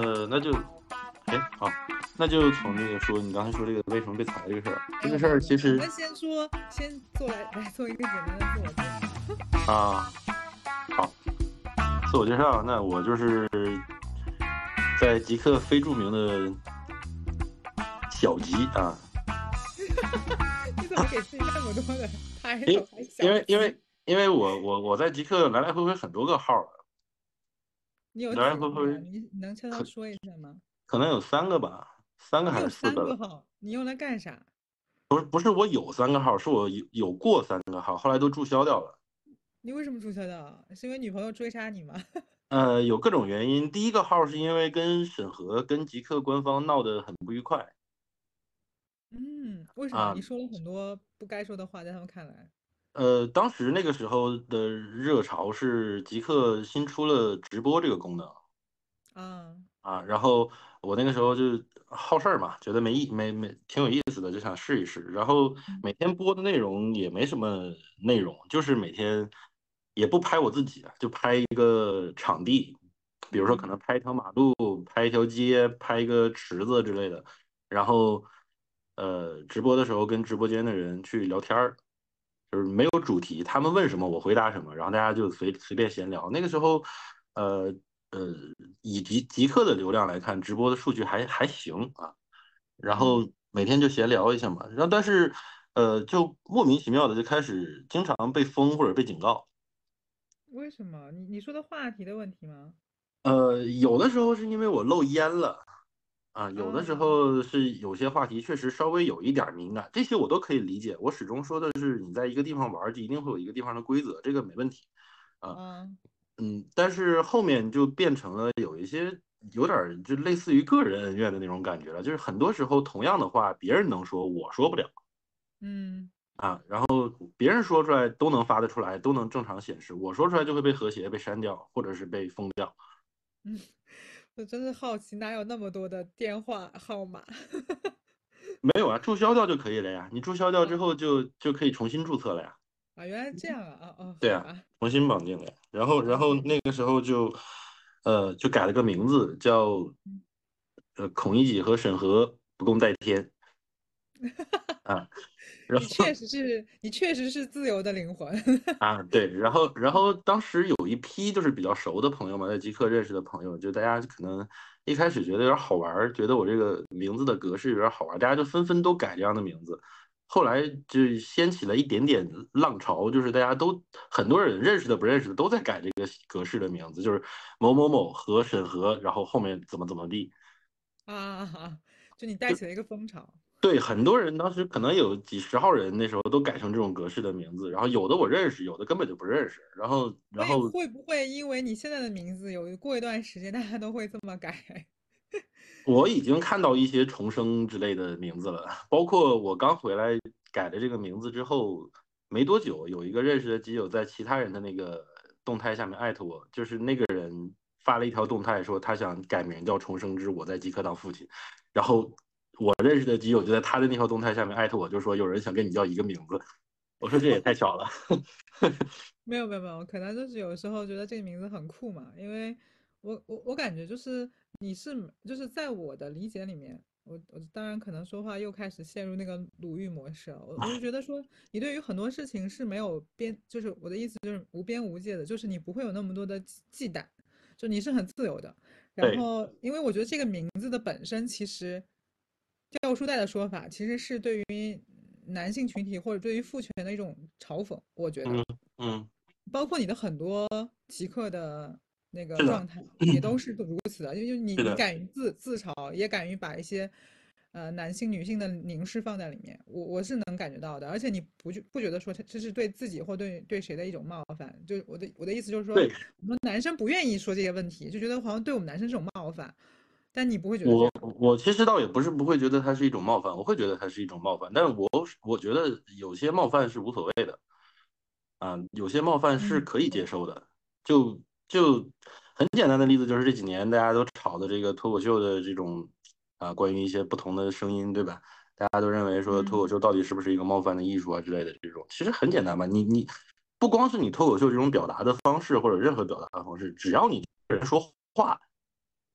那就，好，那就从这个说你刚才说这个为什么被裁这个事儿，这个事没有没有没有， 儿其实我们先说，先做一个简单的自我介绍。 啊，好，自我介绍，那我就是在极客非著名的小吉啊， 你怎么给自己那么多的因 title 还因小鸡？ 为因为因为我在极客来来回回很多个号了， 你有来来几个号呀？ 回回你能悄悄说一下吗？ 可能有3个吧，三个还你有是4个了。 三个号，你用来干啥？ 不是我有3个号，是我有过3个号，后来都注销掉了。 你为什么注册的？是因为女朋友追杀你吗？ 有各种原因。第一个号是因为跟审核、跟极客官方闹得很不愉快嗯，为什么？ 啊。 你说了很多不该说的话，在他们看来。 当时那个时候的热潮是极客新出了直播这个功能啊， 啊，然后我那个时候就好事儿嘛，觉得挺有意思的，就想试一试。然后嗯每天播的内容也没什么内容，就是每天也不拍我自己啊，就拍一个场地，比如说可嗯能拍一条马路、拍一条街、拍一个池子之类的，然后直播的时候跟直播间的人去聊天儿。就是没有主题，他们问什么我回答什么，然后大家就随便闲聊。那个时候，呃以极客的流量来看，直播的数据还行啊。然嗯， 后每天就闲聊一下嘛，然后但是就莫名其妙的就开始经常被封或者被警告。 为什么？你说的话题的问题吗？ 有的时候是因为我漏烟了。啊，有的时啊， 候是有些话题确实稍微有一点敏感，这些我都可以理解。我始终说的是，你在一个地方玩就一定会有一个地方的规则，这个没问题啊。 啊， 但是后面就变成了有一些有点就类似于个人恩怨的那种感觉了，就是很多时候同样的话，别人能说，我说不了嗯啊。然后别人说出来都能发得出来，都能正常显示，我说出来就会被和谐、被删掉，或者是被封掉。 嗯，我真是好奇，哪有那么多的电话号码？ 没有啊，注销掉就可以了呀。你注销掉之后啊就可以重新注册了呀。 啊，原来这样啊！啊哦， 对啊， 好吧， 重新绑定的。然后嗯那个时候就改了个名字，叫嗯， 孔乙己和审核不共戴天啊。然后你确实是自由的灵魂。 啊，对，然后当时有一批就是比较熟的朋友嘛，在极客认识的朋友，就大家可能一开始觉得有点好玩儿，觉得我这个名字的格式有点好玩儿，大家就纷纷都改这样的名字。后来就掀起了一点点浪潮，就是大家都很多人认识的不认识的都在改这个格式的名字，就是某某某和审核，然后后面怎么怎么地。 啊，就你带起了一个风潮。 对，很多人当时可能有几十号人，那时候都改成这种格式的名字，然后有的我认识，有的根本就不认识。然后， 所然后以会不会因为你现在的名字过一段时间，大家都会这么改？ 我已经看到一些重生之类的名字了，包括我刚回来改了这个名字之后没多久，有一个认识的基友在其他人的那个动态下面艾特我，就是那个人发了一条动态说他想改名叫重生之我在极客当父亲，然后我认识的基友就在他的那条动态下面艾特我，就说有人想跟你叫一个名字，我说这也太巧了。 没有没有没有，可能就是有时候觉得这个名字很酷嘛，因为我感觉就是就是在我的理解里面，我当然可能说话又开始陷入那个鲁豫模式了，我就觉得说你对于很多事情是没有边，就是我的意思就是无边无界的，就是你不会有那么多的忌惮，就你是很自由的。然对后，因为我觉得这个名字的本身其实掉书袋的说法，其实是对于男性群体或者对于父权的一种嘲讽，我觉得。 嗯嗯， 包括你的很多极客的那个是的， 状态也都是如此的，因为你是的。 敢于自嘲，也敢于把一些男性、女性的凝视放在里面，我是能感觉到的，而且你不觉得说这是对自己或对谁的一种冒犯？就我的意思就是说， 对， 很多男生不愿意说这些问题，就觉得好像对我们男生是种冒犯，但你不会觉得这我样。 我其实倒也不是不会觉得它是一种冒犯，我会觉得它是一种冒犯，但是我觉得有些冒犯是无所谓的啊，有些冒犯是嗯， 可以接受的。就很简单的例子就是这几年大家都吵的这个脱口秀的这种关于一些不同的声音，对吧？大家都认为说脱口嗯， 秀到底是不是一个冒犯的艺术啊之类的这种，其实很简单嘛，你不光是你脱口秀这种表达的方式或者任何表达的方式，只要你人说话。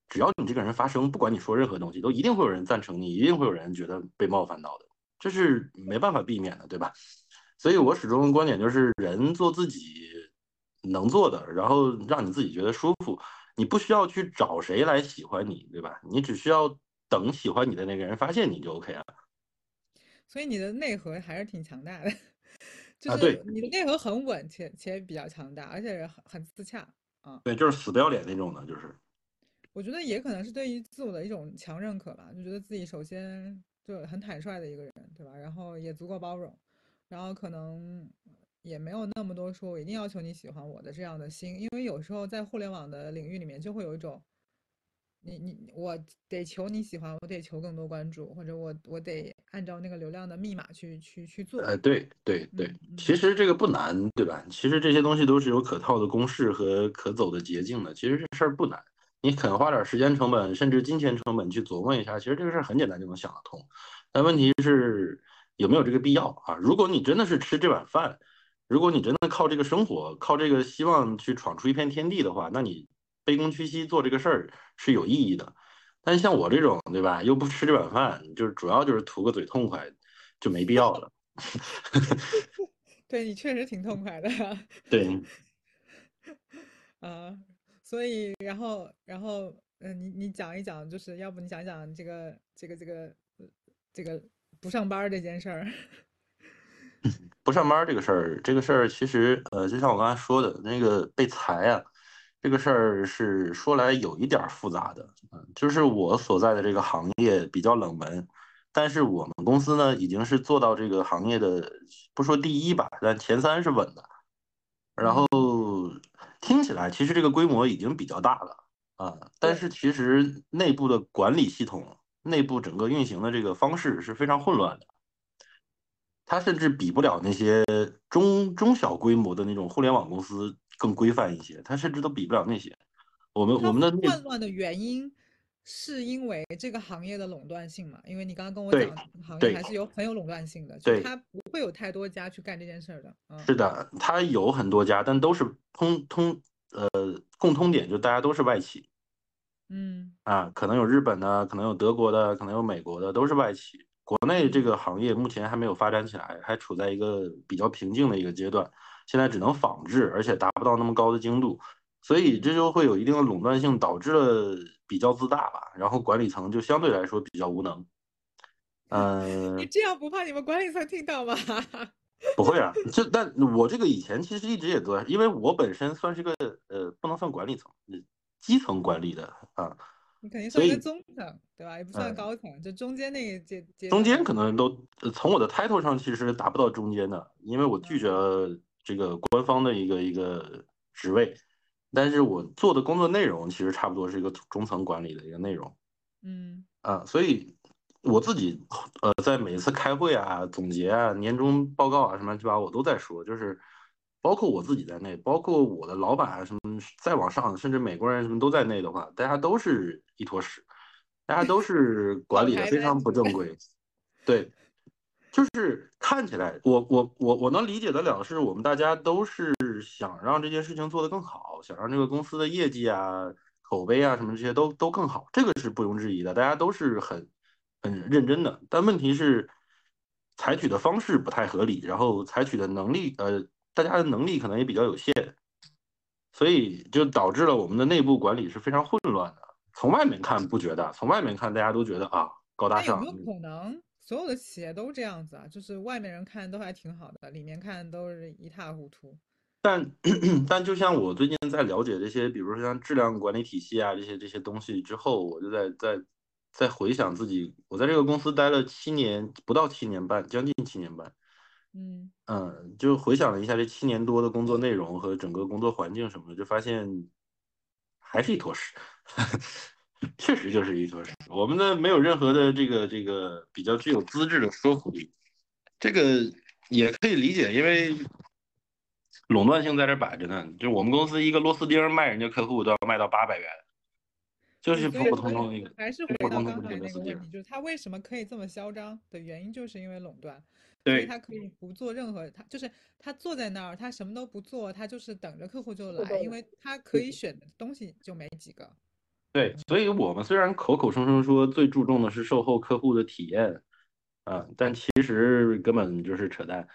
只要你这个人发声，不管你说任何东西，都一定会有人赞成你，一定会有人觉得被冒犯到的，这是没办法避免的，对吧？所以我始终的观点就是，人做自己能做的，然后让你自己觉得舒服，你不需要去找谁来喜欢你，对吧？你只需要等喜欢你的那个人发现你就 OK 了。 所以你的内核还是挺强大的，就啊，对是你的内核很稳且比较强大，而且很自洽啊。 对，就是死不要脸那种的，就是我觉得也可能是对于自我的一种强认可吧，就觉得自己首先就很坦率的一个人，对吧？然后也足够包容，然后可能也没有那么多说我一定要求你喜欢我的这样的心，因为有时候在互联网的领域里面就会有一种我得求你喜欢，我得求更多关注，或者我得按照那个流量的密码去做。 对对对， 嗯嗯其实这个不难，对吧？其实这些东西都是有可套的公式和可走的捷径的。其实这事儿不难，你肯花点时间成本，甚至金钱成本去琢磨一下，其实这个事儿很简单就能想得通。但问题是有没有这个必要啊？如果你真的是吃这碗饭，如果你真的靠这个生活，靠这个希望去闯出一片天地的话，那你卑躬屈膝做这个事儿是有意义的。但像我这种，对吧？又不吃这碗饭，就是主要就是图个嘴痛快，就没必要了。 对你确实挺痛快的。 对， 啊，所以然后你讲一讲，就是要不你讲一讲这个不上班儿这件事儿。 不上班这个事儿，这个事儿其实就像我刚才说的那个被裁啊，这个事儿是说来有一点儿复杂的。就是我所在的这个行业比较冷门，但是我们公司呢已经是做到这个行业的，不说第一吧，但前三是稳的。然后嗯， 听起来其实这个规模已经比较大了啊，但对， 是其实内部的管理系统、内部整个运行的这个方式是非常混乱的。它甚至比不了那些中小规模的那种互联网公司更规范一些，它甚至都比不了那些。我它们的那混乱的原因是因为这个行业的垄断性嘛？因为你刚刚跟我对讲，行业对还是很有垄断性的，就是对， 它不会有太多家去干这件事儿的。嗯是的，它有很多家，但都是共通点，就大家都是外企嗯啊，可能有日本的，可能有德国的，可能有美国的，都是外企。国内这嗯个行业目前还没有发展起来，还处在一个比较平静的一个阶段，现在只能仿制，而且达不到那么高的精度，所以这嗯， 就会有一定的垄断性，导致了比较自大吧，然后管理层就相对来说比较无能。 你嗯、 这样不怕你们管理层听到吗？ 不会啊，但我这个以前其实一直也做，因为我本身算是个不能算管理层，基层管理的啊， 你肯定算一个所以中层，对吧？也不算呃高层，就中间那个阶中间段的人。 可能都从我的 title 上其实达不到中间的，因为我拒绝嗯了这个官方的一个职位，但是我做的工作内容其实差不多是一个中层管理的一个内容嗯啊，所以我自己在每一次开会啊、总结啊、年终报告啊什么乱七八糟我都在说，就是包括我自己在内，包括我的老板啊什么，再往上甚至美国人什么都在内的话，大家都是一坨屎，大家都是管草理的非常台班子。 不正规。对，就是看起来，我能理解得了，是我们大家都是想让这件事情做得更好，想让这个公司的业绩啊、口碑啊什么这些都更好，这个是毋庸置疑的，大家都是很认真的。但问题是，采取的方式不太合理，然后采取的能力，大家的能力可能也比较有限，所以就导致了我们的内部管理是非常混乱的。从外面看不觉得，从外面看大家都觉得啊高大上， 但有没有可能所有的企业都这样子啊？就是外面人看都还挺好的，里面看都是一塌糊涂。 但就像我最近在了解这些，比如说像质量管理体系啊这些东西之后，我就在回想自己，我在这个公司待了7年，不到7年半，将近7年半。 嗯， 就回想了一下这7年多的工作内容和整个工作环境什么的，就发现还是一坨屎，确实就是一坨屎。我们的没有任何的这个比较具有资质的说服力，这个也可以理解，因为垄断性在这摆着呢。就我们公司一个螺丝钉卖人家客户都要卖到800元，就对， 是普普所以说通通一个还是普普通通的一个回到刚才螺丝钉。 那个问题，就是他为什么可以这么嚣张的原因，就是因为垄断，所以对他可以不做任何，他就是他坐在那儿，他什么都不做，他就是等着客户就来，因为他可以选的东西就没几个。 对，所以我们虽然口口声声说最注重的是售后客户的体验啊，但其实根本就是扯淡。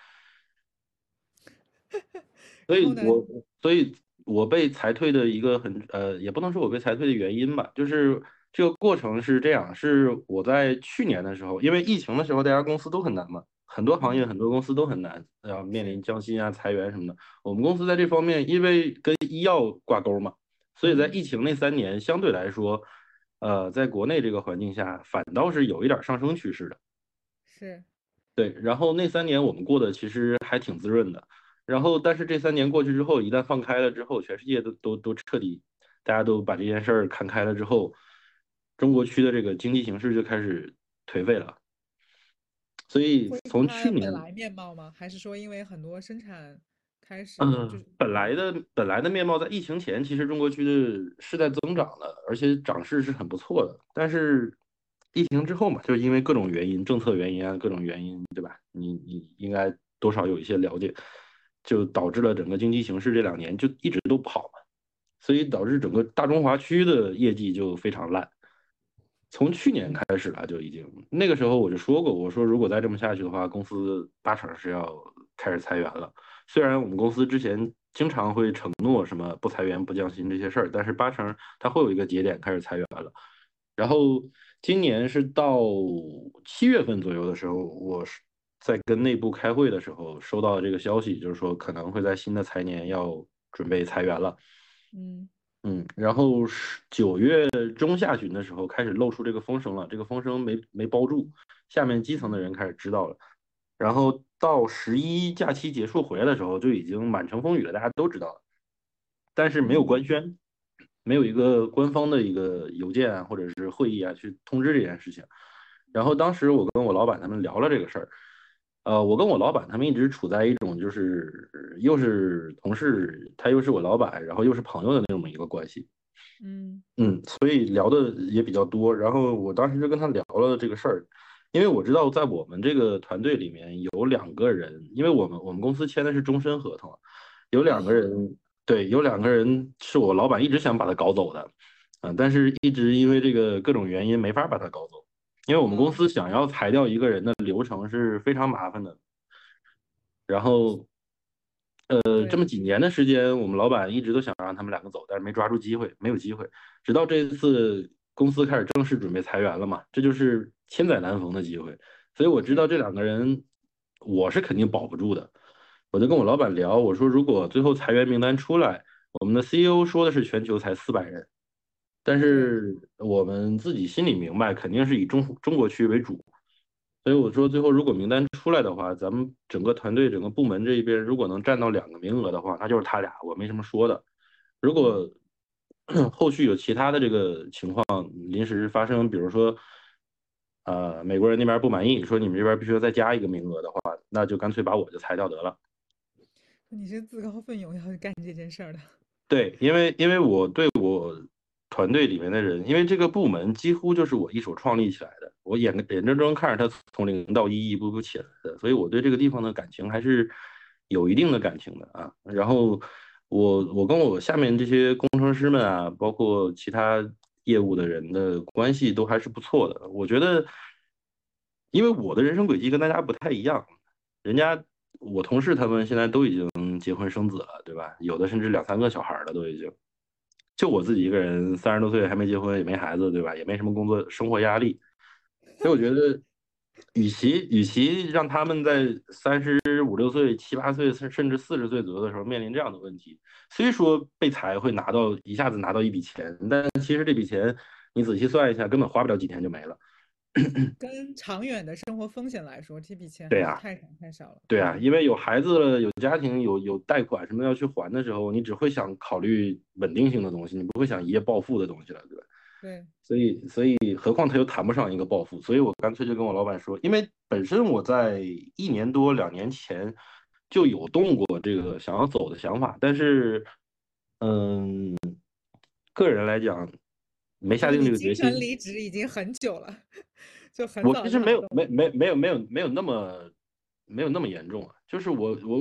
所然后呢， 以我所以我被裁退的一个也不能说我被裁退的原因吧，就是这个过程是这样，是我在去年的时候，因为疫情的时候，大家公司都很难嘛，很多行业嗯， 很多公司都很难，面是， 临降薪啊、裁员什么的。我们公司在这方面，因为跟医药挂钩嘛，所以在嗯， 疫情那3年相对来说，在国内这个环境下，反倒是有一点上升趋势的。 是， 对，然后那三年我们过得其实还挺滋润的，然后但是这3年过去之后，一旦放开了之后，全世界都彻底，大家都把这件事儿看开了之后，中国区的这个经济形势就开始颓废了。所以恢复从它的本去年来面貌吗？还是说因为很多生产开始就是本来的面貌在疫情前，其实中国区的是在增长的，而且涨势是很不错的。但是疫情之后嘛，就是因为各种原因、政策原因啊，各种原因，对吧？你应该多少有一些了解，就导致了整个经济形势这2年就一直都不好嘛，所以导致整个大中华区的业绩就非常烂。从去年开始了，就已经那个时候我就说过，我说如果再这么下去的话，公司80%是要开始裁员了。虽然我们公司之前经常会承诺什么不裁员、不降薪这些事儿，但是80%它会有一个节点开始裁员了。然后今年是到7月份左右的时候，我是在跟内部开会的时候收到这个消息，就是说可能会在新的财年要准备裁员了。 嗯然后是9月中下旬的时候开始露出这个风声了，这个风声没包住，下面基层的嗯人开始知道了，然后到11假期结束回来的时候就已经满城风雨了，大家都知道了，但是没有嗯官宣，没有一个官方的一个邮件啊或者是会议啊去通知这件事情。然后当时我跟我老板他们聊了这个事儿，我跟我老板他们一直处在一种就是又是同事，他又是我老板，然后又是朋友的那么一个关系。 嗯所以聊的也比较多。然后我当时就跟他聊了这个事儿，因为我知道在我们这个团队里面有2个人，因为我们公司签的是终身合同，有两个哦， 人，对，有2个人是我老板一直想把他搞走的，但是一直因为这个各种原因没法把他搞走，因为我们公哦， 司想要裁掉一个人的流程是非常麻烦的。然后这对， 么几年的时间，我们老板一直都想让他们2个走，但是没抓住机会，没有机会。直到这一次公司开始正式准备裁员了嘛，这就是千载难逢的机会。所以我知道是， 这2个人，我是肯定保不住的。我就跟我老板聊，我说如果最后裁员名单出来，我们的 CEO 说的是全球才400人，但对， 是我们自己心里明白，肯定是以中国区为主。所以我说，最后如果名单出来的话，咱们整个团队、整个部门这一边，如果能占到2个名额的话，那就是他俩，我没什么说的。如嗯， 果后续有其他的这个情况临时发生，比如说，美国人那边不满意，说你们这边必须要再加一个名额的话，那就干脆把我就裁掉得了。 你是自告奋勇要去干这件事儿的。 对，因为我对我团队里面的人，因为这个部门几乎就是我一手创立起来的，我眼睁睁看着他从0到1一步步起来的，所以我对这个地方的感情还是有一定的感情的啊。然后我跟我下面这些工程师们啊，包括其他业务的人的关系都还是不错的。我觉得，因为我的人生轨迹跟大家不太一样，人家我同事他们现在都已经结婚生子了，对吧？有的甚至2、3个小孩了都已经。就我自己一个人，30多岁还没结婚，也没孩子，对吧？也没什么工作生活压力，所以我觉得，与其让他们在35、6岁、7、8岁，甚至40岁左右的时候面临这样的问题，虽说被裁会一下子拿到一笔钱，但其实这笔钱你仔细算一下，根本花不了几天就没了。 跟长远的生活风险来说，这笔钱对呀， 还是太少太少了。 对啊， 对， 因为有孩子了，有家庭，有贷款什么要去还的时候，你只会想考虑稳定性的东西，你不会想一夜暴富的东西了，对吧？ 对， 所以，何况他又谈不上一个暴富，所以我干脆就跟我老板说，因为本身我在1年多2年前就有动过这个想要走的想法，但是，嗯，个人来讲没下定这个就是你精决心。 神离职已经很久了，就很早我其实没有就想动。 没没没有没有没有那么严重啊，就是我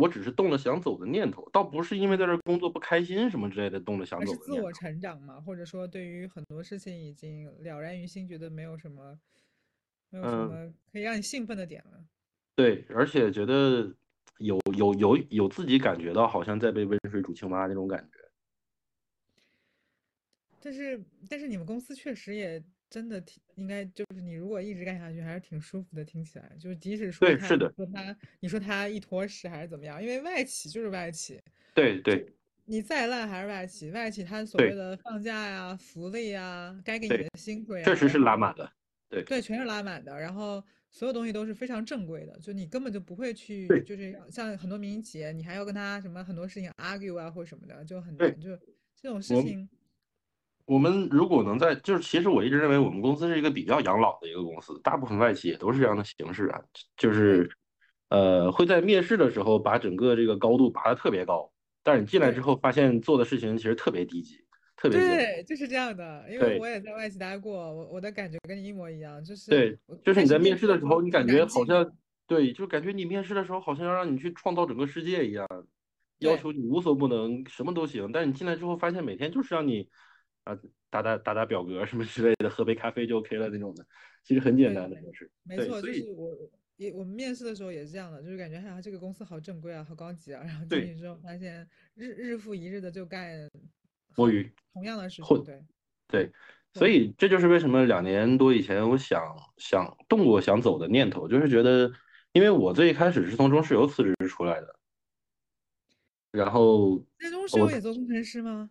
我只是动了想走的念头，倒不是因为在这工作不开心什么之类的动了想而是走的念头。 自我成长嘛，或者说对于很多事情已经了然于心，觉得没有什么嗯， 可以让你兴奋的点了。 对，而且觉得有自己感觉到好像在被温水煮青蛙那种感觉。 但是你们公司确实也真的应该就是你如果一直干下去，还是挺舒服的。听起来就是即使说对， 他， 是的， 你说他一坨屎还是怎么样，因为外企就是外企，就对对你再烂还是外企，外企他所谓对的放假呀、福利呀、该给你的对， 薪水啊， 确实是然后拉满了。对对，全是拉满的，然后所有东西都是非常正规的，就你根本就不会去， 对就是像很多民营企业，你还要跟他什么很多事情 argue 啊或什么的，就很对， 难。就这种事我情， 我们如果能在，就是其实我一直认为我们公司是一个比较养老的一个公司，大部分外企也都是这样的形式啊，就对是会在面试的时候把整个这个高度拔得特别高，但是你进来之对后发现做的事情其实特别低级，特别简单。 对，就是这样的。因为对我也在外企待过，我的感觉跟你一模一样，就是对， 我就是你在开始面试面试的时候，你的时候巨感觉难进， 好像对，就感觉你面试的时候好像要让你去创造整个世界一样，要对求你无所不能，什么都行。但是你进来之后发现每天就是让你啊打表格什么之类的，喝杯咖啡就 OK 了那种的，其实很简对的， 单的都是。对， 没错， 所以就是我们面试的时候也是这样的，就是感觉哎呀这个公司好正规啊，好高级啊，然后进对， 去之后发现日复一日的就干很摸鱼同样的事情， 混。 对。 对，所混， 以这就是为什么2年多以前我想动过想走的念头，就是觉得，因为我最一开始是从中石油辞职出来的，然后在中石油我也做工程师吗？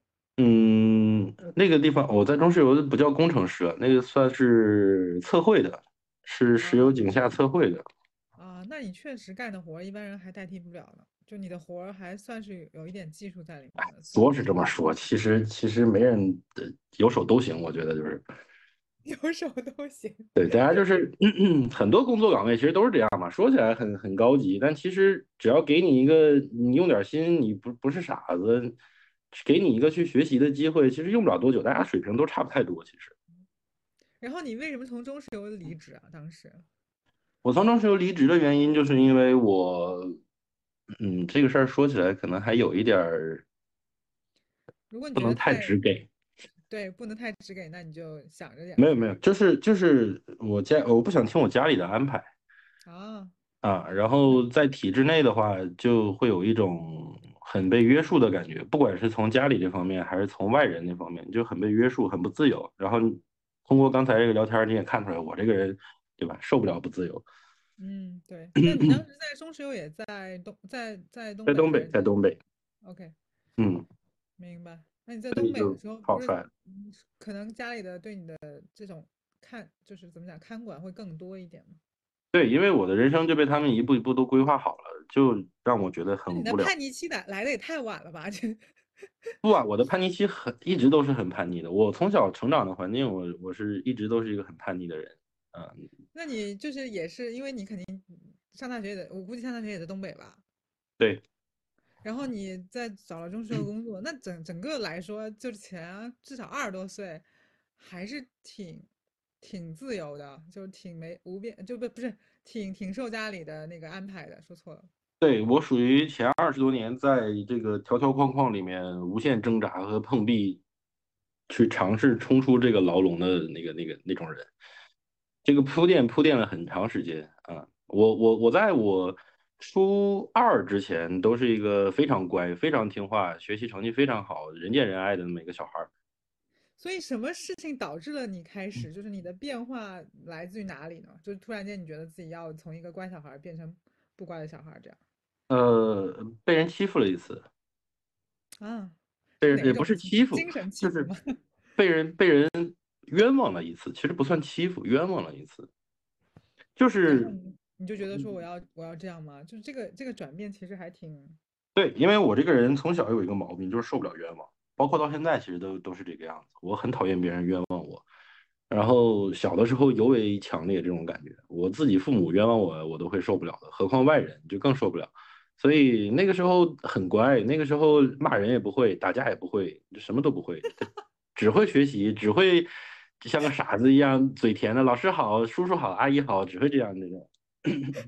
那个地方我在中石油不叫工程师了，那个算是测绘的，是石油啊井下测绘的。 啊，那你确实干的活儿一般人还代替不了呢。就你的活儿还算是有一点技术在里面的，虽然说是这么说，其实没人有手都行，我觉得就是。 有手都行。 对，大家就是很多工作岗位其实都是这样嘛，说起来很高级，但其实只要给你一个，你用点心，你不是傻子，给你一个去学习的机会，其实用不了多久，大家水平都差不太多。其实然后你为什么从中石油离职啊？当时， 我从中石油离职的原因，就是因为我，这个事儿说起来可能还有一点儿如果你不能太觉得太， 直给。 对，不能太直给，那你就想着点儿没有没有，就是我不想听我家里的安排。 啊。 啊，然那后在体制内的话，就会有一种很被约束的感觉，不管是从家里这方面，还是从外人那方面，就很被约束，很不自由。然后通过刚才这个聊天儿，你也看出来，我这个人，对吧，受不了不自由。 嗯，对。那你当时在中石油也在东在东北， 北还是在在东北， ？OK， 嗯， 明白。那你在所以就东北的时候，不是好烦。 可能家里的对你的这种就是怎么讲，看管会更多一点吗？ 对，因为我的人生就被他们一步一步都规划好了，就让我觉得很那你的无聊。 叛逆期来的也太晚了吧？这， 不啊，我的叛逆期一直都是很叛逆的。我从小成长的环境，我是一直都是一个很叛逆的人。嗯， 那你就是也是因为你肯定上大学也在，我估计上大学也在东北吧？ 对。 然后你在找了中石油工作，那整个来说，就是前至少20多岁，还是挺自由的，就挺没无边，就不是挺受家里的那个安排的，说错了。 对，我属于前20多年在这个条条框框里面无限挣扎和碰壁，去尝试冲出这个牢笼的那种人。这个铺垫了很长时间啊。我在我初2之前都是一个非常乖、非常听话、学习成绩非常好、人见人爱的那么一个小孩儿。 所以什么事情导致了你开始，就是你的变化来自于哪里呢？就是突然间你觉得自己要从一个乖小孩变成不乖的小孩这样被人欺负了一次。 啊？ 被是哪人也不是一种欺负？ 欺负， 精神欺就是负吗？ 被人冤枉了一次，其实不算欺负，冤枉了一次。就是然后你就觉得说我要这样吗？就是这个转变其实还挺对，因为我这个人从小有一个毛病，就是受不了冤枉，包括到现在其实都是这个样子。我很讨厌别人冤枉我，然后小的时候尤为强烈这种感觉，我自己父母冤枉我，我都会受不了的，何况外人就更受不了。所以那个时候很乖，那个时候骂人也不会，打架也不会，什么都不会，只会学习，只会就像个傻子一样，嘴甜的，老师好，叔叔好，阿姨好，只会这样那种。 我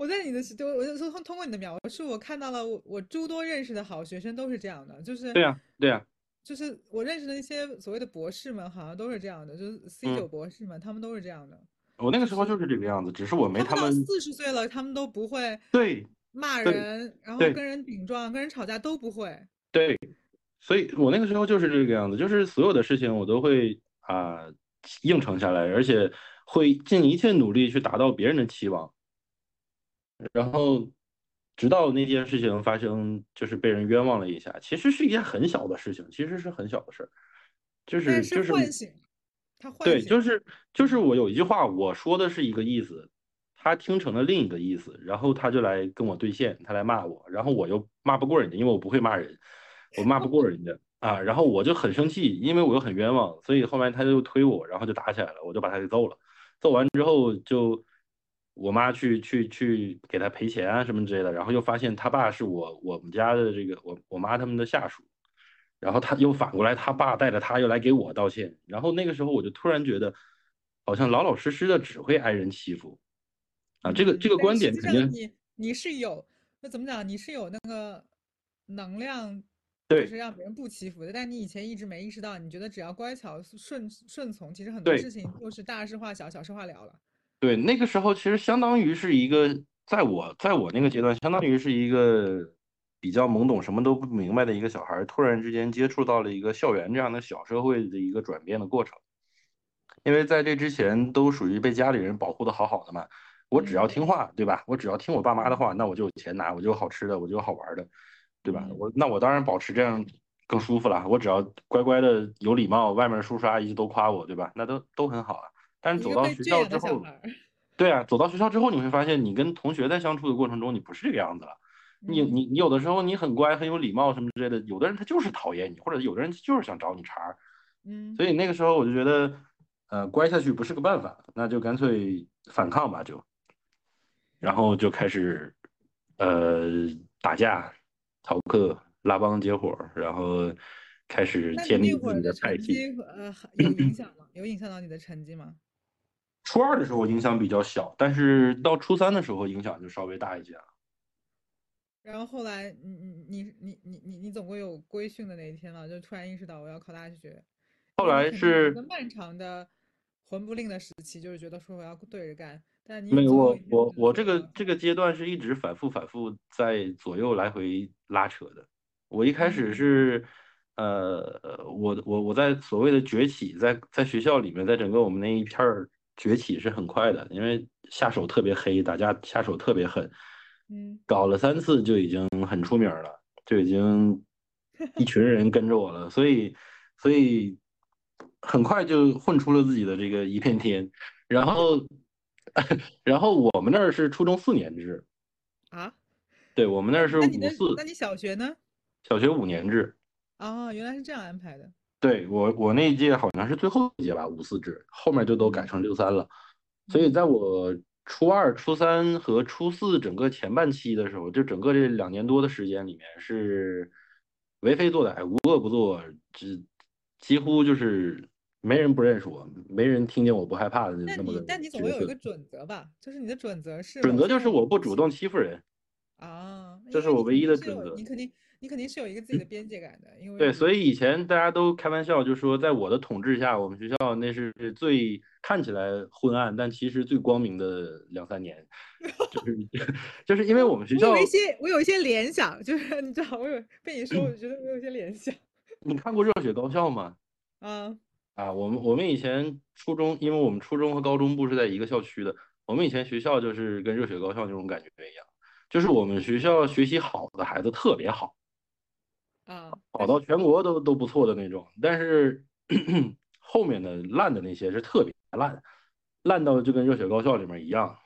我在你的就我就通过你的描述，我看到了我诸多认识的好学生都是这样的，就是对呀，对呀， 就是我认识的一些所谓的博士们，好像都是这样的，就是 C9 嗯， 博士们，他们都是这样的， 我那个就是时候就是这个样子，只是我没他们到他们。 40岁了，他们都不会对骂对人，然后对跟人顶撞、跟人吵架都不会。 对，所以我那个时候就是这个样子，就是所有的事情我都会应承下来，而且会尽一切努力去达到别人的期望，然后直到那件事情发生，就是被人冤枉了一下，其实是一件很小的事情，其实是很小的事儿，就但是是就是唤醒，他唤对， 醒了。 就是我有一句话，我说的是一个意思，他听成了另一个意思，然后他就来跟我对线，他来骂我，然后我又骂不过人家，因为我不会骂人，我骂不过人家啊，然后我就很生气，因为我又很冤枉，所以后面他就推我，然后就打起来了，我就把他给揍了，揍完之后就我妈去给他赔钱啊什么之类的，然后又发现他爸是我们家的这个我妈他们的下属。然后他又反过来，他爸带着他又来给我道歉，然后那个时候我就突然觉得，好像老老实实的只会挨人欺负啊，这个观但是实际点肯定上你是有，那怎么讲？你是有那个能量，就对是让别人不欺负的。但你以前一直没意识到，你觉得只要乖巧顺从，其实很多对事情就是大事化小，小事化了了。 对，那个时候其实相当于是一个，在我那个阶段，相当于是一个比较懵懂、什么都不明白的一个小孩儿，突然之间接触到了一个校园这样的小社会的一个转变的过程。因为在这之前都属于被家里人保护的好好的嘛，我只要嗯听话，对吧？我只要听我爸妈的嗯话，那我就有钱拿，我就有好吃的，我就有好玩的，对吧？ 嗯， 那我当然保持这样更舒服了。我只要乖乖的有礼貌，外面叔叔阿姨都夸我，对吧？那都很好啊。但是一个走到学被圈养校之后， 的小孩儿。 对啊，走到学校之后，你会发现你跟同学在相处的过程中，你不是这个样子了。你嗯你你有的时候你很乖，很有礼貌什么之类的，有的人他就是讨厌你，或者有的人就是想找你茬儿。 嗯所以那个时候我就觉得，乖下去不是个办法，那就干脆反抗吧，然后就开始，呃，打架、逃课、拉帮结伙，然后开始那你建立自己的那会儿的派系。 成绩有影响吗？有影响到你的成绩吗？ 初二的时候影响比较小，但是到初三的时候影响就稍微大一些了。 然后后来你总归有规训的那一天了，就突然意识到我要考大学，因后为你肯定有一来是个漫长的魂不吝的时期，就是觉得说我要对着干，但你没有， 总有一我天觉得我我这个说我要， 这个阶段是一直反复在左右来回拉扯的。我一开始嗯是，我在所谓的崛起，在学校里面，在整个我们那一片儿崛起是很快的，因为下手特别黑，打架下手特别狠， 嗯， 搞了3次就已经很出名了，就已经一群人跟着我了，所以很快就混出了自己的这个一片天。然后，然后我们那儿是初中4年制， 啊， 对，我们那那儿是那你小学呢？ 小学5年制。 啊，原来是这样安排的。 对，我那一届好像是最后一届吧，5/4制，后面就都改嗯成6/3了。所以嗯在我初二、初三和初四整个前半期的时候，就整个这2年多的时间里面，是为非作歹，无恶不作，几乎就是没人不认识我，没人听见我不害怕的那么个但你总会角色。 有一个准则吧？就是你的准则是准则就是某些人我我不主动不欺负欺负人， 啊，因为这是我唯一的准则。 你肯定是有一个自己的边界感的，因为对，所你以以前大家都开玩笑，就说在我的统治下，我们学校那是最看起来昏暗，但其实最光明的2、3年，就是就是因为我们学校， 我有一些联想，就是你知道，被你说，我觉得我有一些联想你看过《热血高校》吗？ 啊， 啊，我们以前初中，因为我们初中和高中部是在一个校区的，我们以前学校就是跟热血高校那种感觉一样，就是我们学校学习好的孩子特别好。 但是跑到全国都不错的那种，但是后面的烂的那些是特别烂，烂到就跟热血高校里面一样。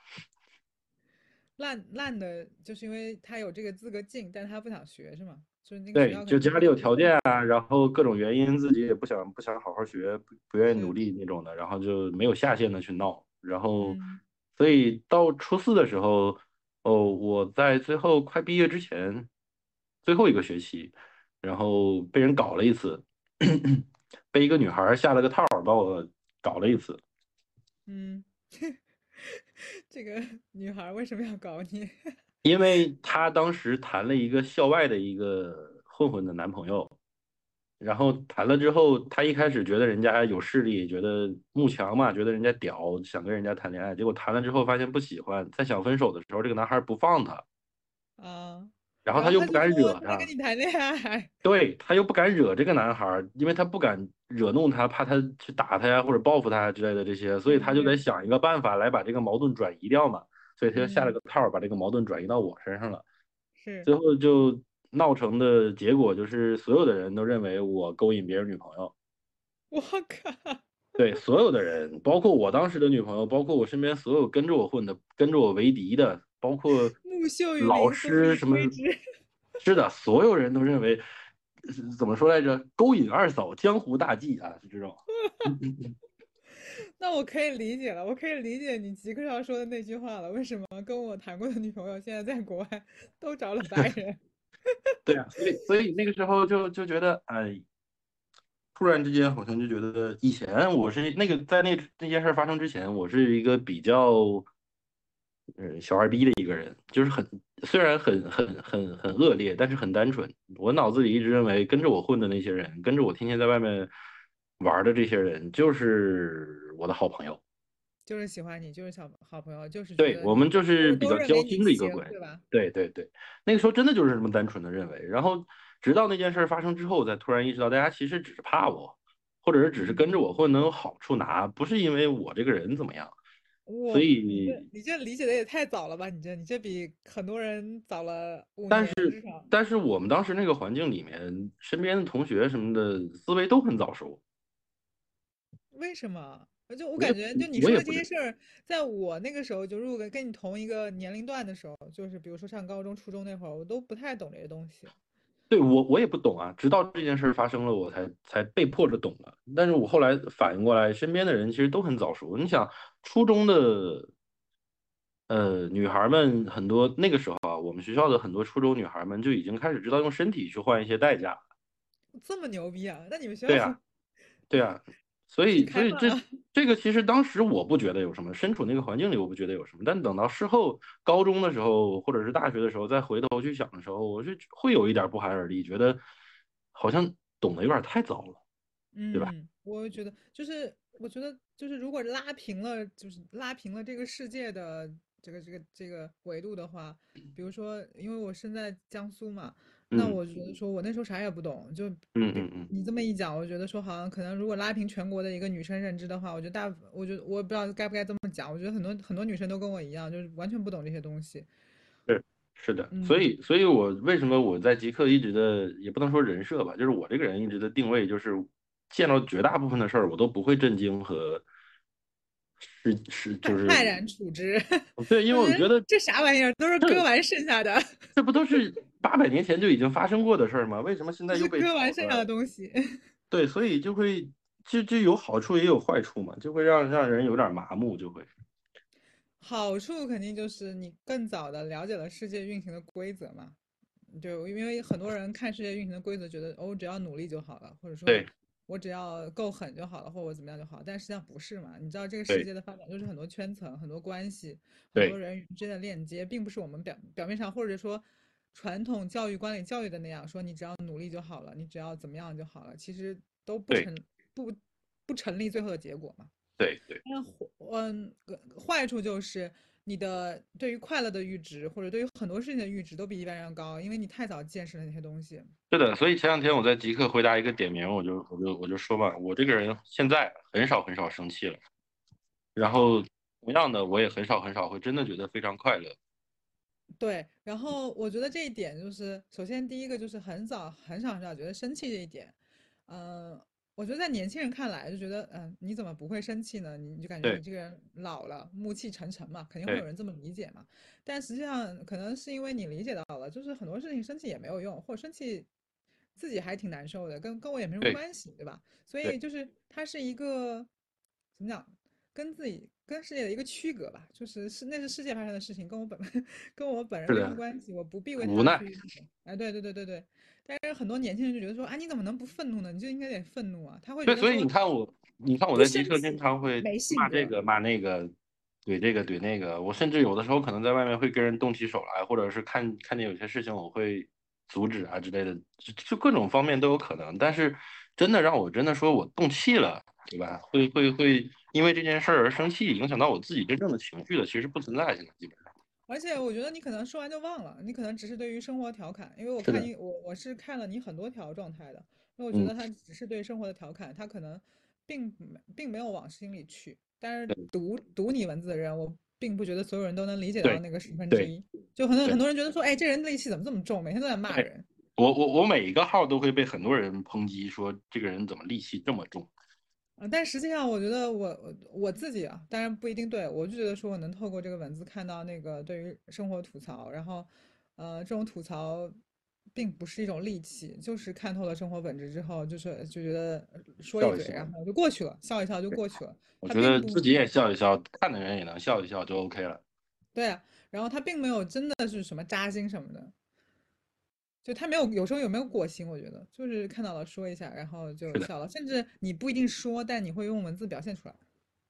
烂的，就是因为他有这个资格进，但他不想学，是吗？就是那个学对， 校可能觉就家里有得不适合， 条件啊，然后各种原因自己也不想好好学，不愿意努是， 力那种的，然后就没有下限的去闹，然后嗯所以到初四的时候，哦，我在最后快毕业之前最后一个学期，然后被人搞了一次，被一个女孩下了个套把我搞了一次。 嗯， 这个女孩为什么要搞你？ 因为她当时谈了一个校外的一个混混的男朋友，然后谈了之后，她一开始觉得人家有势力，觉得慕强嘛，觉得人家屌，想跟人家谈恋爱，结果谈了之后发现不喜欢，在想分手的时候，这个男孩不放她， 啊， 然后然后他就她又不敢说他要跟惹他， 你谈恋爱。 对，她又不敢惹这个男孩儿，因为她不敢惹怒他，怕他去打他呀或者报复他呀之类的这些，所以她就得对对对， 想一个办法来把这个矛盾转移掉嘛，所以她就下了嗯， 个套儿，把这个矛盾转移到我身上了。 是， 最后就闹成的结果就是所有的人都认为我勾引别人女朋友， 我靠， 对，所有的人，包括我当时的女朋友，包括我身边所有跟着我混的、跟着我为敌的，包括木秀于老林，风必师什么， 摧之。 是的，所有人都认为，怎么说来着？勾引二嫂，江湖大忌啊，是这种。 那我可以理解了，我可以理解你极客上说的那句话了。为什么跟我谈过的女朋友现在在国外都找了白人？ 对啊，所以那个时候就觉得，哎，突然之间好像就觉得，以前我是那个在那件事发生之前，我是一个比较小二逼的一个人，就是虽然很恶劣，但是很单纯。我脑子里一直认为跟着我混的那些人，跟着我天天在外面玩的这些人，就是我的好朋友。 就是喜欢你，就是小好朋友，就是觉对， 得你我们就是比都较交认为你心的一个关行， 系。 对吧？ 对对对，那个时候真的就是这么单纯的认为。然后直到那件事发生之后，我才突然意识到，大家其实只是怕我，或者是只是跟着嗯， 我混能有好处拿，不是因为我这个人怎么样。所哇，你这以你这理解的也太早了吧？你这比很多人早了5年至少。 但是我们当时那个环境里面，身边的同学什么的思维都很早熟， 为什么？我我也感觉，就你说的我也不知道， 这些事儿，在我那个时候，就如果跟你同一个年龄段的时候，就是比如说上高中、初中那会儿，我都不太懂这些东西。 对我也不懂啊，直到这件事发生了，我才被迫着懂了。但是我后来反应过来，身边的人其实都很早熟。你想，初中的女孩们很多，那个时候啊，我们学校的很多初中女孩们就已经开始知道用身体去换一些代价。 这么牛逼啊？那你们学校对啊，对啊，所挺以所以这开放啊。 这个其实当时我不觉得有什么，身处那个环境里我不觉得有什么，但等到事后高中的时候或者是大学的时候再回头去想的时候，我是会有一点不寒而栗，觉得好像懂得有点太早了，对吧？ 嗯，我觉得就是，我觉得就是，如果拉平了，就是拉平了这个世界的这个维度的话，比如说，因为我身在江苏嘛，那嗯我觉得说我那时候啥也不懂，就比嗯嗯嗯， 你这么一讲，我觉得说好像可能如果拉平全国的一个女生认知的话，我觉得我也不知道该不该这么讲，我觉得很多女生都跟我一样，就是完全不懂这些东西。 是的，所嗯， 以所以我为什么我在极客一直的也不能说人设吧，就是我这个人一直的定位就是见到绝大部分的事儿我都不会震惊和就是泰然处之。 对，因我觉得为我觉得这啥玩意儿都是割这完剩下的。 这不都是800年前就已经发生过的事儿吗？为什么现在就是又被割完剩下的炒出来了？ 东西。 对，所以就会就有好处也有坏处嘛，就会让人有点麻木，就会好处肯定就是你更早的了解了世界运行的规则嘛。就因为很多人看世界运行的规则，觉得哦，只要努力就好了，或者说对我只要够狠就好了，或者我怎么样就好。但实际上不是嘛？你知道这个世对界的发展就是很多圈层、很多关系、很多对人与人之间的链接，并不是我们表面上或者说传统教育观里教育的那样，说你只要努力就好了，你只要怎么样就好了，其实都对不不成立最后的结果嘛。 对对。 那坏处就是你的对于快乐的阈值，或者对于很多事情的阈值都比一般人高，因为你太早见识了那些东西。 是的，所以前两天我在极客回答一个点名，我就说嘛，我这个人现在很少生气了，然后同样的，我也很少会真的觉得非常快乐。 对，然后我觉得这一点就是，首先第一个就是很少觉得生气这一点。嗯、我觉得在年轻人看来就觉得，你怎么不会生气呢？你就感觉对你这个人老了，暮气沉沉嘛，肯定会有对人这么理解嘛。但实际上可能是因为你理解到了，就是很多事情生气也没有用，或者生气自己还挺难受的，跟我也没什么对关系，对吧？所以对就是它是一个怎么讲，跟世界的一个区隔吧，那是世界发生的事情，跟我本人没什么是的， 关系，我不必为无奈。 他去哎，对对对对对。但是很多年轻人就觉得说，啊，你怎么能不愤怒呢？你就应该得愤怒啊。他会觉对，所以得说， 你看我不在极客经生气常会没性格。 骂这个骂那个， 怼这个怼那个，我甚至有的时候可能在外面会跟人动起手来，或者是看见有些事情我会阻止啊之类的，就各种方面都有可能。但是真的让我真的说我动气了，对吧？会因为这件事儿而生气，影响到我自己真正的情绪的，其实不存在，现在基本上。 而且我觉得你可能说完就忘了，你可能只是对于生活调侃，因为我是的， 看我是看了你很多条状态的，那我觉嗯， 得他只是对生活的调侃，他可能并没有往心里去。但是对读你文字的人，我并不觉得所有人都能理解到对那个十分之对一。就很多对人觉得说，哎，这人戾气怎么这么重，每天都在骂对， 人。 我每一个号都会被很多人抨击，说这个人怎么戾气这么重。 但实际上，我觉得我自己啊，当然不一定对，我就觉得说我能透过这个文字看到那个对于生活吐槽，然后，这种吐槽并不是一种戾气，就是看透了生活本质之后，就觉得说一嘴， 笑一笑。 然后就过去了，笑一笑就过去了。 我觉他并不， 得自己也笑一笑，看的人也能笑一笑就 OK 了。 对啊，然后他并没有真的是什么扎心什么的，就他没有有时候有没有果心，我觉得就是看到了说一下，然后就是的， 笑了，甚至你不一定说，但你会用文字表现出来。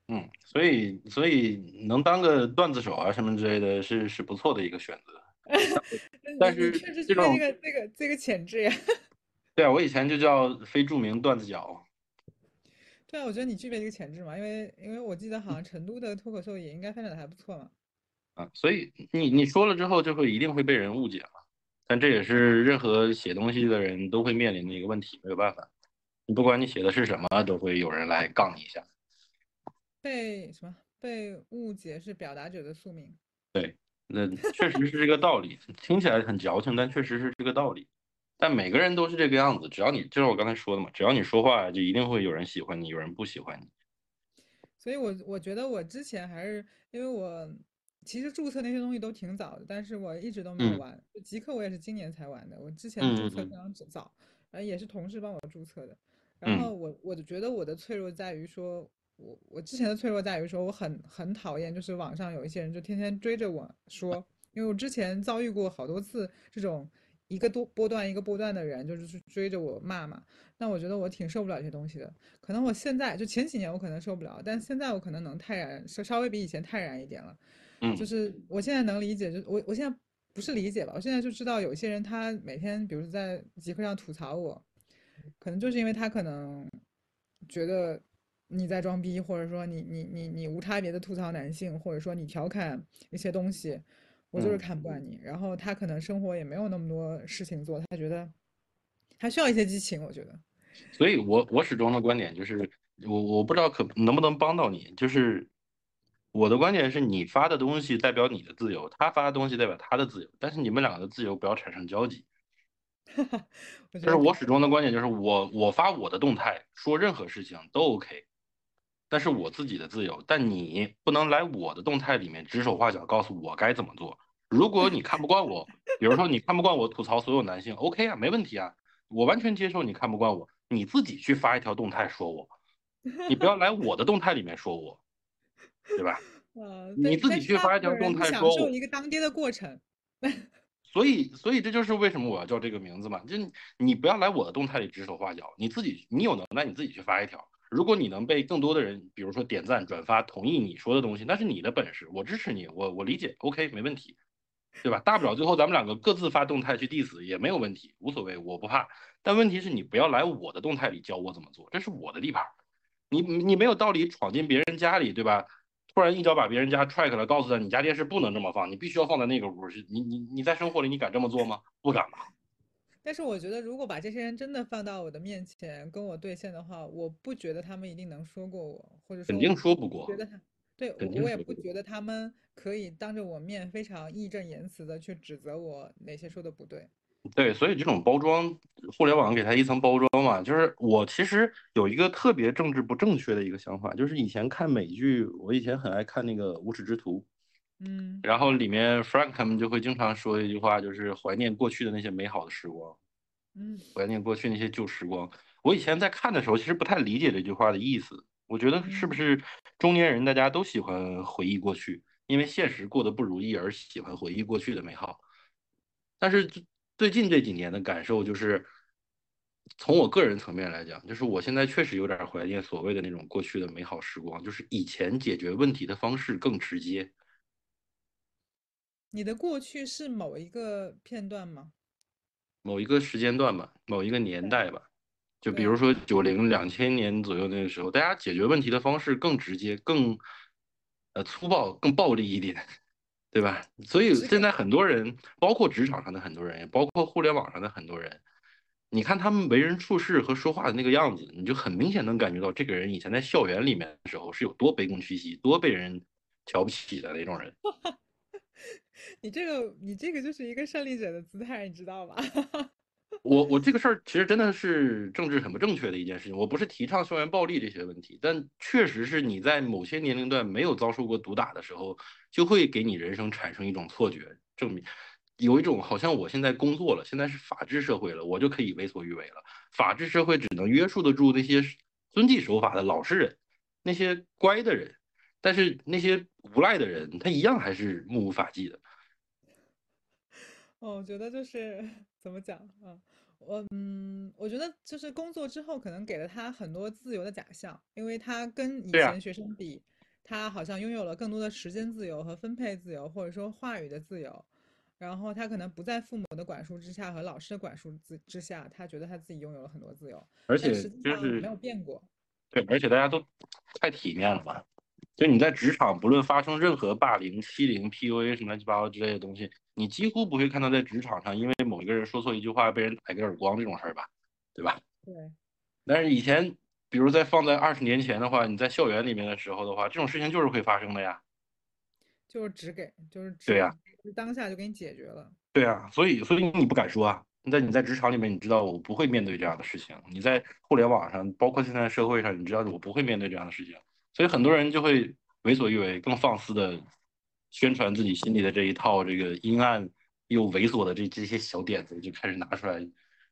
所以能当个段子手啊什么之类的是不错的一个选择。 你但是确实具备这这种， 个这个潜质呀。 对啊，我以前就叫非著名段子脚。 对啊，我觉得你具备这个潜质嘛，因为我记得好像成都的脱口秀也应该发展的还不错嘛。 啊，所以你说了之后就会一定会被人误解嘛。但这也是任何写东西的人都会面临的一个问题，没有办法。你不管你写的是什么，都会有人来杠你一下。 被什么被误解是表达者的宿命。 那确实是这个道理，听起来很矫情，但确实是这个道理。但每个人都是这个样子，只要你，就是我刚才说的嘛，只要你说话，就一定会有人喜欢你，有人不喜欢你。 所以我觉得我之前还是因为我其实注册那些东西都挺早的，但是我一直都没有嗯玩。极客我也是今年才玩的，我之前注嗯嗯册非常早，也是同事帮我注册的。然嗯后我就觉得我的脆弱在于说，我之前的脆弱在于说，我很讨厌，就是网上有一些人就天天追着我说，因为我之前遭遇过好多次这种一个多波段一个波段的人，就是去追着我骂嘛。那我觉得我挺受不了这些东西的。可能我现在就前几年我可能受不了，但现在我可能能泰然，稍微比以前泰然一点了。就嗯是我现在能理解，就我现在不是理解吧，我现在就知道有些人他每天比如在极客上吐槽我，可能就是因为他可能觉得你在装逼，或者说你无差别的吐槽男性，或者说你调侃一些东西，我就是嗯， 看不惯你。然后他可能生活也没有那么多事情做，他觉得他需要一些激情，我觉得。 所以我始终的观点就是，我不知道能不能帮到你，就是我的观点是你发的东西代表你的自由，他发的东西代表他的自由，但是你们两个的自由不要产生交集。 我觉得可这是我始终的观点，就是我发我的动态，说任何事情都 OK，但是我自己的自由，但你不能来我的动态里面指手画脚，告诉我该怎么做。如果你看不惯我，比如说你看不惯我吐槽所有男性，OK 啊，没问题啊，我完全接受你看不惯我，你自己去发一条动态说我，你不要来我的动态里面说我，对吧？你对， 自己但是大部分去发一条动人不享态说我， 受一个当爹的过程。 所以这就是为什么我要叫这个名字嘛，就你不要来我的动态里指手画脚，你自己你有能耐你自己去发一条，如果你能被更多的人，比如说点赞、转发、同意你说的东西，那是你的本事，我支持你，我理解，OK，没问题，对吧？大不了最后咱们两个各自发动态去 diss 也没有问题，无所谓，我不怕。但问题是你不要来我的动态里教我怎么做，这是我的地盘，你没有道理闯进别人家里，对吧？突然一脚把别人家踹开了，告诉他你家电视不能这么放，你必须要放在那个屋。你在生活里你敢这么做吗？不敢吧？ 但是我觉得，如果把这些人真的放到我的面前跟我对线的话，我不觉得他们一定能说过我，或者说我肯定说不过， 不觉得他，对， 肯我定说不过。 也不觉得他们可以当着我面非常义正言辞的去指责我哪些说的不对。 对，所以这种包装，互联网给它一层包装嘛，就是我其实有一个特别政治不正确的一个想法，就是以前看美剧，我以前很爱看那个《无耻之徒》， 嗯然后里面 Frank 他们就会经常说一句话，就是怀念过去的那些美好的时光。 嗯怀念过去那些旧时光。我以前在看的时候，其实不太理解这句话的意思。我觉得是不嗯。 是中年人大家都喜欢回忆过去，因为现实过得不如意而喜欢回忆过去的美好。但是最近这几年的感受就是， 从我个人层面来讲，就是我现在确实有点怀念所谓的那种过去的美好时光，就是以前解决问题的方式更直接。 你的过去是某一个片段吗？ 某一个时间段吧，某一个年对代吧，就比如对， 说90、2000年左右那个时候，大家解决问题的方式更直接、更粗暴、更暴力一点，对吧？所以只给。 现在很多人，包括职场上的很多人，也包括互联网上的很多人，你看他们为人处事和说话的那个样子，你就很明显能感觉到这个人以前在校园里面的时候是有多卑躬屈膝、多被人瞧不起的那种人。 你这个就是一个胜利者的姿态，你知道吧？ 我这个事儿其实真的是政治很不正确的一件事情。我不是提倡校园暴力这些问题，但确实是你在某些年龄段没有遭受过毒打的时候，就会给你人生产生一种错觉，证明有一种好像我现在工作了，现在是法治社会了，我就可以为所欲为了。法治社会只能约束得住那些遵纪守法的老实人，那些乖的人，但是那些无赖的人，他一样还是目无法纪的。 哦，我觉得就是怎么讲啊？我觉得就是工作之后，可能给了他很多自由的假象，因为他跟以对呀， 前学生比，他好像拥有了更多的时间自由和分配自由，或者说话语的自由。然后他可能不在父母的管束之下和老师的管束之下，他觉得他自己拥有了很多自由， 而且但实际上没就是有变过。 对，而且大家都太体面了嘛。就你在职场，不论发生任何霸凌、欺凌、PUA 什么乱七八糟之类的东西，你几乎不会看到在职场上因为某一个人说错一句话被人打一个耳光这种事儿吧，对吧？ 对， 但是以前，比如放在20年前的话，你在校园里面的时候的话，这种事情就是会发生的呀。 就是只给，就是对呀， 就是当下就给你解决了。 对呀，所以你不敢说啊。你在职场里面，你知道我不会面对这样的事情。你在互联网上，包括现在社会上，你知道我不会面对这样的事情。所以很多人就会为所欲为，更放肆的宣传自己心里的这一套这个阴暗又猥琐的这些小点子，就开始拿出来。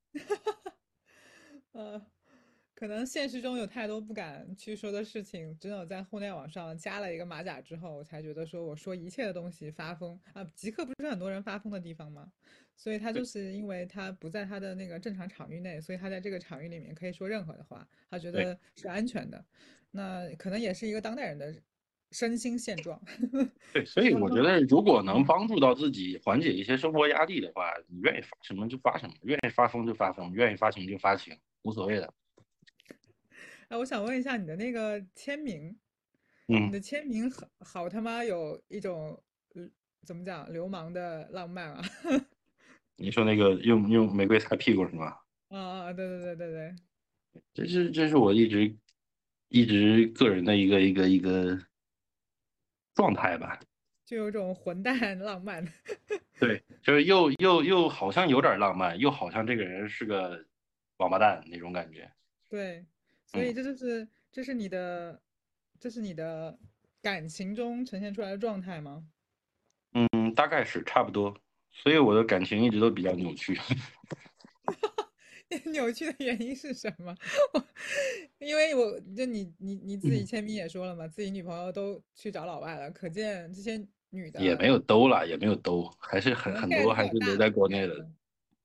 呃，可能现实中有太多不敢去说的事情，只有在互联网上加了一个马甲之后，我才觉得说我说一切的东西发疯啊。极客不是很多人发疯的地方吗？所以他就是因为他不在他的那个正常场域内，所以他在这个场域里面可以说任何的话，他觉对得是安全的。那可能也是一个当代人的身心现状， 对，所就是以我觉得，如果能嗯， 帮助到自己缓解一些生活压力的话，你愿意发什么就发什么，愿意发疯就发疯，愿意发情就发情，无所谓的。 哎，我想问一下你的那个签名，你嗯， 的签名好他妈有一种，怎么讲，流氓的浪漫啊！ 你说那个用玫瑰擦屁股是吗？ 啊啊，对对对对对， 这是我一直个人的一个状态吧。 就有一种混蛋浪漫。 对，就是又好像有点浪漫，又好像这个人是个王八蛋那种感觉。 对，所以嗯这是你的感情中呈现出来的状态吗？ 嗯，大概是差不多。所以我的感情一直都比较扭曲。 扭曲的原因是什么？我因为你自己签名也说了嘛，自己女朋友都去找老外了，可见这些女的也没有兜了，也没有兜，还是可很很多能概率比还是留在较大吧， 国内的。 应该说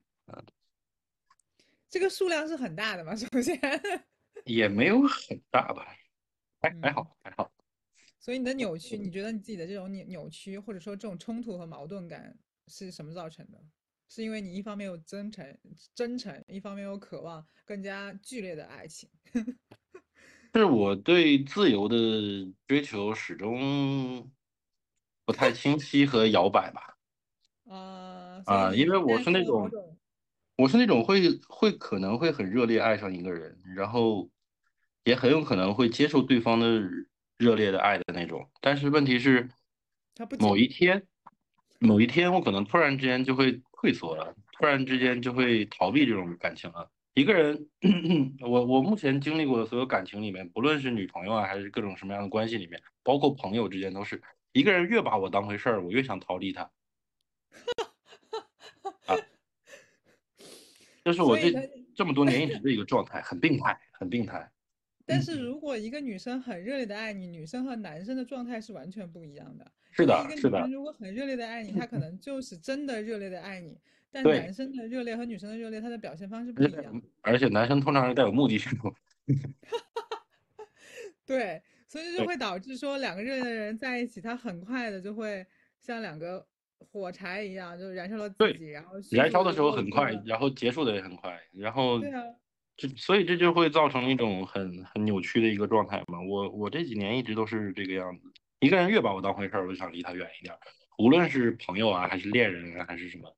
这个数量是很大的嘛，首先， 也没有很大吧，还嗯。 好还好。 所以你的扭曲，你觉得你自己的这种扭曲，或者说这种冲突和矛盾感是什么造成的？是因为你一方面有真诚，一方面有渴望更加剧烈的爱情是我对自由的追求始终不太清晰和摇摆吧。 所以因为你带入了某种， 我是那种可能会很热烈爱上一个人，然后也很有可能会接受对方的热烈的爱的那种。但是问题是， 它不久， 某一天，某一天我可能突然之间就会退缩了，突然之间就会逃避这种感情了。一个人，我目前经历过的所有感情里面，不论是女朋友啊，还是各种什么样的关系里面，包括朋友之间，都是一个人越把我当回事儿，我越想逃离他。啊。这是我所以他， 这么多年一直的一个状态，很病态，很病态。 但是如果一个女生很热烈的爱你，女生和男生的状态是完全不一样的。 是的， 因为一个女是的， 生如果很热烈的爱你，她可能就是真的热烈的爱你， 但对， 男生的热烈和女生的热烈，它的表现方式而且不一样。 而且男生通常是带有目的性的。 对，所以就对会导致说两个热恋的人在一起，他很快的就会像两个火柴一样，就燃烧了自对， 己，然后迅燃烧的时候速的就露很快， 出了。 然后结束的也很快，然后对啊， 所以这就会造成一种很扭曲的一个状态嘛。我这几年一直都是这个样子，一个人越把我当回事儿，我就想离他远一点儿，无论是朋友啊，还是恋人啊，还是什么。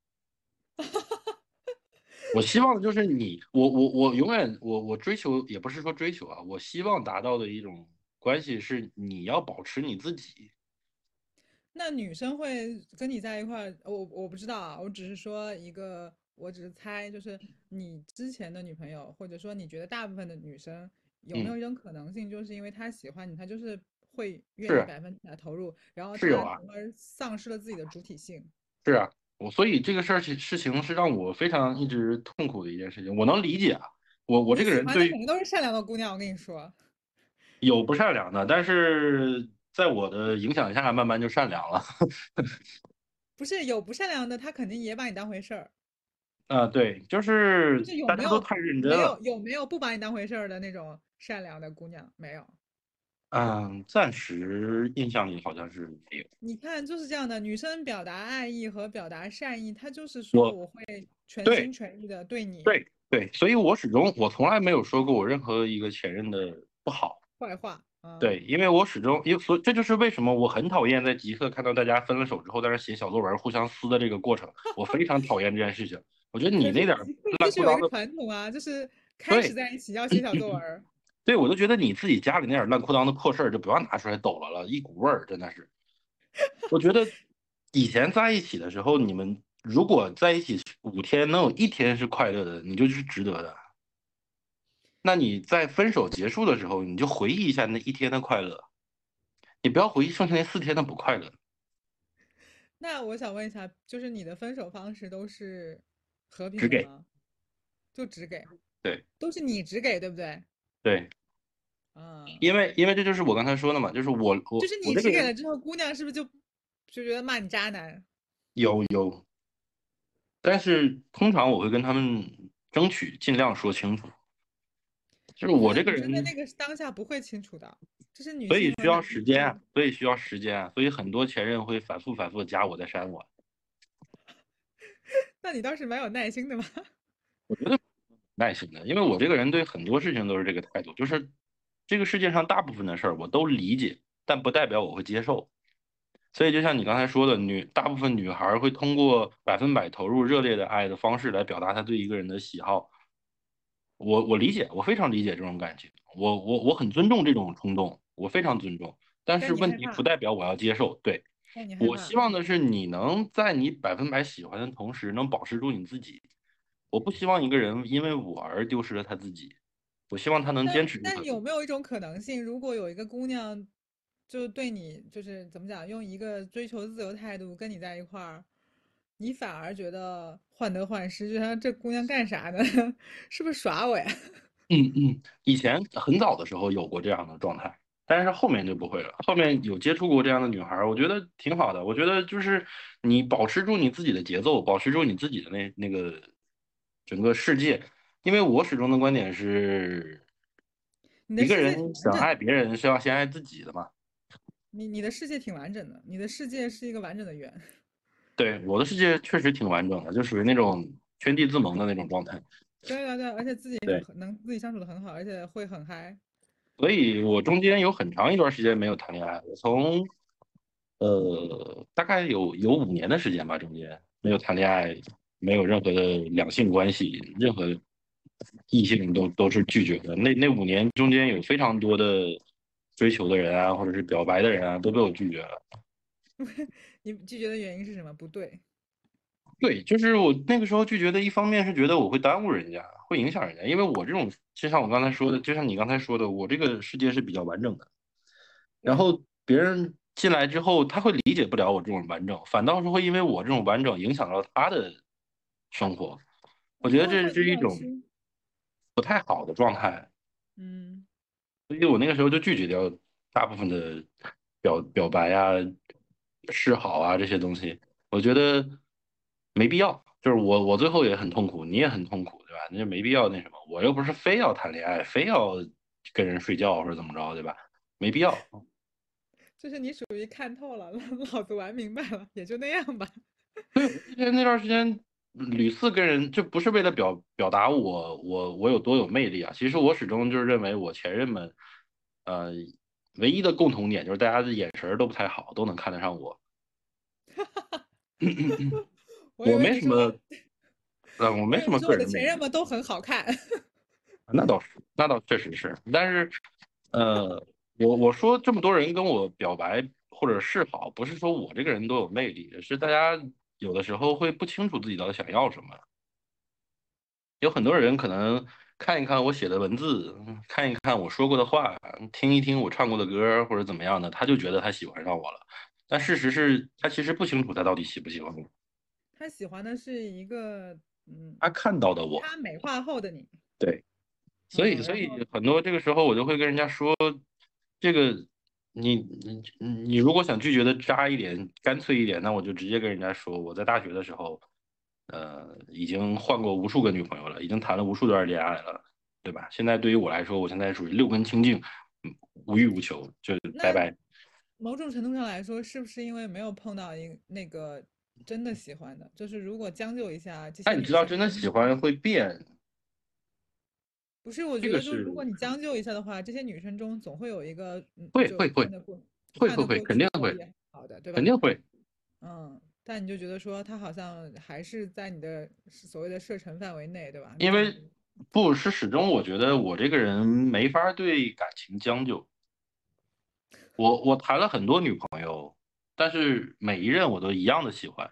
我希望的就是你，我永远我追求也不是说追求啊，我希望达到的一种关系是你要保持你自己。 那女生会跟你在一块儿，我不知道啊，我只是说一个，我只是猜，就是你之前的女朋友，或者说你觉得大部分的女生有没嗯， 有一种可能性，就是因为她喜欢你，她就是会愿意是 100%的投入，然后是有啊。 她从而丧失了自己的主体性。 是啊，所以这个事情是让我非常一直痛苦的一件事情。我能理解啊，我这个你喜人对于欢的肯定都是善良的姑娘，我跟你说。 有不善良的，但是在我的影响下，慢慢就善良了。 不是有不善良的，他肯定也把你当回事儿。 啊，对，就就是是有没有大家都太认真了。 没有有没有不把你当回事儿的那种善良的姑娘？没有。 嗯，暂时印象里好像是没有。 你看就是这样的，女生表达爱意和表达善意，她就是说我我会全对心全意的对你对对，所以我从来没有说过我任何一个前任的不好。 坏话啊。 对，因为我始终，这就是为什么我很讨厌在极客看到大家分了手之后在那写小作文互相撕的这个过程，我非常讨厌这件事情。我觉得你可是那点儿极客就是有一个烂裤裆的， 传统啊，就是开始对在一起要写小作文儿。 对，我就觉得你自己家里那点烂裤裆的破事儿就不要拿出来抖了，一股味儿，真的是。我觉得以前在一起的时候，你们如果在一起5天，能有1天是快乐的，你就是值得的。那你在分手结束的时候，你就回忆一下那1天的快乐，你不要回忆剩下那4天的不快乐。 那我想问一下，就是你的分手方式都是和平只给。 的吗？就只给， 对都是你只给，对不对？ 对， 啊， 因为这就是我刚才说的嘛，就是我我就是你我这个人只给了之后，姑娘是不是就觉得骂你渣男？ 有，但是通常我会跟他们争取尽量说清楚，就是我这个我觉得女生在那人， 个当下不会清楚的，这是女所以需要性和男时间啊， 性的。 所以需要时间啊，所以很多前任会反复的加我在删我。 那你倒是蛮有耐心的嘛。 我觉得耐心的，因为我这个人对很多事情都是这个态度，就是这个世界上大部分的事儿我都理解，但不代表我会接受。所以就像你刚才说的，大部分女孩儿会通过100%投入热烈的爱的方式来表达她对一个人的喜好。我理解，我非常理解这种感情，我很尊重这种冲动，我非常尊重。但是但你问题不害怕， 代表我要接受。对， 但你害我希怕。 望的是你能在你100%喜欢的同时，能保持住你自己。我不希望一个人因为我而丢失了他自己，我希望他能坚但持住他自己。 但有没有一种可能性，如果有一个姑娘，就对你就是怎么讲，用一个追求自由态度跟你在一块儿，你反而觉得患得患失，就像这姑娘干啥呢？是不是耍我呀？ 以前很早的时候有过这样的状态，但是后面就不会了。后面有接触过这样的女孩儿，我觉得挺好的。我觉得就是你保持住你自己的节奏，保持住你自己的那个整个世界。因为我始终的观点是， 你的一个世界挺人想爱完整的， 别人是要先爱自己的嘛。 你的世界挺完整的，你的世界是一个完整的圆。 对，我的世界确实挺完整的，就属于那种圈地自萌的那种状态。 对对对，而且自己对。 能自己相处的很好，而且会很嗨。 所以我中间有很长一段时间没有谈恋爱，我从大概有5年的时间吧，中间没有谈恋爱，没有任何的两性关系，任何异性都是拒绝的。那5年中间有非常多的追求的人啊，或者是表白的人啊，都被我拒绝了。 你拒绝的原因是什么？不对。 对，就是我那个时候拒绝的，一方面是觉得我会耽误人家，会影响人家，因为我这种，就像我刚才说的，就像你刚才说的，我这个世界是比较完整的。然对， 后别人进来之后，他会理解不了我这种完整，反倒是会因为我这种完整影响到他的生活。我觉得这会比是一种较亲。 不太好的状态， 嗯。 所以我那个时候就拒绝掉大部分的表白啊、示好啊这些东西，我觉得没必要。 就是我最后也很痛苦，你也很痛苦，对吧？那就没必要那什么，我又不是非要谈恋爱，非要跟人睡觉或者怎么着，对吧？没必要。 就是你属于看透了，老子玩明白了，也就那样吧。 对，我之前那段时间屡次跟人，就不是为了表达我有多有魅力啊。其实我始终就是认为我前任们，呃，唯一的共同点就是大家的眼神儿都不太好，都能看得上我。 我以我为你说， 没什么，我没什么我以为你说我的个人魅力。 前任们都很好看。 那倒是，那倒确实是。但是，我说这么多人跟我表白或者示好，不是说我这个人多有魅力，是大家有的时候会不清楚自己到底想要什么。有很多人可能看一看我写的文字，看一看我说过的话，听一听我唱过的歌或者怎么样的，他就觉得他喜欢上我了。但事实是他其实不清楚他到底喜不喜欢我， 他喜欢的是一个， 他看到的我。 他美化后的你。 对，所以嗯， 所然后以很多这个时候我就会跟人家说，这个你如果想拒绝的渣一点、干脆一点，那我就直接跟人家说，我在大学的时候，已经换过无数个女朋友了，已经谈了无数段恋爱了，对吧？现在对于我来说，我现在属于六根清净，无欲无求，就拜那拜。 某种程度上来说，是不是因为没有碰到那个真的喜欢的？就是如果将就一下，这些但你知道， 女生真的喜欢会变， 不是，我这觉得就是如个是果你将就一下的话，这些女生中总会有一个，就会会会看得过肯定会， 去说也好的，对吧？ 肯定会。 嗯，但你就觉得说他好像还是在你的所谓的射程范围内，对吧？你可能因为不是始终，我觉得我这个人没法对感情将就。我谈了很多女朋友，但是每一任我都一样的喜欢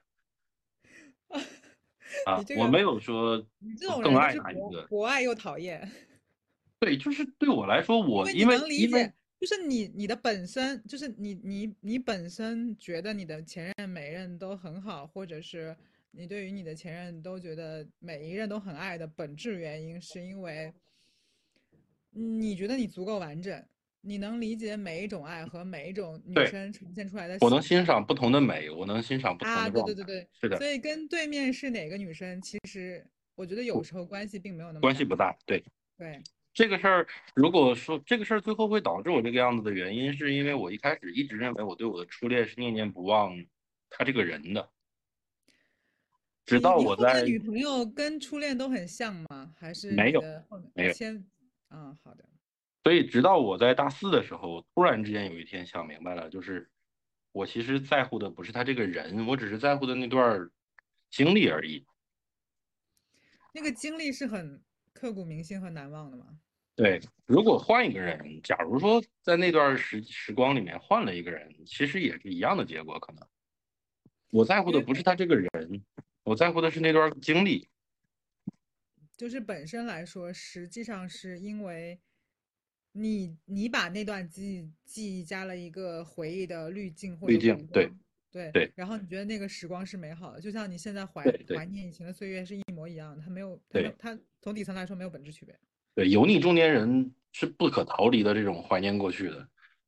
啊， 你这个我没有说你这种更爱人就是哪一个。 博爱又讨厌。 对，就是对我来说， 因为你我因为因为能理解，就是你的本身，就是你本身觉得你的前任每任都很好，或者是你对于你的前任都觉得每一任都很爱的本质原因，是因为你觉得你足够完整，你能理解每一种爱和每一种女对生呈现出来的我能形象欣赏不同的美，我能欣赏不同啊， 的状态。 对对对对， 是的， 所以跟对面是哪个女生，其实我觉得有不时候关系并没有那么大。 关系不大。对对， 这个事儿，如果说这个事儿最后会导致我这个样子的原因，是因为我一开始一直认为我对我的初恋是念念不忘他这个人的，直到你我在后面的女朋友跟初恋都很像吗？还是没有你的后面没有。 啊，好的。 所以直到我在大四的时候，突然之间有一天想明白了，就是我其实在乎的不是他这个人，我只是在乎的那段儿经历而已。 那个经历是很刻骨铭心和难忘的吗？ 对，如果换一个人，假如说在那段时光里面换了一个人，其实也是一样的结果。可能我在乎因为的不是他这个人，我在乎的是那段经历。 就是本身来说，实际上是因为你把那段记忆加了一个回忆的滤镜或者滤镜。对弧光，对， 对然后你觉得那个时光是美好的，就像你现在怀对对怀念以前的岁月是一模一样的， 对它从底层来说没有本质区别。 对，油腻中年人是不可逃离的这种怀念过去的。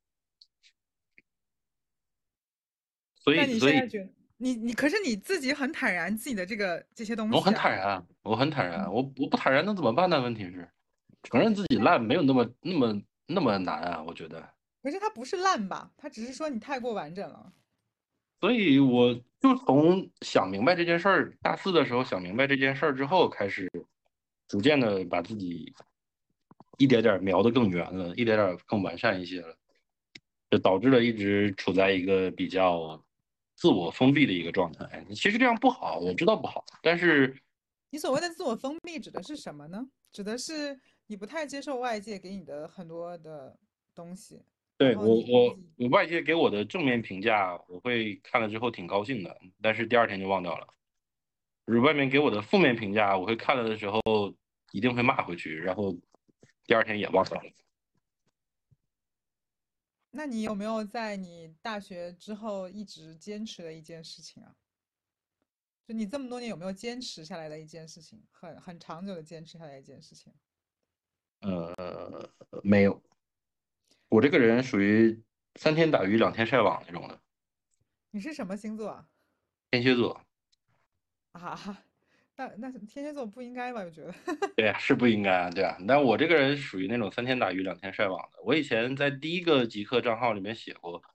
所但以所以你现在觉得可是你自己很坦然自己的这些东我很西啊。 坦然啊，我很坦然，我不坦然能怎么办呢？问题是，承认自己烂没有那么难啊，我觉得。 可是它不是烂吧？它只是说你太过完整了。 所以我就从想明白这件事儿，大四的时候想明白这件事儿之后，开始逐渐的把自己一点点瞄得更圆了，一点点更完善一些了，就导致了一直处在一个比较自我封闭的一个状态。其实这样不好，我知道不好，但是你所谓的自我封闭指的是什么呢？指的是你不太接受外界给你的很多的东西，然对， 后我外界给我的正面评价，我会看了之后挺高兴的，但是第二天就忘掉了。就是外面给我的负面评价，我会看了的时候一定会骂回去，然后第二天也忘掉了。 那你有没有在你大学之后一直坚持的一件事情啊？就你这么多年有没有坚持下来的一件事情，很长久的坚持下来的一件事情？ 没有，我这个人属于3天打鱼2天晒网那种的。 你是什么星座啊？ 天蝎座。 啊， 那天蝎座不应该吧？我觉得。 对呀，是不应该啊，对啊。但我这个人属于那种3天打鱼2天晒网的。我以前在第一个极客账号里面写过，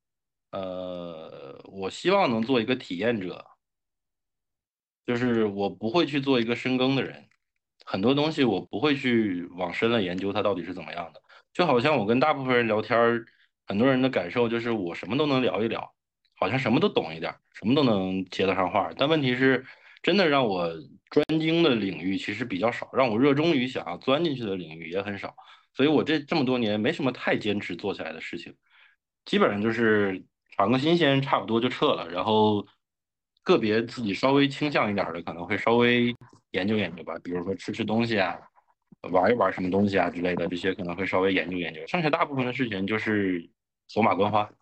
我希望能做一个体验者，就是我不会去做一个深耕的人，很多东西我不会去往深了研究它到底是怎么样的。就好像我跟大部分人聊天儿，很多人的感受就是我什么都能聊一聊，好像什么都懂一点儿，什么都能接得上话儿。但问题是，真的让我专精的领域其实比较少，让我热衷于想要钻进去的领域也很少。所以我这么多年没什么太坚持做起来的事情。基本上就是尝个新鲜，差不多就撤了。然后个别自己稍微倾向一点的，可能会稍微研究研究吧，比如说吃吃东西啊，玩一玩什么东西啊之类的，这些可能会稍微研究研究。剩下大部分的事情就是走马观花。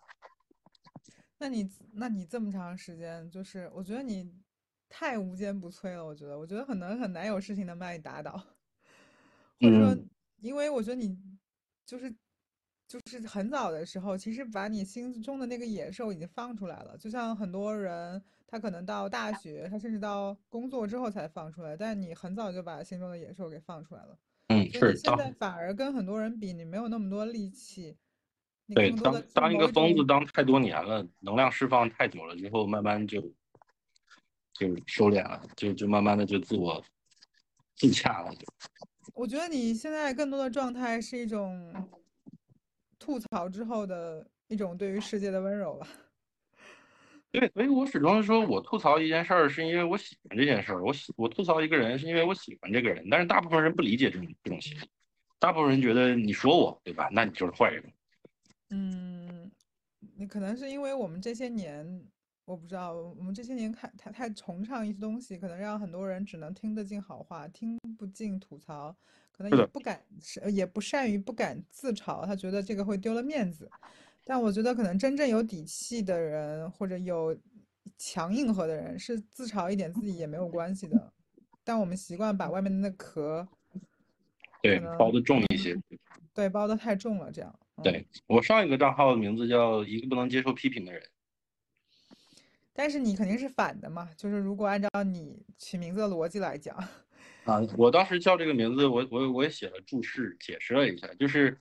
那你这么长时间，就是我觉得你太无坚不摧了。我觉得很难有事情能把你打倒。或者说， 嗯因为我觉得你就是就是很早的时候，其实把你心中的那个野兽已经放出来了。就像很多人，他可能到大学，他甚至到工作之后才放出来，但你很早就把心中的野兽给放出来了。 嗯， 所以你是当现在反而跟很多人比，你没有那么多力气，你对更多的是当当一个疯子某一种。 当太多年了，能量释放太久了之后，慢慢就收敛了，就慢慢的就自我自洽了。 我觉得你现在更多的状态是一种吐槽之后的一种对于世界的温柔吧。 对，所以我始终是说，我吐槽一件事儿是因为我喜欢这件事儿，我吐槽一个人是因为我喜欢这个人，但是大部分人不理解这种心理，大部分人觉得你说我，对吧？那你就是坏人。 嗯，你可能是因为我们这些年，我不知道，我们这些年看太崇尚一些东西，可能让很多人只能听得进好话，听不进吐槽，可能是的， 也不敢，也不善于不敢自嘲，他觉得这个会丢了面子。但我觉得可能真正有底气的人，或者有强硬核的人，是自嘲一点自己也没有关系的。但我们习惯把外面的那壳，可对，包能的重一些。 对包的太重了，这样，嗯。 对，我上一个账号的名字叫一个不能接受批评的人但是你肯定是反的嘛，就是如果按照你取名字的逻辑来讲。 啊。我当时叫这个名字，我也写了注释，解释了一下，就是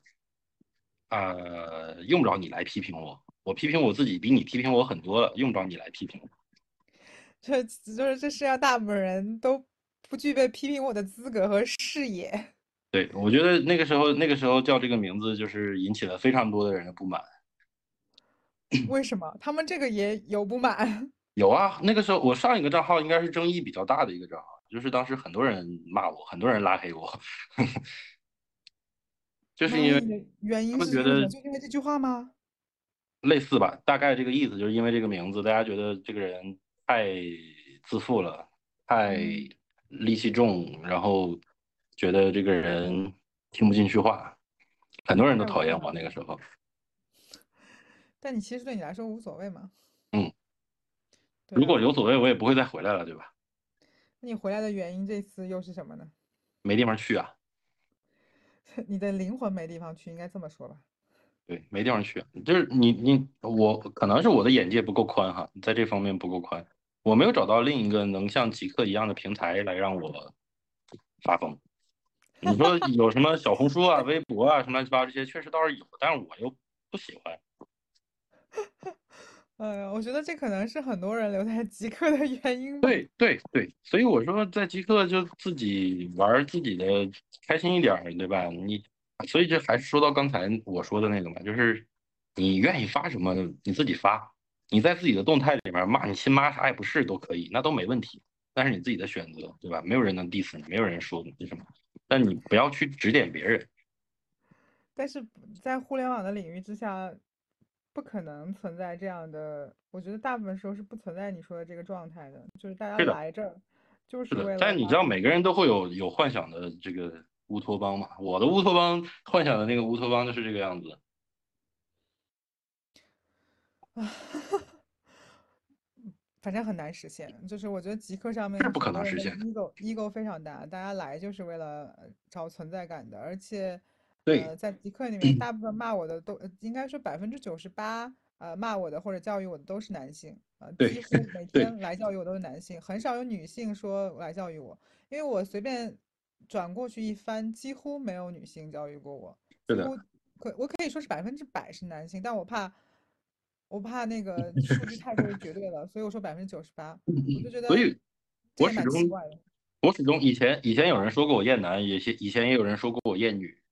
用不着你来批评我，我批评我自己比你批评我很多了，用不着你来批评我。 这世上大部分人都不具备批评我的资格和视野。 对，我觉得那个时候叫这个名字，就是引起了非常多的人的不满。 为什么？他们这个也有不满。 有啊，那个时候我上一个账号应该是争议比较大的一个账号，就是当时很多人骂我，很多人拉黑我，就是因为拉黑你的原他因是因为什么？ 们觉得就因为这句话吗？ 类似吧，大概这个意思，就是因为这个名字，大家觉得这个人太自负了，太嗯， 戾气重，然后觉得这个人听不进去话，很多人都太无语。 讨厌我那个时候。 但你其实对你来说无所谓嘛。 嗯，如果对啊， 有所谓，我也不会再回来了，对吧？ 那你回来的原因这次又是什么呢？ 没地方去啊。 你的灵魂没地方去，应该这么说吧。 对，没地方去，就是我可能是我的眼界不够宽哈，在这方面不够宽，我没有找到另一个能像极客一样的平台来让我发疯。你说有什么小红书啊、微博啊什么乱七八糟这些，确实倒是有，但是我又不喜欢。 我觉得这可能是很多人留在极客的原因吧。 对对对，所以我说在极客就自己玩儿自己的，开心一点儿，对吧？所以这还是说到刚才我说的那个嘛，就是你愿意发什么你自己发，你在自己的动态里面骂你亲妈啥也不是都可以，那都没问题，那是你自己的选择，对吧？没有人能 diss 你，没有人说你什么，但你不要去指点别人。 但是在互联网的领域之下，不可能存在这样的。我觉得大部分时候是不存在你说的这个状态的，就是大家是的， 来这儿就是是的， 为了来。 但你知道每个人都会有幻想的这个乌托邦嘛？我的乌托邦幻想的那个乌托邦就是这个样子， 反正很难实现。就是我觉得极客上面是不可很多人的能实现的。 ego 非常大，大家来就是为了找存在感的。而且， 对， 在极客里面，大部分骂我的都应该说98%， 骂我的或者教育我的都是男性， 对几乎每对， 天来教育我都是男性，很少有女性说来教育我，因为我随便转过去一翻，几乎没有女性教育过我， 是的。 几乎我可以说是100%是男性，但我怕那个数据太过于绝对了，所以我说98%，我就觉得所以这也蛮奇我始终怪的。 我始终以前有人说过我厌男，以前也有人说过我厌女，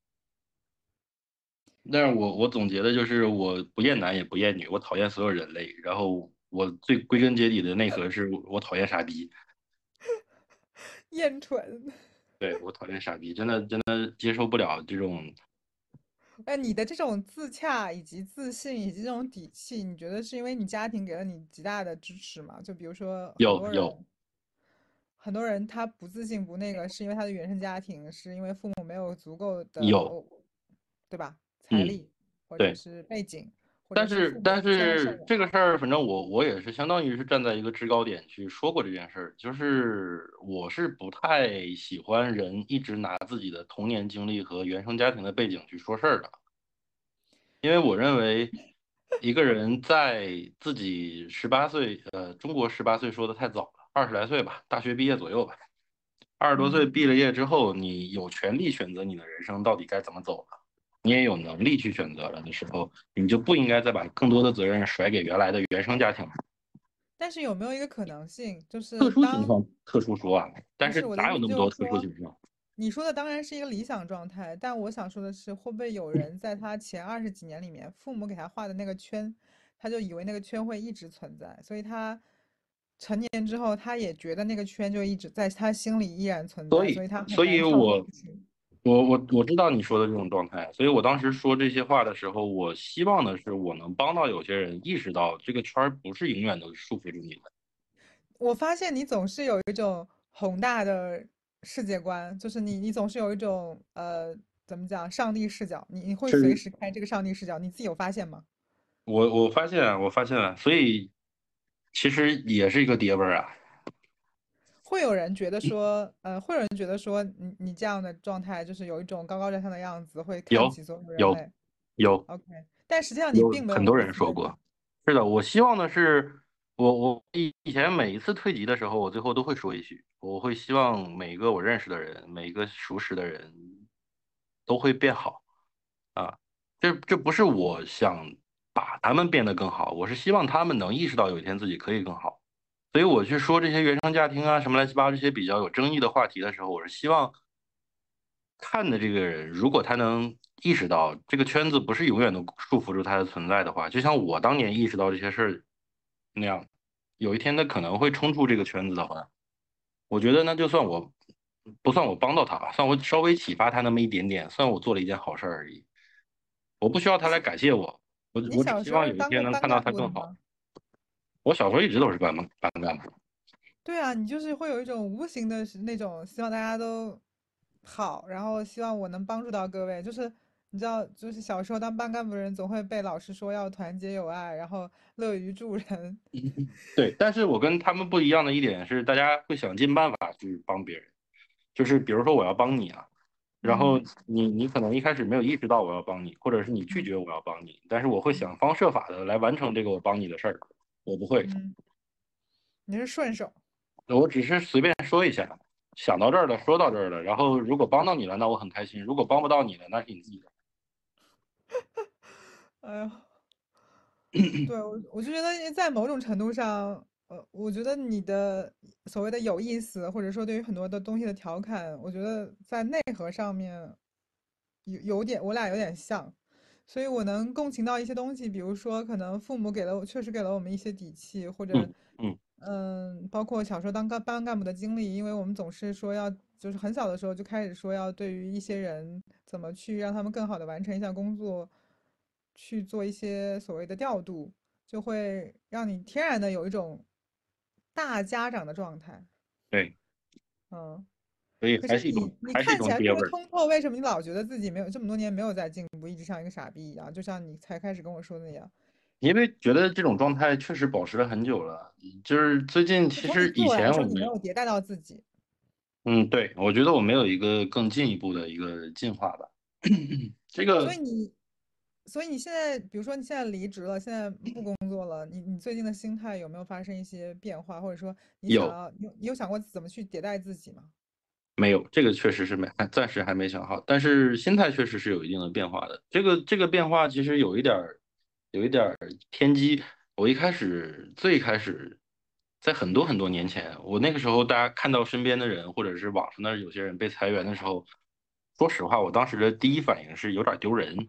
但是我总结的就是我不厌男也不厌女，我讨厌所有人类，然后我最归根结底的内核是我讨厌傻逼。 厌蠢。 对，我讨厌傻逼，真的接受不了这种。 哎，你的这种自洽以及自信以及这种底气，你觉得是因为你家庭给了你极大的支持吗？就比如说有有很多人他不自信不那个，是因为他的原生家庭，是因为父母没有足够的有， 对吧？财嗯， 力或者对。 是背景，或者但是父母是但天生善是良。 这个事儿，反正我也是相当于是站在一个制高点去说过这件事儿，就是我是不太喜欢人一直拿自己的童年经历和原生家庭的背景去说事儿的。因为我认为一个人在自己十八岁，中国18岁说的太早了，20来岁吧，大学毕业左右吧，20多岁嗯， 毕了业之后，你有权利选择你的人生到底该怎么走了，你也有能力去选择了的时候，你就不应该再把更多的责任甩给原来的原生家庭。 但是有没有一个可能性，就特是当殊情况特殊说啊，但不是是我的意思， 哪有那么多就是说， 特殊情况？ 你说的当然是一个理想状态，但我想说的是，会不会有人在他前20几年里面，父母给他画的那个圈，他就以为那个圈会一直存在，所以他成年之后，他也觉得那个圈就一直在他心里依然存在，所所以， 以他很所以难跳脱我出去。 我知道你说的这种状态，所以我当时说这些话的时候，我希望的是我能帮到有些人意识到这个圈儿不是永远都束缚住你的。 我发现你总是有一种宏大的世界观，就是你总是有一种怎么讲，上帝视角，你会随是时开这个上帝视角，你自己有发现吗？ 我发现了，所以其实也是一个跌味儿啊。 会有人觉得说，会有人觉得说你这样的状态就是有一种高高在上的样子，会看有起所有人有类。 有 OK，但实际上你有并没有很多人如此，对吗？ 说过，是的，我希望的是，我以前每一次退级的时候，我最后都会说一句，我会希望每一个我认识的人，每一个熟识的人都会变好啊。这不是我想把他们变得更好，我是希望他们能意识到有一天自己可以更好。所以我去说这些原生家庭啊什么乱七八糟这些比较有争议的话题的时候，我是希望看的这个人，如果他能意识到这个圈子不是永远都束缚住他的存在的话，就像我当年意识到这些事儿那样，有一天他可能会冲出这个圈子的话，我觉得那就算我不算我帮到他吧，算我稍微启发他那么一点点，算我做了一件好事儿而已。我不需要他来感谢我，我只你小时候希望有一当过班天能看到干部的吗？ 他更好。我小时候一直都是班干部。 对啊，你就是会有一种无形的是那种希望大家都好，然后希望我能帮助到各位。就是你知道，就是小时候当班干部的人总会被老师说要团结友爱，然后乐于助人。 对，但是我跟他们不一样的一点是，大家会想尽办法去帮别人。就是比如说我要帮你啊，然后嗯你可能一开始没有意识到我要帮你，或者是你拒嗯绝我要帮你，但是我会嗯想方设法的来完成这个我帮你的事儿。我不会， 嗯，你是顺手。 我只是随便说一下，想到这儿了，说到这儿了，然后如果帮到你了，那我很开心；如果帮不到你了，那是你自己的。 哎呦，对，我就觉得在某种程度上，我觉得你的所谓的有意思，或者说对于很多的东西的调侃，我觉得在内核上面有点，我俩有点像，所以我能共情到一些东西，比如说可能父母确实给了我们一些底气，或者嗯嗯， 包括小时候当班干部的经历，因为我们总是说要，就是很小的时候就开始说要对于一些人怎么去让他们更好的完成一项工作，去做一些所谓的调度，就会让你天然的有一种大家长的状态。 对， 嗯， 所以可是你还是一看起来特种爹味儿。 别通透，为什么你老觉得自己没有这么多年没有在进步，一直像一个傻逼一样？就像你才开始跟我说的那样。 因为觉得这种状态确实保持了很久了，就是最近其从你实以自我来说，你没前我没有， 有迭代到自己。 嗯，对，我觉得我没有一个更进一步的一个进化吧。这个， 所以你， 所以你现在，比如说你现在离职了，现在不工作了，你最近的心态有没有发生一些变化，或者说你想有。 要，你有想过怎么去迭代自己吗？ 没有，这个确实是暂时还没想好，但是心态确实是有一定的变化的。这个变化其实有一点儿偏激。我最开始，在很多很多年前，我那个时候大家看到身边的人或者是网上的有些人被裁员的时候，说实话，我当时的第一反应是有点丢人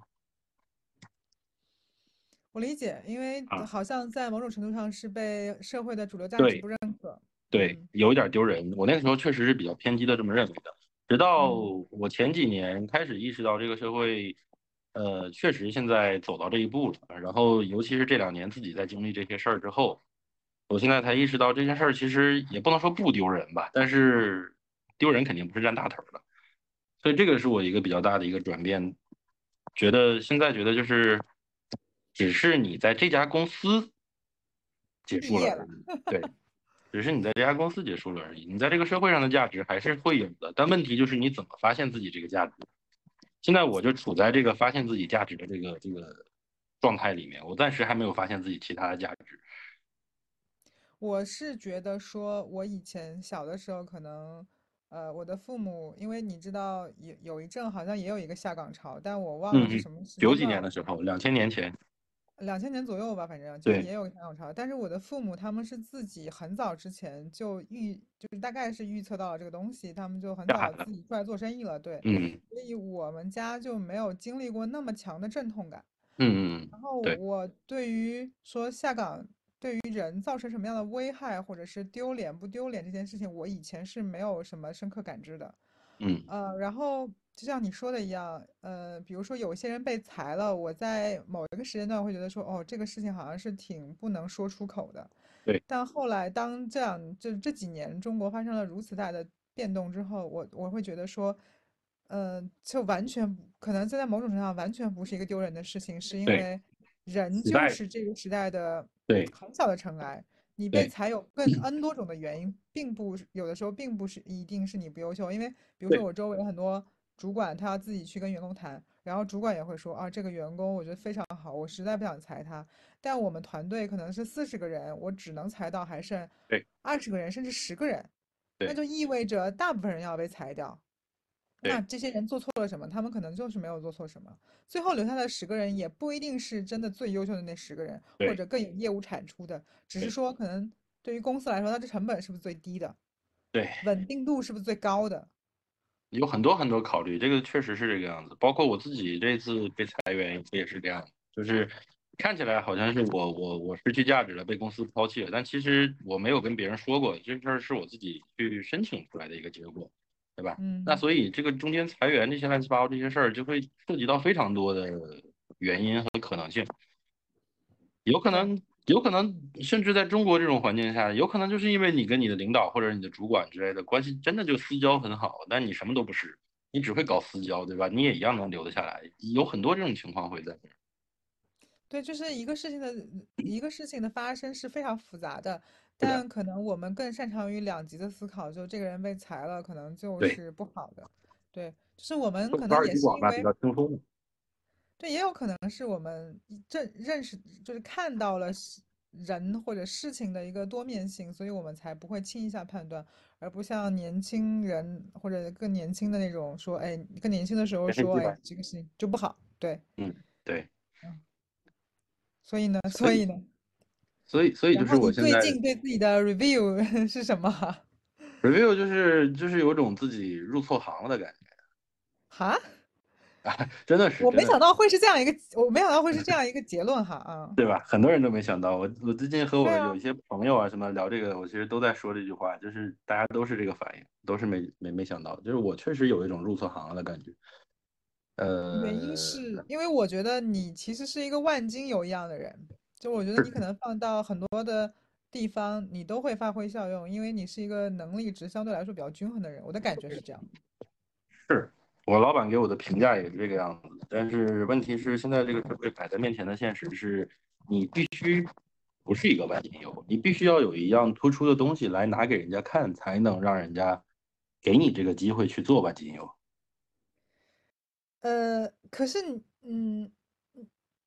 我理解，因为啊。 好像在某种程度上是被社会的主流价值对， 不认可。 对， 嗯有一点丢人。我那个时候确实是比较偏激的这么认为的，直到嗯， 我前几年开始意识到这个社会，确实现在走到这一步了。然后，尤其是这2年自己在经历这些事儿之后，我现在才意识到这件事儿其实也不能说不丢人吧，但是丢人肯定不是占大头的。所以这个是我一个比较大的一个转变，现在觉得就是，只是你在这家公司结束了毕业了。 而已。对。只是你在这家公司结束了而已，你在这个社会上的价值还是会有的，但问题就是你怎么发现自己这个价值。现在我就处在这个发现自己价值的这个状态里面，我暂时还没有发现自己其他的价值。 我是觉得说，我以前小的时候可能，我的父母，因为你知道有一阵好像也有一个下岗潮，但我忘了是嗯嗯， 什么时九几间段了。 年的时候，2000年前。 2000年左右吧，反正就是对， 也有个下岗潮。但是我的父母他们是自己很早之前就是大概是预测到了这个东西，他们就很下海了。 早自己出来做生意了。对， 嗯所以我们家就没有经历过那么强的阵痛感。 嗯嗯， 然后对我对于说下岗对于人造成什么样的危害，或者是丢脸不丢脸这件事情，我以前是没有什么深刻感知的。 嗯然后就像你说的一样，比如说有些人被裁了，我在某一个时间段会觉得说，哦，这个事情好像是挺不能说出口的。 对但后来当这几年中国发生了如此大的变动之后，我会觉得说，就完全可能在某种程度上完全不是一个丢人的事情，是因对， 为人就时代。 是这个时代的对很小的尘埃。你被对裁有更 N 多种的原因，并不是有的时候并不是一定是你不优秀，因为比如说对我周围很多主管，他要自己去跟员工谈，然后主管也会说啊，这个员工我觉得非常好，我实在不想裁他。但我们团队可能是40个人，我只能裁到还剩对 20个人，甚至10个人，那对就意味着大部分人要被裁掉。那对这些人做错了什么？他们可能就是没有做错什么，最后留下的10个人也不一定是真的最优秀的那10个人，或对者更有业务产出的，只是对说可能对于公司来说，它的成本是不是最低的， 对。 稳定度是不是最高的？ 有很多很多考虑，这个确实是这个样子。包括我自己这次被裁员也是这样，就是看起来好像是我失去价值了，被公司抛弃了，但其实我没有跟别人说过，这事儿是我自己去申请出来的一个结果，对吧？那嗯， 所以这个中间裁员这些乱七八糟这些事儿，就会涉及到非常多的原因和可能性。有可对。 能，有可能，甚至在中国这种环境下，有可能就是因为你跟你的领导或者你的主管之类的关系真的就私交很好，但你什么都不是，你只会搞私交，对吧？你也一样能留得下来，有很多这种情况会在这儿。 对，就是一个事情的发生是非常复杂的， 是的， 但可能我们更擅长于两极的思考，就这个人被裁了，可能就对， 是不好的。对，就是我们可能也会抓耳即是因为广吧比较轻松。 对，也有可能是我们认识，就是看到了人或者事情的一个多面性，所以我们才不会轻易下判断，而不像年轻人或者更年轻的那种说，哎，更年轻的时候说，哎， 也很基本。 这个事情就不好。对， 嗯，对， 嗯，所以呢， 所以， 所以呢。 所以就是然后你我现在最近对自己的 review 是什么哈？ review 就是有种自己入错行了的感觉。 哈， 真的是我没真的是。 想到会是这样一个，我没想到会是这样一个结论哈啊。 对吧？很多人都没想到，我最近和对啊， 我有一些朋友啊什么聊这个，我其实都在说这句话，就是大家都是这个反应，都是没想到，就是我确实有一种入错行了的感觉。 原因呃， 是因为我觉得你其实是一个万金油一样的人，就我觉得你可能放到很多的地方，你都会发挥效用，因为你是一个能力值相对来说比较均衡的人，我的感觉是这样。 是我老板给我的评价也是这个样子，但是问题是现在这个社会摆在面前的现实是，你必须不是一个万金油，你必须要有一样突出的东西来拿给人家看，才能让人家给你这个机会去做万金油。 可是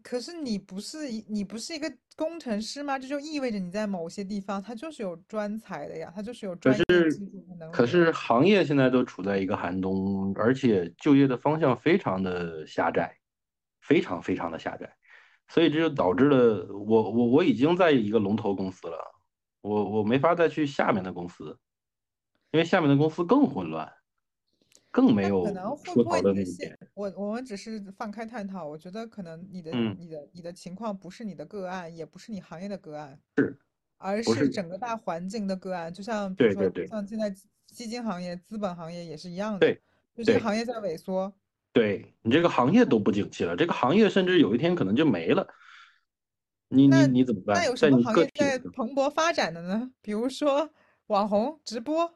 可是你不是一个工程师吗？这就意味着你在某些地方他就是有专才的呀，他就是有专业技术和能力的呀。 可是行业现在都处在一个寒冬，而且就业的方向非常的狭窄，非常非常的狭窄，所以这就导致了我已经在一个龙头公司了，我没法再去下面的公司，因为下面的公司更混乱，更没那可有能会不会出头的你的现， 那一天。 我们只是放开探讨，我觉得可能嗯， 你的情况不是你的个案，也不是你行业的个案， 是而不是？ 是整个大环境的个案。就像比如说对对对像现在基金行业、资本行业也是一样的， 对就这个对行业在萎缩。 对，你这个行业都不景气了，这个行业甚至有一天可能就没了， 那你怎么办？ 那有什在你么行业个体来说。 在蓬勃发展的呢？比如说网红直播、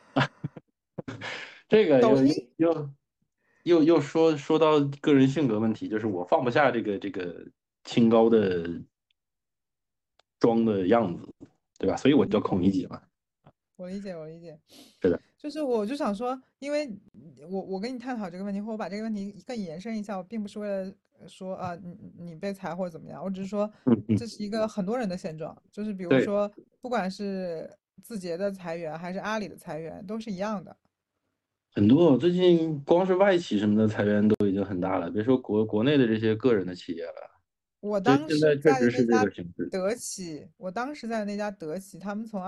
这个又又抖音。 又又说到个人性格问题，就是我放不下这个清高的装的样子，对吧？所以我叫我理解。 孔乙己嘛。 我理解，我理解， 是的。 就是我就想说，因为我跟你探讨这个问题，或我把这个问题更延伸一下，我并不是为了说啊你被裁或者怎么样，我只是说嗯嗯， 这是一个很多人的现状，就是比如对， 说不管是字节的裁员还是阿里的裁员，都是一样的。 很多最近光是外企什么的裁员都已经很大了，别说国内的这些个人的企业了，这我当现在确时在的实是这个那家形势。 德企，我当时在的那家德企，他们从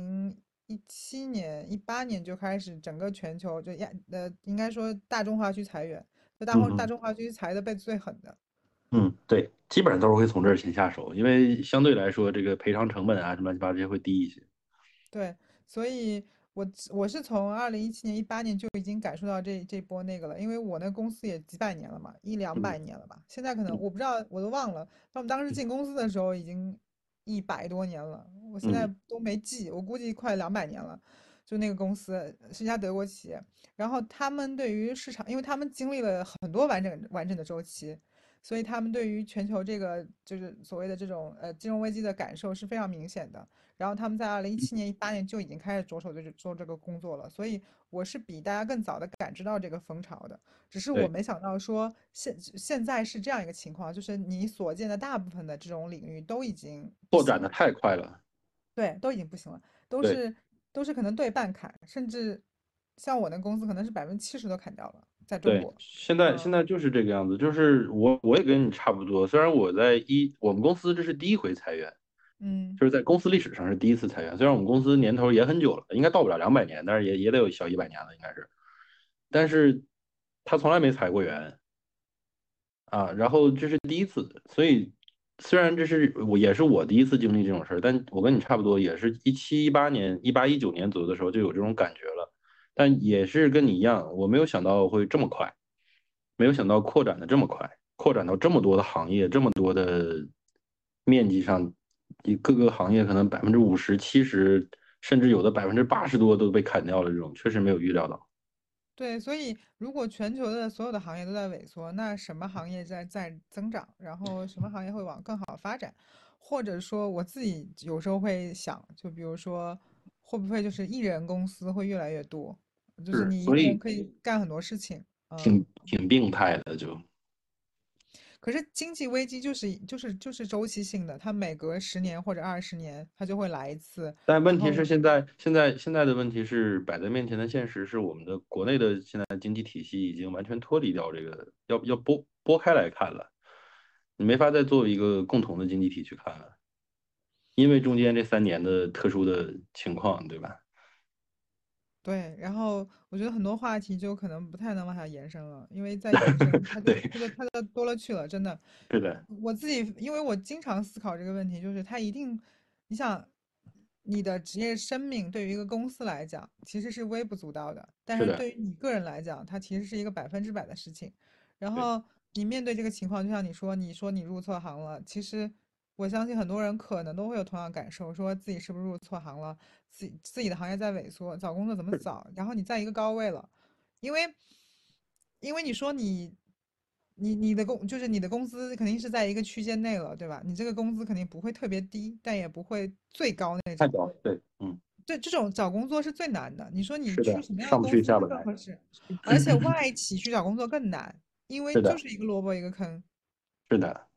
2017年、18年就开始整个全球应该说大中华区裁员，就大嗯嗯中华区裁的被最狠的。 嗯，对，基本上都是会从这儿先下手，因为相对来说这个赔偿成本啊什么乱七八糟这些会低一些。 对，所以我是从2017年、18年就已经感受到这波那个了，因为我那公司也几百年了嘛，一两嗯百年了吧。现在可能嗯我不知道，我都忘了。但我们当时进公司的时候已经100多年了，我现在嗯都没记，我估计快200年了。就那个公司是一家德国企业，然后他们对于市场，因为他们经历了很多完整的周期，所以他们对于全球这个就是所谓的这种金融危机的感受是非常明显的。然后他们在2017年、18年就已经开始着手做这个工作了，所以我是比大家更早的感知到这个风潮的。只是我对， 没想到说现在是这样一个情况，就是你所见的大部分的这种领域都已经不拓展的行了。 太快了。 对，都已经不行了，都对是都是可能对半砍，甚至像我那公司可能是70%都砍掉了，在中对， 国。 现嗯在就是这个样子，就是我也跟你差不多，虽然我们公司这是第一回裁员， 嗯。 就是在公司历史上是第一次裁员，虽然我们公司年头也很久了，应该到不了200年，但是也得有小100年了，应该是，但是他从来没裁过员啊，然后这是第一次，所以虽然这是也是我第一次经历这种事儿，但我跟你差不多，也是17、18年、18、19年左右的时候就有这种感觉了，但也是跟你一样，我没有想到会这么快。没有想到扩展的这么快，扩展到这么多的行业，这么多的面积上，各个行业可能50%、70%，甚至有的80%多都被砍掉了，这种确实没有预料到。 对，所以如果全球的所有的行业都在萎缩，那什么行业在增长？然后什么行业会往更好发展？或者说我自己有时候会想，就比如说，会不会就是艺人公司会越来越多？就是是， 你一所以个人可以干很多事情。嗯。 挺病态的就。 可是经济危机就是周期性的，它每隔10年或者20年，它就会来一次。 但问题是然后现在的问题是摆在面前的现实是我们的国内的现在经济体系已经完全脱离掉这个，要拨开来看了，你没法再作为一个共同的经济体去看了。因为中间这3年的特殊的情况，对吧？ 对，然后我觉得很多话题就可能不太能往下延伸了，因为再延伸， 对， 它就多了去了，真的。 是的， 我自己，因为我经常思考这个问题，就是它一定，你想，你的职业生命对于一个公司来讲其实是微不足道的，但是的， 是对于你个人来讲，它其实是一个100%的事情。然对， 后你面对这个情况，就像你说你入错行了，其实我相信很多人可能都会有同样感受，说自己是不是入错行了，自己的行业在萎缩，找工作怎么找？然后你在一个高位了，因为你说你的就是你的工资肯定是在一个区间内了，对吧？你这个工资肯定不会特别低，但也不会最高那种。 太早，对， 对，这种找工作是最难的。你说你是的， 去什么样的上不公司会去下不来， 更合适？而且外企去找工作更难，因为是的， 就是一个萝卜一个坑。 是的，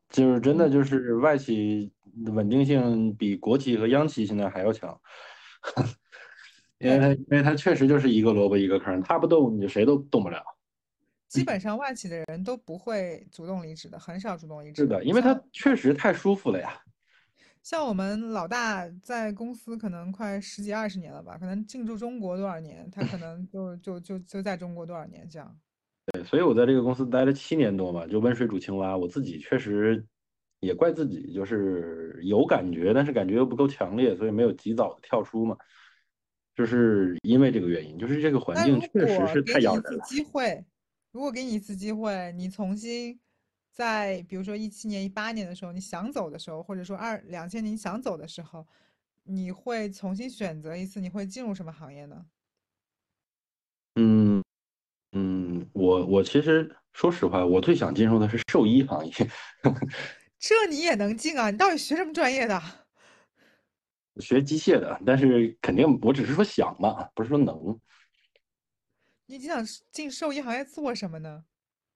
就是真的嗯， 就是外企稳定性比国企和央企现在还要强， 对， 因为它确实就是一个萝卜一个坑，它不动你就谁都动不了。 基本上外企的人都不会主动离职的，很少主动离职的。 是的，因为它确实太舒服了呀。 像我们老大在公司可能快十几20年了吧，可能进驻中国多少年，他可能就在中国多少年这样。 对，所以我在这个公司待了7年多嘛，就温水煮青蛙。我自己确实也怪自己，就是有感觉，但是感觉又不够强烈，所以没有及早的跳出嘛。就是因为这个原因，就是这个环那如境确实果是给你一次太咬人了。 机会，如果给你一次机会，你重新在比如说17年、18年的时候，你想走的时候，或者说2000年想走的时候，你会重新选择一次，你会进入什么行业呢？ 嗯我其实说实话，我最想进入的是兽医行业。 这你也能进啊？你到底学什么专业的？ 学机械的，但是肯定我只是说想嘛，不是说能你想进兽医行业做什么呢？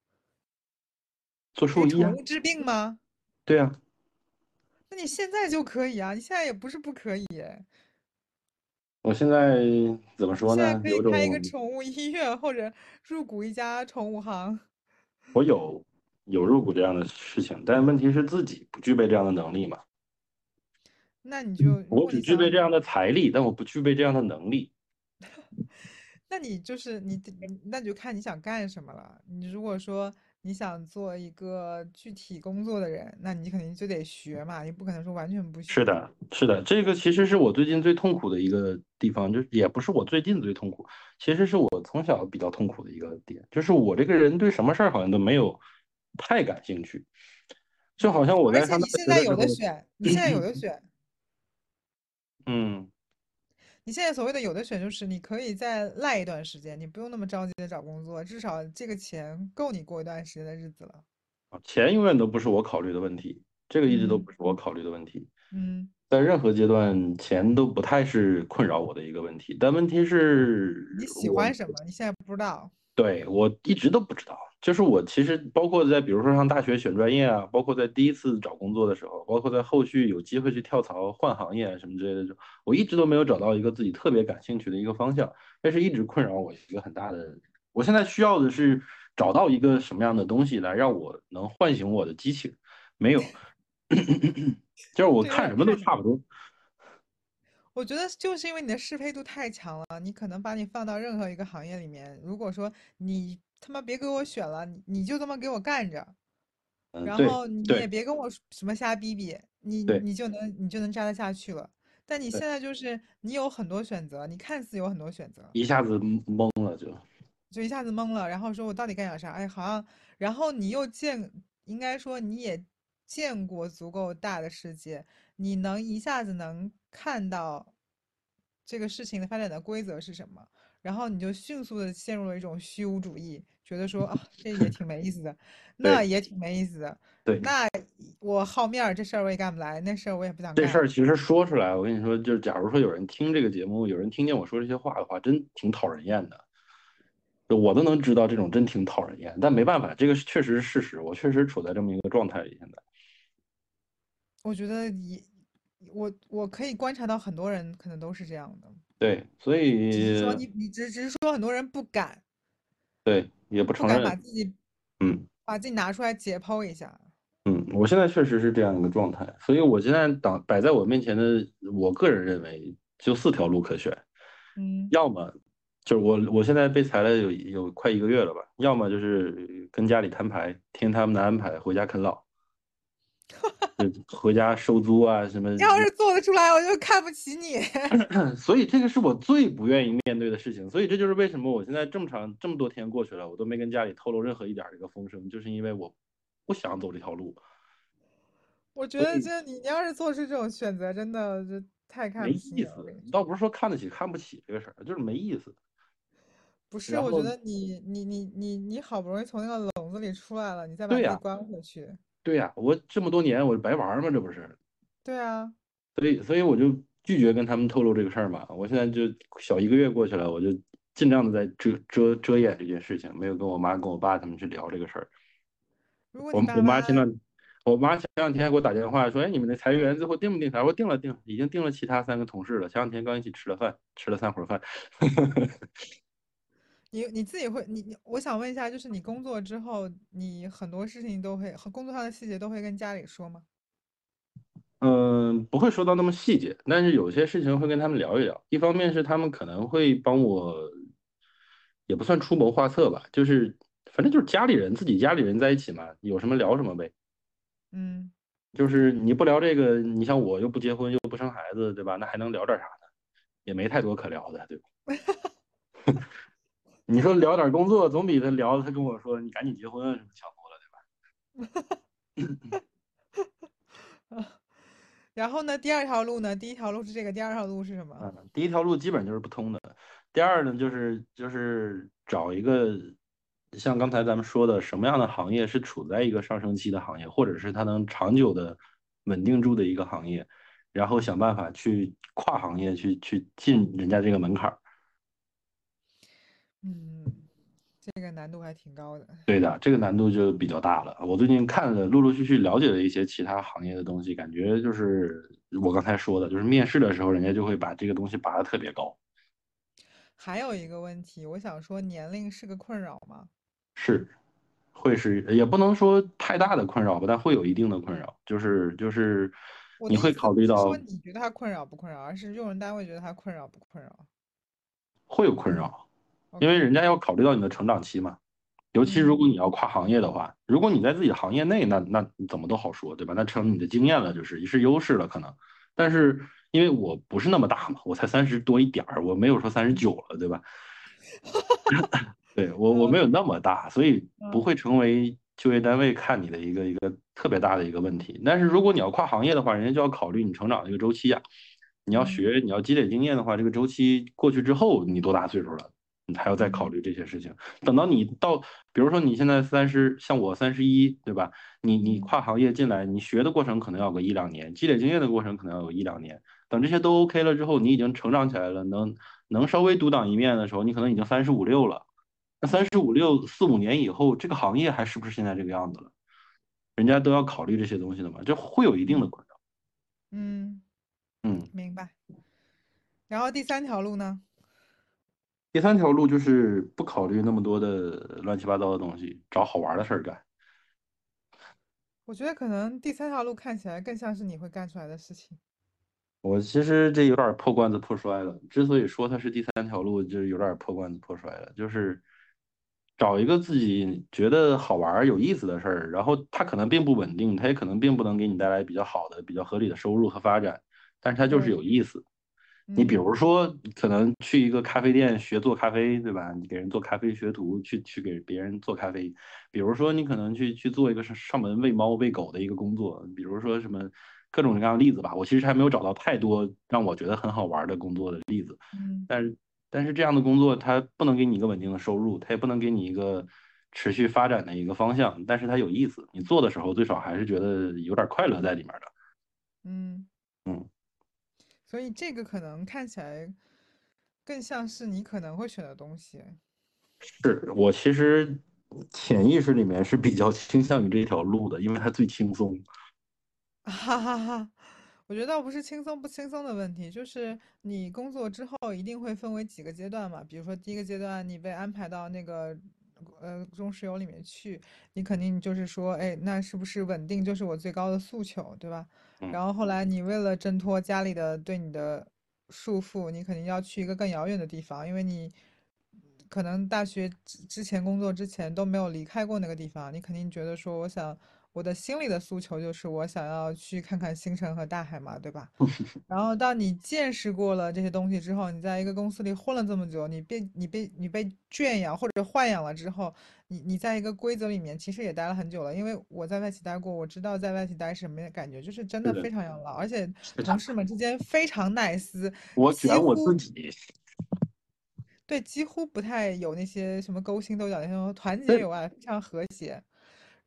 做兽医啊。 给宠物治病吗？ 对啊， 那你现在就可以啊，你现在也不是不可以诶， 我现在怎么你现在说呢？ 可以开一个有种宠物医院，或者入股一家宠物行。 我有入股这样的事情，但问题是自己不具备这样的能力嘛。 那你就，如我只具备果你想， 这样的财力，但我不具备这样的能力。 那你就是那就看你想干什么了。你如果说你想做一个具体工作的人，那你肯定就得学嘛，你不可能说完全不学。 是的，是的，这个其实是我最近最痛苦的一个地方，就是也不是我最近最痛苦，其实是我从小比较痛苦的一个点，就是我这个人对什么事儿好像都没有太感兴趣，就好嗯， 像我而且在上大你现在学的时候。 有的选，你现在有的选， 嗯， 你现在所谓的有的选，就是你可以再赖一段时间，你不用那么着急的找工作，至少这个钱够你过一段时间的日子了。 钱永远都不是我考虑的问题，这个一直都嗯不是我考虑的问题， 嗯， 在任何阶段，钱都不太是困扰我的一个问题，但问题你喜是我。 欢什么？你现在不知道。 对，我一直都不知道，就是我其实包括在比如说上大学选专业啊，包括在第一次找工作的时候，包括在后续有机会去跳槽换行业啊什么之类的时候，我一直都没有找到一个自己特别感兴趣的一个方向，这是一直困扰我一个很大的。我现在需要的是找到一个什么样的东西来让我能唤醒我的激情，没有，就是我这有看什么都点太难。 差不多。 我觉得就是因为你的适配度太强了，你可能把你放到任何一个行业里面，如果说你他妈别给我选了，你就他妈给我干着， 嗯，对然后你也对别跟我说什么瞎逼逼，你对， 你就能你就能扎得下去了。但你对， 现在就是你有很多选择，你看似有很多选择， 一下子懵了就。 就一下子懵了，然后说我到底该干啥？哎，好像，然后你又应该说你也见过足够大的世界，你能一下子能看到这个事情的发展的规则是什么，然后你就迅速的陷入了一种虚无主义，觉得说啊，这也挺没意思的，那对也挺没意思的， 对， 那我好面儿这事儿我也干不来，那事儿我也不想这事干。 儿其实说出来，我跟你说，就是假如说有人听这个节目，有人听见我说这些话的话，真挺讨人厌的。就我都能知道这种真挺讨人厌，但没办法，这个确实是事实，我确实处在这么一个状态里。现在， 我觉得我可以观察到很多人可能都是这样的。 对，所以只是说你只是说很多人不敢对也不不敢承认。嗯把自己拿出来解剖一下。 我现在确实是这样一个状态，所以我现在摆在我面前的，我个人认为就4条路可选， 嗯， 要么就是我现在被裁了有快1个月了吧，要么就是跟家里摊牌，听他们的安排，回家啃老，就回家收租啊什么。 你要是做得出来，我就看不起你。 所以这个是我最不愿意面对的事情，所以这就是为什么我现在这么多天过去了，我都没跟家里透露任何一点这个风声，就是因为我不想走这条路。 我觉所以得你要是做出这种选择，真的就太看没不起你了。我跟意思， 你说， 倒不是说看得起看不起这个事儿，就是没意思。 不是， 然后我觉得你好不容易从那个笼子里出来了，你再把对呀， 自己关回去。 对呀，我这么多年我白玩吗？这不是？ 对啊， 所以我就拒绝跟他们透露这个事儿嘛。我现在就小1个月过去了，我就尽量的在遮掩这件事情，没有跟我妈跟我爸他们去聊这个事儿。 如果你我妈爸妈前段我妈前两天给我打电话说，哎，你们那裁员最后定不定下来？我说定了定了，已经定了其他3个同事了。前两天刚一起吃了饭，吃了3会儿饭。 你自己会我想问一下，就是你工作之后，你很多事情都会和工作上的细节都会跟家里说吗？ 嗯，不会说到那么细节，但是有些事情会跟他们聊一聊。一方面是他们可能会帮我，也不算出谋划策吧，就是反正就是家里人，自己家里人在一起嘛，有什么聊什么呗。 嗯， 就是你不聊这个，你像我又不结婚又不生孩子，对吧？那还能聊点啥呢？也没太多可聊的，对吧？你说聊点工作，总比他跟我说你赶紧结婚什么强多了， 然后呢，第二条路呢？第一条路是这个，第二条路是什么？ 第一条路基本就是不通的。第二呢，就是找一个像刚才咱们说的，什么样的行业是处在一个上升期的行业，或者是它能长久的稳定住的一个行业，然后想办法去跨行业去进人家这个门槛儿。 嗯，这个难度还挺高的。 对的，这个难度就比较大了。我最近看了，陆陆续续了解了一些其他行业的东西，感觉就是我刚才说的，就是面试的时候，人家就会把这个东西拔得特别高。 还有一个问题，我想说，年龄是个困扰吗？ 是，会是，也不能说太大的困扰吧，但会有一定的困扰，就是你会我的意思考虑到不是说你觉得他困扰不困扰，而是用人单位觉得他困扰不困扰。 会有困扰，因为 OK， 人家要考虑到你的成长期嘛。尤其如嗯果你要跨行业的话，如果你在自己的行业内，那怎么都好说，对吧？那成你的经验了，是优势了可能。但是因为我不是那么大嘛，我才30多一点儿，我没有说39了，对吧？对，我没有嗯那么大，所以不嗯会成为就业单位看你的一个特别大的一个问题。但是如果你要跨行业的话，人家就要考虑你成长的一个周期啊。你要嗯学，你要积累经验的话，这个周期过去之后，你多大岁数了，你还要再考嗯虑这些事情。等到你到，比如说你现在像我31，对吧？你嗯跨行业进来，你学的过程可能要个1、2年，积累经验的过程可能要有1、2年。等这些都 OK 了之后，你已经成长起来了，能稍微独当一面的时候，你可能已经35、36了。那三嗯十五六4、5年以后，这个行业还是不是现在这个样子了？人家都要考虑这些东西的嘛，这会有一定的嗯困扰。 嗯， 嗯， 明白。然后第三条路呢？ 第三条路就是不考虑那么多的乱七八糟的东西，找好玩的事儿干。 我觉得可能第三条路看起来更像是你会干出来的事情。 我其实这有点破罐子破摔了。之所以说它是第三条路，就是有点破罐子破摔了，就是找一个自己觉得好玩儿、有意思的事儿，然后它可能并不稳定，它也可能并不能给你带来比较好的、比较合理的收入和发展，但是它就是对， 有意思。你比嗯如说，可能去一个咖啡店学做咖啡，对吧？你给人做咖啡学徒，去给别人做咖啡。比如说，你可能去做一个上门喂猫喂狗的一个工作，比如说什么各种各样的例子吧。我其实还没有找到太多让我觉得很好玩的工作的例子， 嗯但是这样的工作它不能给你一个稳定的收入，它也不能给你一个持续发展的一个方向，但是它有意思，你做的时候最少还是觉得有点快乐在里面的。 嗯， 嗯。 所以这个可能看起来更像是你可能会选的东西。 是我其实潜意识里面是比较倾向于这条路的，因为它最轻松。 哈哈哈，我觉得倒不是轻松不轻松的问题，就是你工作之后一定会分为几个阶段嘛。比如说第一个阶段，你被安排到那个中石油里面去，你肯定就是说，哎，那是不是稳定就是我最高的诉求，对吧？ 嗯， 然后后来你为了挣脱家里的对你的束缚，你肯定要去一个更遥远的地方，因为你可能大学之前工作之前都没有离开过那个地方，你肯定觉得说，我想我的心里的诉求就是我想要去看看星辰和大海嘛，对吧？然后当你见识过了这些东西之后，你在一个公司里混了这么久，你被圈养或者豢养了之后，你在一个规则里面其实也待了很久了。因为我在外企待过，我知道在外企待是什么感觉，就是真的是的， 非常养老，而且是的， 同事们之间非常 nice， 我卷我自几乎己。 对几乎不太有那些什么勾心斗角那种，团结对， 友爱，非常和谐。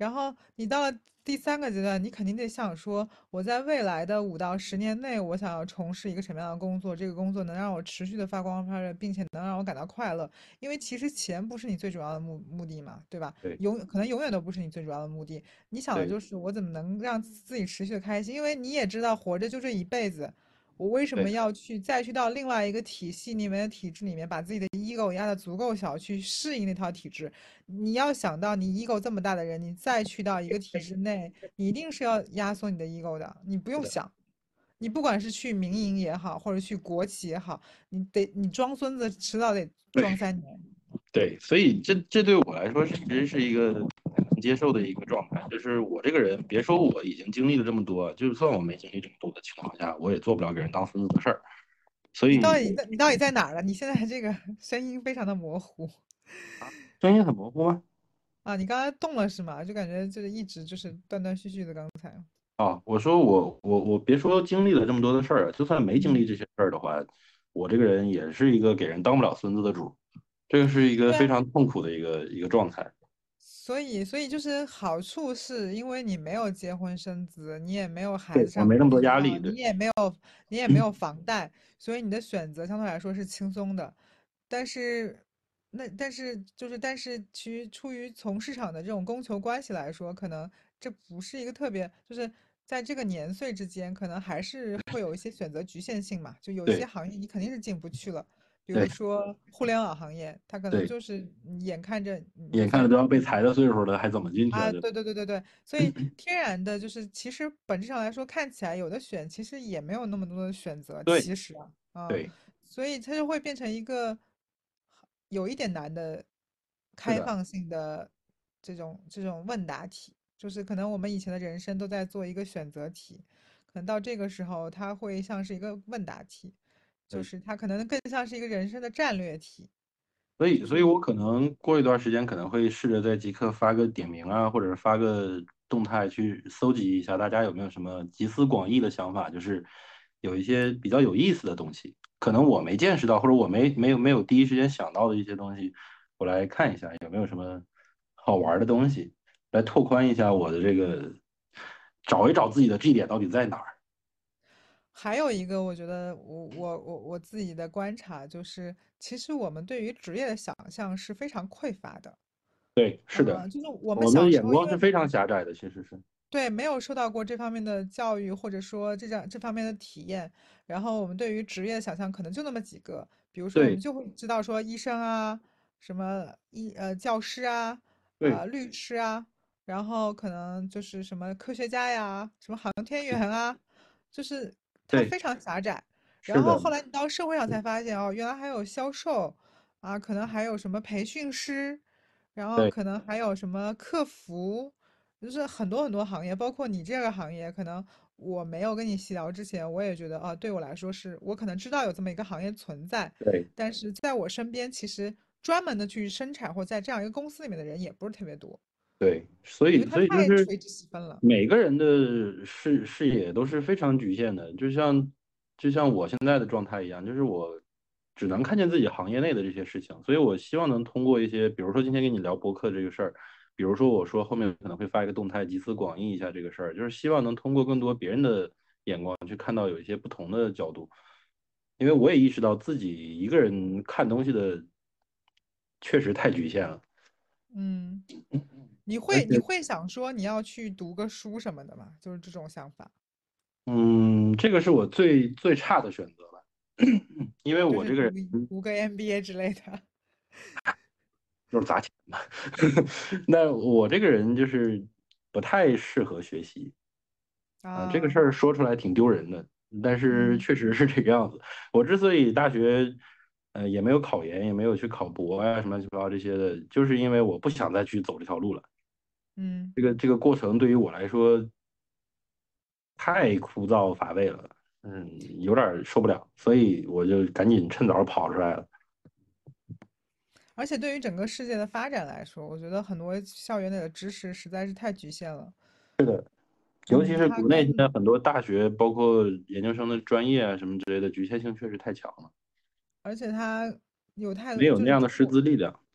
然后你到了第三个阶段，你肯定得想说，我在未来的5到10年内，我想要从事一个什么样的工作？这个工作能让我持续的发光发热，并且能让我感到快乐。因为其实钱不是你最主要的目的嘛，对吧？ 对可能永远都不是你最主要的目的。你想的对就是我怎么能让自己持续的开心？因为你也知道，活着就这一辈子，我为什么对要再去到另外一个体系里面的体制里面，把自己的 ego 压得足够小，去适应那套体制？你要想到你 ego 这么大的人，你再去到一个体制内，你一定是要压缩你的 ego 的，你不是的， 用想。你不管是去民营也好，或者去国企也好，你装孙子，迟早得装对 3年。 对，所以这对我来说其实是一个很难接受的一个状态。就是我这个人，别说我已经经历了这么多，就算我没经历这么多的情况下，我也做不了给人当孙子的事儿。所以你到底在哪儿了？你现在这个声音非常的模糊声音很模糊吗？ 啊！你刚才动了是吗？就感觉就是一直就是断断续续的刚才。 啊，我说我别说经历了这么多的事儿啊，就算没经历嗯， 这些事儿的话，我这个人也是一个给人当不了孙子的主，这个是一个对啊， 非常痛苦的一个状态。 所以就是好处是因为你没有结婚生子，你也没有孩对， 子上我没那么多必要， 压力，对你也没有房贷，所以你的选择相对来说是轻松的。但是，但是出于从市场的这种供求关系来说，可能这不是一个特别，就是在这个年岁之间，可能还是会有一些选择局限性嘛。就有一些对行业你肯定是进不去了，比如对说互联网行业，它可能对， 就是你眼看着眼看着都要被裁的岁数了，还怎么进去啊？ 啊， 这对对对对对，所以天然的就是，其实本质上来说，看起来有的选，其实也没有那么多的选择， 对其实对， 所以它就会变成一个有一点难的是的， 开放性的这种问答题，就是可能我们以前的人生都在做一个选择题，可能到这个时候，它会像是一个问答题，就对。 是它可能更像是一个人生的战略题， 所以， 就是你所以我可能过一段时间可能会试着在极客发个点名啊，或者是发个动态去搜集一下大家有没有什么集思广益的想法，就是有一些比较有意思的东西，可能我没见识到，或者我没有第一时间想到的一些东西，我来看一下有没有什么好玩的东西，来拓宽一下我的这个，找一找自己的 G 点到底在哪儿。 还有一个，我觉得我自己的观察就是，其实我们对于职业的想象是非常匮乏的。 对，是的， 就是我们我们的小时候，因为眼光是非常狭窄的，其实是。 对，没有受到过这方面的教育，或者说这方面的体验，然后我们对于职业的想象可能就那么几个，比如说我们对就会知道说医生啊，什么教师啊， 对律师啊，然后可能就是什么科学家呀，什么航天员啊，就是它对， 非常狭窄。然是的， 后后来你到社会上才发现哦，原来还有销售啊，可能还有什么培训师，然后对可能还有什么客服。就是很多很多行业，包括你这个行业，可能我没有跟你细聊之前，我也觉得啊，对我来说是我可能知道有这么一个行业存在， 对。 但是在我身边，其实专门的去生产或在这样一个公司里面的人也不是特别多， 对，所以因为它所以就是太垂直细分了。 每个人的视野都是非常局限的，就像我现在的状态一样，就是我只能看见自己行业内的这些事情，所以我希望能通过一些，比如说今天跟你聊博客这个事儿，比如说我说后面可能会发一个动态，集思广益一下这个事儿，就是希望能通过更多别人的眼光去看到有一些不同的角度，因为我也意识到自己一个人看东西的确实太局限了。 嗯，你而且会你会想说你要去读个书什么的吗？就是这种想法， 这个是我最最差的选择了，因为就是我这个人读个 MBA 之类的就是砸钱嘛。那我这个人就是不太适合学习啊，这个事啊， 儿说出来挺丢人的，但是嗯确实是这个样子。我之所以大学也没有考研，也没有去考博啊什么乱七八糟这些的，就是因为我不想再去走这条路了。 嗯。 这个过程对于我来说太枯燥乏味了，有点儿受不了，所以我就赶紧趁早跑出来了。 而且对于整个世界的发展来说，我觉得很多校园里的知识实在是太局限了。 尤其嗯， 是国内现它跟在很多大学，包括研究生的专业啊什么之类的，局限性确实太强了， 而且它有太多， 没有就是那样的师资力量。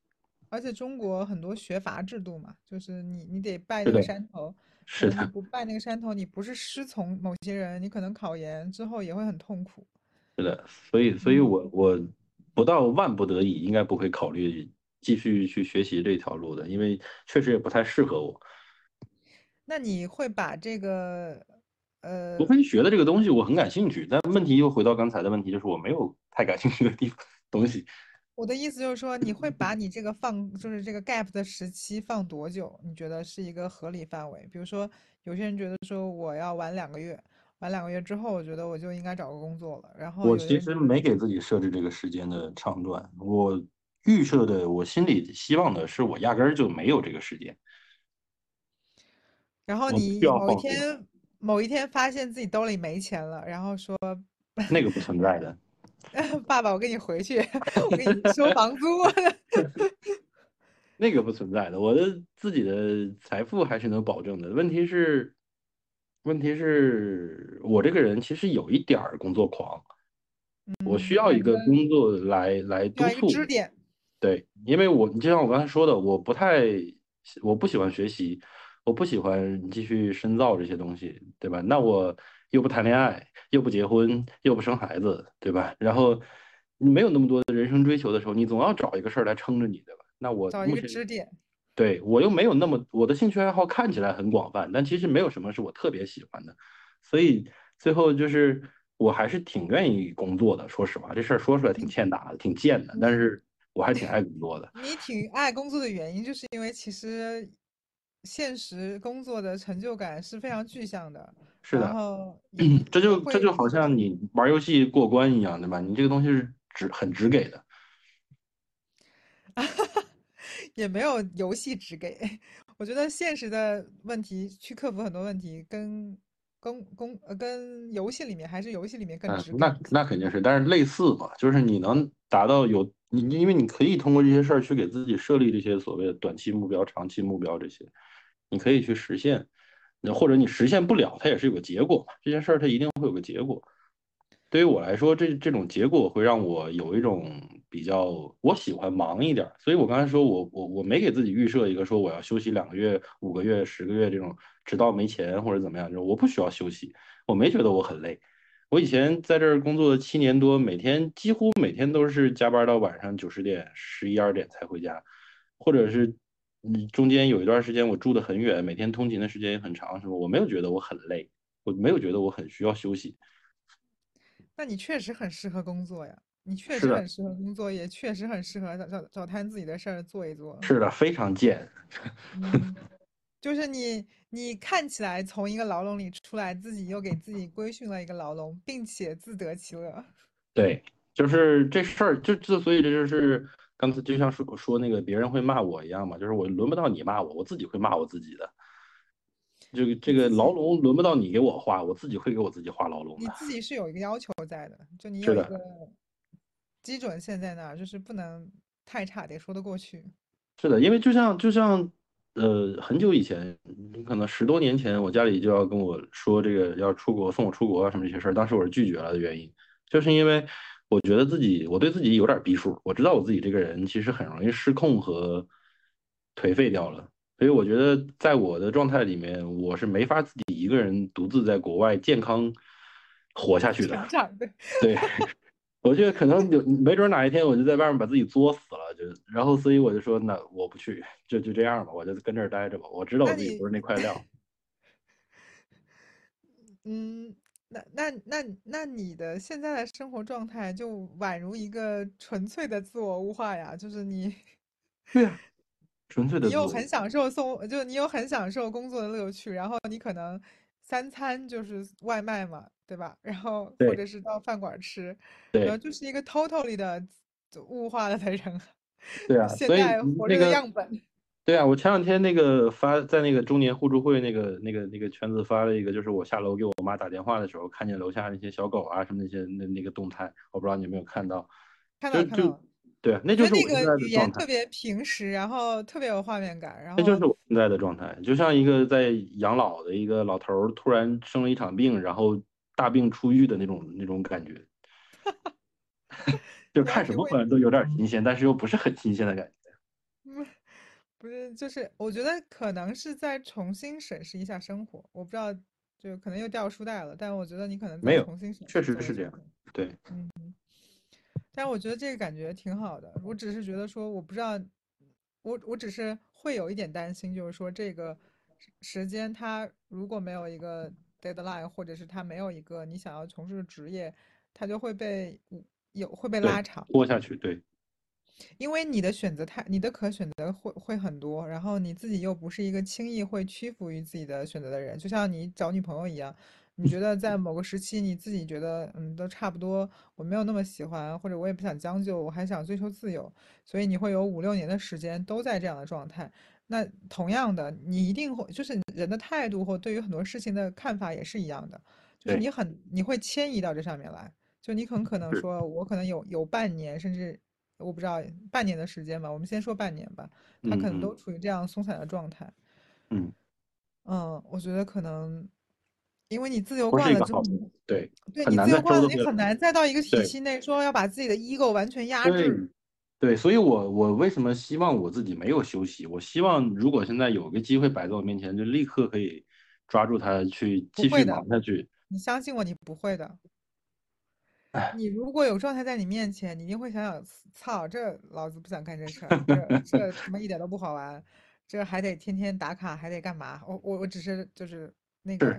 而且中国很多学阀制度嘛，就是你得拜那个是的， 山头，可是的， 能你不拜那个山头，你不是师从某些人，你可能考研之后也会很痛苦。 是的，所以嗯， 我不到万不得已，应该不会考虑继续去学习这条路的，因为确实也不太适合我。 那你会把这个，呃， 除非学的这个东西我很感兴趣，但问题又回到刚才的问题，就是我没有太感兴趣的东西。 我的意思就是说，你会把你这个放，就是这个 gap 的时期放多久？你觉得是一个合理范围？比如说，有些人觉得说我要晚两个月，晚两个月之后，我觉得我就应该找个工作了。然后我有的其实没人觉得给自己设置这个时间的长短，我预设的，我心里希望的是我压根儿就没有这个时间， 然后我不需要你某一放松， 天某一天发现自己兜里没钱了，然后说那个不存在的。 爸爸，我跟你回去，我给你收房租。 那个不存在的，我的自己的财富还是能保证的。问题是我这个人其实有一点儿工作狂，我需嗯， 要一个反正工作来需要一个督促我。 支点。 对，因为我就像我刚才说的，我不喜欢学习，我不喜欢继续深造这些东西，对吧？那我又不谈恋爱，又不结婚，又不生孩子，对吧？然后你没有那么多的人生追求的时候，你总要找一个事儿来撑着你，对吧？那我找一个目前支点。 对我又没有那么，我的兴趣爱好看起来很广泛，但其实没有什么是我特别喜欢的，所以最后就是我还是挺愿意工作的。说实话，这事儿说出来挺欠打的，挺贱的，但你是我还挺爱工作的。 你挺爱工作的原因，就是因为其实现实工作的成就感是非常具象的，然是的， 后也这就好会像你玩游戏过关一样，对吧？你这个东西是很直给的。 也没有游戏只给。我觉得现实的问题去克服很多问题，跟游戏里面还是游戏里面更嗯， 只给一些。 那肯定是，但是类似嘛，就是你能达到因为你可以通过这些事儿去给自己设立这些所谓的短期目标、长期目标这些，你可以去实现，那或者你实现不了，它也是有个结果嘛，这件事儿它一定会有个结果。对于我来说，这种结果会让我有一种比较，我喜欢忙一点儿，所以我刚才说我没给自己预设一个说我要休息2个月、5个月、10个月这种，直到没钱或者怎么样，就是我不需要休息，我没觉得我很累。我以前在这儿工作7年多，几乎每天都是加班到晚上9、10点、11、12点才回家，或者是中间有一段时间我住得很远，每天通勤的时间也很长，什么我没有觉得我很累，我没有觉得我很需要休息。 那你确实很适合工作呀，你确是的， 实很适合工作，也确实很适合找摊自己的事儿做一做。 是的，非常贱。 嗯，就是你看起来从一个牢笼里出来，自己又给自己规训了一个牢笼，并且自得其乐。 对，就是这事儿，所以这就是刚才就像说那个别人会骂我一样嘛，就是我轮不到你骂我，我自己会骂我自己的。这个牢你自己笼轮不到你给我画，我自己会给我自己画牢笼的。 你自己是有一个要求在的，就你是的， 有一个基准线在那儿，就是不能太差，得说得过去。 是的，因为就像很久以前，可能10多年前，我家里就要跟我说这个要出国送我出国啊什么这些事儿，当时我是拒绝了的原因，就是因为我觉得我对自己有点逼数，我知道我自己这个人其实很容易失控和颓废掉了，所以我觉得在我的状态里面，我是没法自己一个人独自在国外健康活下去的。 成长的。 对，我觉得可能没准哪一天我就在外面把自己作死了，然后所以我就说那我不去，就这样吧，我就跟这儿待着吧。我知道我那你， 自己不是那块料。 嗯，那你的现在的生活状态就宛如一个纯粹的自我物化呀，就是你， 对呀，纯粹的自我。 你又很享受就你又很享受工作的乐趣，然后你可能三餐就是外卖嘛，对吧？然后或对者是到饭馆儿吃，然后对就是一个 totally 的物化了的人， 对啊， 现所以在活着的那个样本。 对啊，我前两天那个在那个中年互助会那个圈子发了一个，就是我下楼给我妈打电话的时候，看见楼下那些小狗啊什么那些那个动态，我不知道你有没有看到， 看到就就了看到了， 对啊，那我觉得就是我现那个语在的状态。 言特别平实，然后特别有画面感，然那就后是我现在的状态，就像一个在养老的一个老头儿，突然生了一场病，然后大病初愈的那种感觉，就看什么你要学会， 好像都有点新鲜，但是又不是很新鲜的感觉。 不是，就是我觉得可能是在重新审视一下生活，我不知道，就可能又掉书袋了，但我觉得你可能没有， 在重新审确视实是这样。 作为选手。 对嗯。但我觉得这个感觉挺好的，我只是觉得说，我不知道，我只是会有一点担心，就是说这个时间它如果没有一个 deadline，或者是它没有一个你想要从事的职业，它就会被会被对， 拉长。 拖下去，对因为你的选择太，你的可选择会很多，然后你自己又不是一个轻易会屈服于自己的选择的人，就像你找女朋友一样，你觉得在某个时期你自己觉得都差不多，我没有那么喜欢，或者我也不想将就，我还想追求自由，所以你会有5、6年的时间都在这样的状态。那同样的，你一定会就是人的态度或对于很多事情的看法也是一样的，就是对你会迁移到这上面来。就你很可能是， 说，我可能有半年，甚至我不知道半年的时间吧，我们先说半年吧，他可能都嗯嗯处于这样松散的状态。 嗯， 我觉得可能因为你自由不是惯了之后， 一个好的，对， 对你很难再自由惯了，你收得回来。 很难再到一个体对系内说要把自己的 ego 完全压对制。 对，所以我为什么希望我自己没有休息？我希望如果现在有个机会摆在我面前，就立刻可以抓住它去继续不会的， 忙下去。 你相信我，你不会的。你如果有状态在你面前，你一定会想想，操，这老子不想干这事儿，这他妈一点都不好玩，这还得天天打卡，还得干嘛？我只是就是那是个，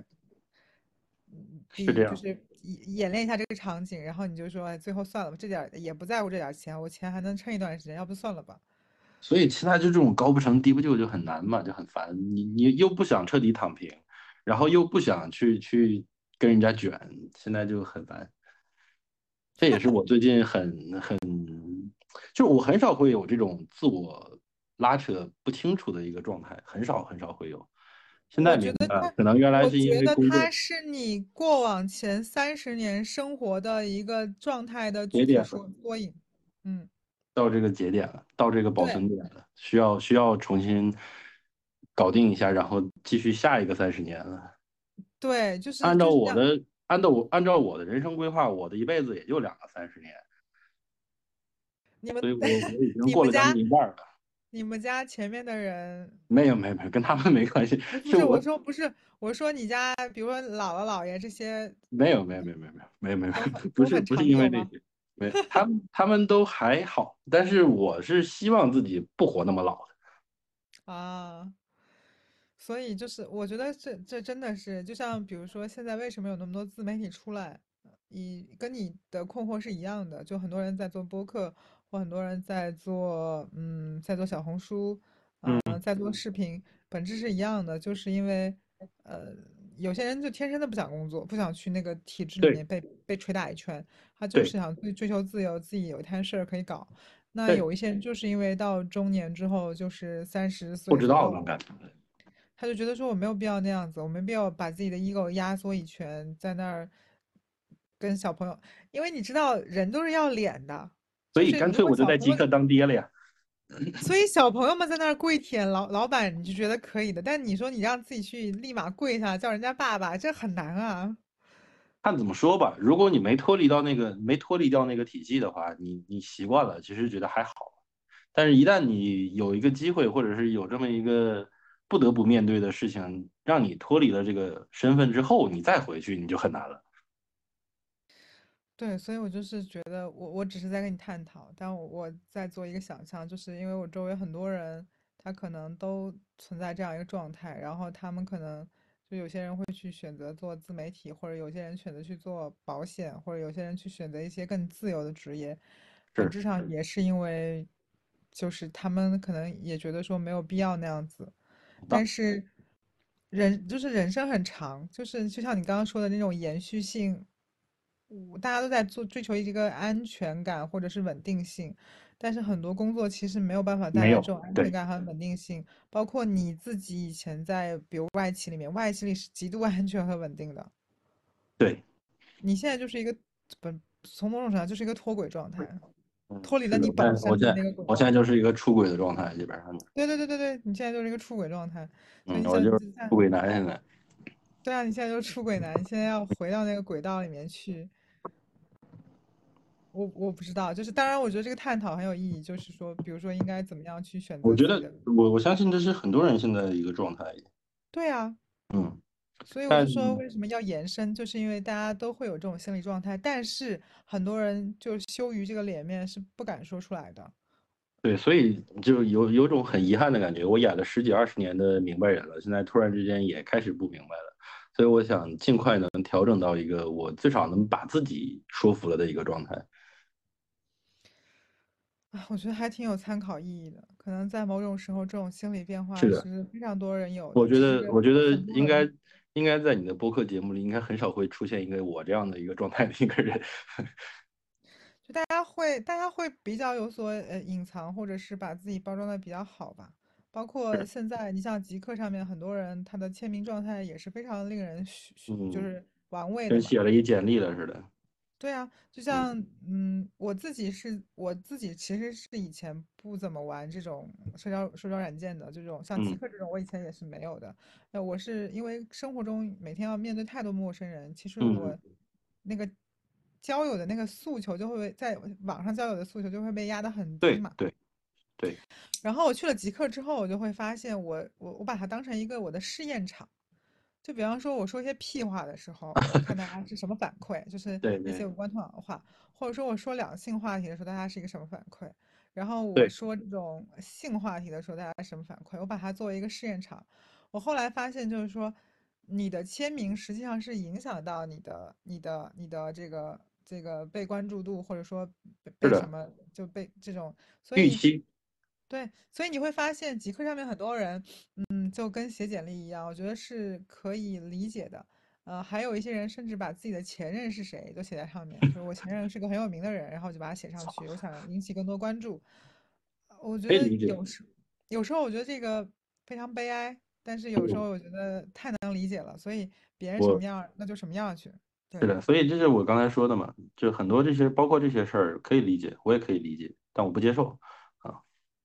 就是这样。 是演练一下这个场景，然后你就说，哎最后算了吧，这点儿也不在乎这点儿钱，我钱还能撑一段时间，要不算了吧。 所以其他就这种高不成低不就就很难嘛，就很烦。你又不想彻底躺平，然后又不想去跟人家卷，现在就很烦。这也是我最近就是我很少会有这种自我拉扯不清楚的一个状态，很少很少会有。现在我觉明白了， 得他， 可能原来是因我觉得为工作他是你过往前30年生活的一个状态的具体节点缩影。嗯， 到这个节点了，到这个保对存点了，需要重新搞定一下，然后继续下一个30年了。 对，就是按照就是这样。 我的按照我的人生规划，我的一辈子也就两个30年， 你们所以我已经过了将近你们家一半了。 你们家前面的人， 没有，跟他们没关系，是我不是，我说你家，比如说姥姥姥爷这些没有，不都很是不是因为长久吗？ 这些，没他们都还好，但是我是希望自己不活那么老的。 啊。所以就是我觉得这真的是，就像比如说现在为什么有那么多自媒体出来，跟你的困惑是一样的，就很多人在做播客，或很多人在做小红书， 嗯， 在做视频，本质是一样的，就是因为呃有些人就天生的不想工作，不想去那个体制里对面被捶打一拳，他就是对想追求自由，自己有一摊事儿可以搞。那对， 有一些人就是因为到中年之后，就是不 30岁左右。 知道能干。 他就觉得说我没有必要那样子，我没必要把自己的 ego 压缩一拳，在那儿跟小朋友，因为你知道人都是要脸的， 所就是如果以干脆我就小朋友， 在极客当爹了呀。 所以小朋友们在那儿跪舔老板，你就觉得可以的，但你说你让自己去立马跪下叫人家爸爸，这很难啊。 看怎么说吧，如果你没脱离掉那个体系的话，你习惯了，其实觉得还好。但是，一旦你有一个机会，或者是有这么一个不得不面对的事情，让你脱离了这个身份之后，你再回去，你就很难了。 对，所以我就是觉得我只是在跟你探讨，但我在做一个想象，就是因为我周围很多人，他可能都存在这样一个状态，然后他们可能就有些人会去选择做自媒体，或者有些人选择去做保险，或者有些人去选择一些更自由的职业，本是， 质上也是因为，就是他们可能也觉得说没有必要那样子，但是人生很长，就是就像你刚刚说的那种延续性。大家都在追求一个安全感或者是稳定性，但是很多工作其实没有办法带没有， 来这种安全对感和稳定性。包括你自己以前在比如外企里面，外企里是极度安全和稳定的， 对， 你现在就是一个从某种程度上就是一个脱轨状态， 嗯， 脱离了是的， 你本但我现在身的那个轨我现在道。 就是一个出轨的状态，基本上， 对对对对对，你现在就是一个出轨状态，所以你我就是想你看， 出轨男现在。 对啊，你现在就是出轨男，你现在要回到那个轨道里面去。 我不知道，就是当然，我觉得这个探讨很有意义，就是说，比如说应该怎么样去选我觉得择自己的， 我相信这是很多人现在的一个状态。 对啊， 嗯， 所以我就但说为什么要延伸，就是因为大家都会有这种心理状态，但是很多人就羞于这个脸面，是不敢说出来的。 对，所以就有种很遗憾的感觉，我演了十几二十年的明白人了，现在突然之间也开始不明白了，所以我想尽快能调整到一个我至少能把自己说服了的一个状态。 啊，我觉得还挺有参考意义的，可能在某种时候，这种心理变化是的， 是非常多人有的， 我觉只是得我觉得很多人应该在你的播客节目里，应该很少会出现一个我这样的一个状态的一个人。 就大家会比较有所隐藏，或者是把自己包装的比较好吧。包括是， 现在，你像极客上面很多人，他的签名状态也是非常令人就嗯， 是玩味的跟嘛。 写了一简历了似的。 对啊，就嗯像我自己其实是以前不怎么玩这种社交软件的，这种像极嗯客这种，我以前也是没有的。我是因为生活中每天要面对太多陌生人，其实我嗯， 那个交友的那个诉求就会在网上交友的诉求就会被压得很低嘛。 对对对， 然后我去了极客之后，我就会发现我把它当成一个我的试验场。就比方说，我说一些屁话的时候，我看大家是什么反馈，就是对对一些无关痛痒的话，或者说我说两性话题的时候，大家是一个什么反馈，然后我对， 说这种性话题的时候，大家是什么反馈，我把它作为一个试验场。我后来发现，就是说，你的签名实际上是影响到你的这个被关注度，或者说是的， 被什么就被这种，所以预期对，所以你会发现极客上面很多人。就跟写简历一样，我觉得是可以理解的。还有一些人甚至把自己的前任是谁都写在上面，就是我前任是个很有名的人，然后就把他写上去，我想引起更多关注。我觉得可以理解。 有时候我觉得这个非常悲哀，但是有时候我觉得太能理解了，所以别人什么我样儿那就什么样儿去。对， 是的，所以这是我刚才说的嘛，就很多这些，包括这些事儿，可以理解，我也可以理解，但我不接受啊。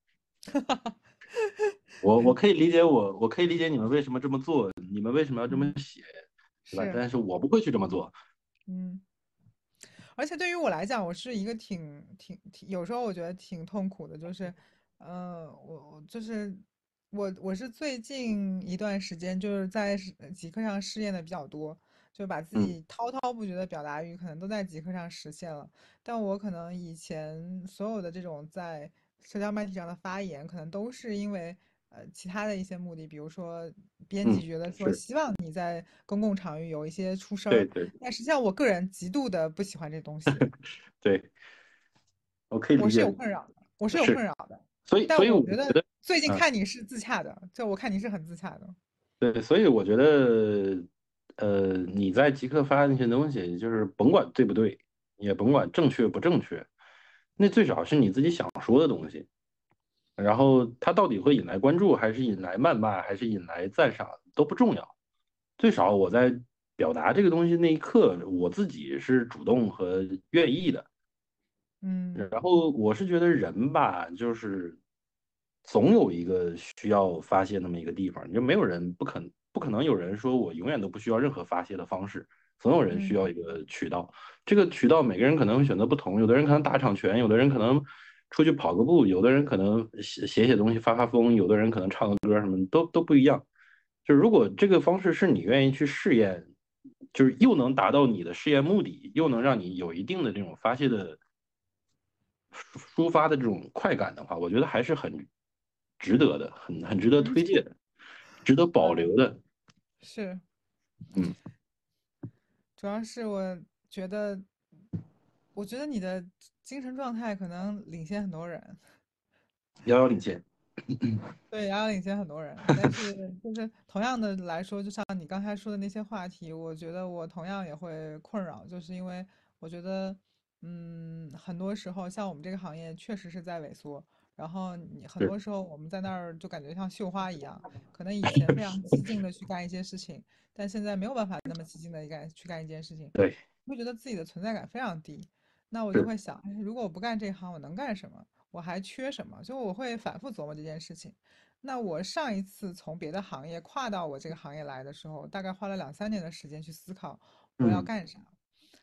我可以理解我可以理解你们为什么这么做，你们为什么要这么嗯， 写，对吧？ 是， 但是我不会去这么做。 嗯。而且对于我来讲，我是一个挺，有时候我觉得挺痛苦的，就是，我就是我是最近一段时间就是在极客上试验的比较多，就把自嗯， 己滔滔不绝的表达欲可能都在极客上实现了，但我可能以前所有的这种在社交媒体上的发言，可能都是因为其他的一些目的，比如说编辑嗯， 觉得说是希望你在公共场域有一些出声儿， 对对但实际上我个人极度的不喜欢这东西， 对，我可以我是有理解， 困扰的，我是有是， 困扰的。 所以我但我觉得觉得， 最近嗯， 看你是自洽的，就我看你是很自洽的。 对，所以我觉得，你在极客发那些东西，就是甭管对不对，也甭管正确不正确，那最少是你自己想说的东西。然后它到底会引来关注，还是引来谩骂，还是引来赞赏，都不重要。最少我在表达这个东西那一刻，我自己是主动和愿意的。 嗯然后我是觉得人吧，就是总有一个需要发泄那么一个地方，就没有人不可能有人说我永远都不需要任何发泄的方式，总有人需嗯要一个渠道。这个渠道每个人可能会选择不同，有的人可能打场拳，有的人可能出去跑个步，有的人可能写东西发疯，有的人可能唱个歌，什么都不一样。就如果这个方式是你愿意去试验，就是又能达到你的试验目的，又能让你有一定的这种发泄的抒发的这种快感的话，我觉得还是很值得的，很值得嗯， 推荐的，值得保留的。 是， 嗯， 主要是觉得，我觉得你的精神状态可能领先很多人。 遥遥领先。 对，遥遥领先很多人，但是就是同样的来说，就像你刚才说的那些话题，我觉得我同样也会困扰，就是因为我觉得，很多时候像我们这个行业确实是在萎缩，然后你很是多时候我们在那儿就感觉像绣花一样，可能以前非常激进的去干一些事情，但现在没有办法那么激进的去干一件事情， 对， 会觉得自己的存在感非常低，那我就是， 会想，哎如果我不干这行，我能干什么？我还缺什么？就我会反复琢磨这件事情。那我上一次从别的行业跨到我这个行业来的时候，大概花了2、3年的时间去思考我要嗯干啥。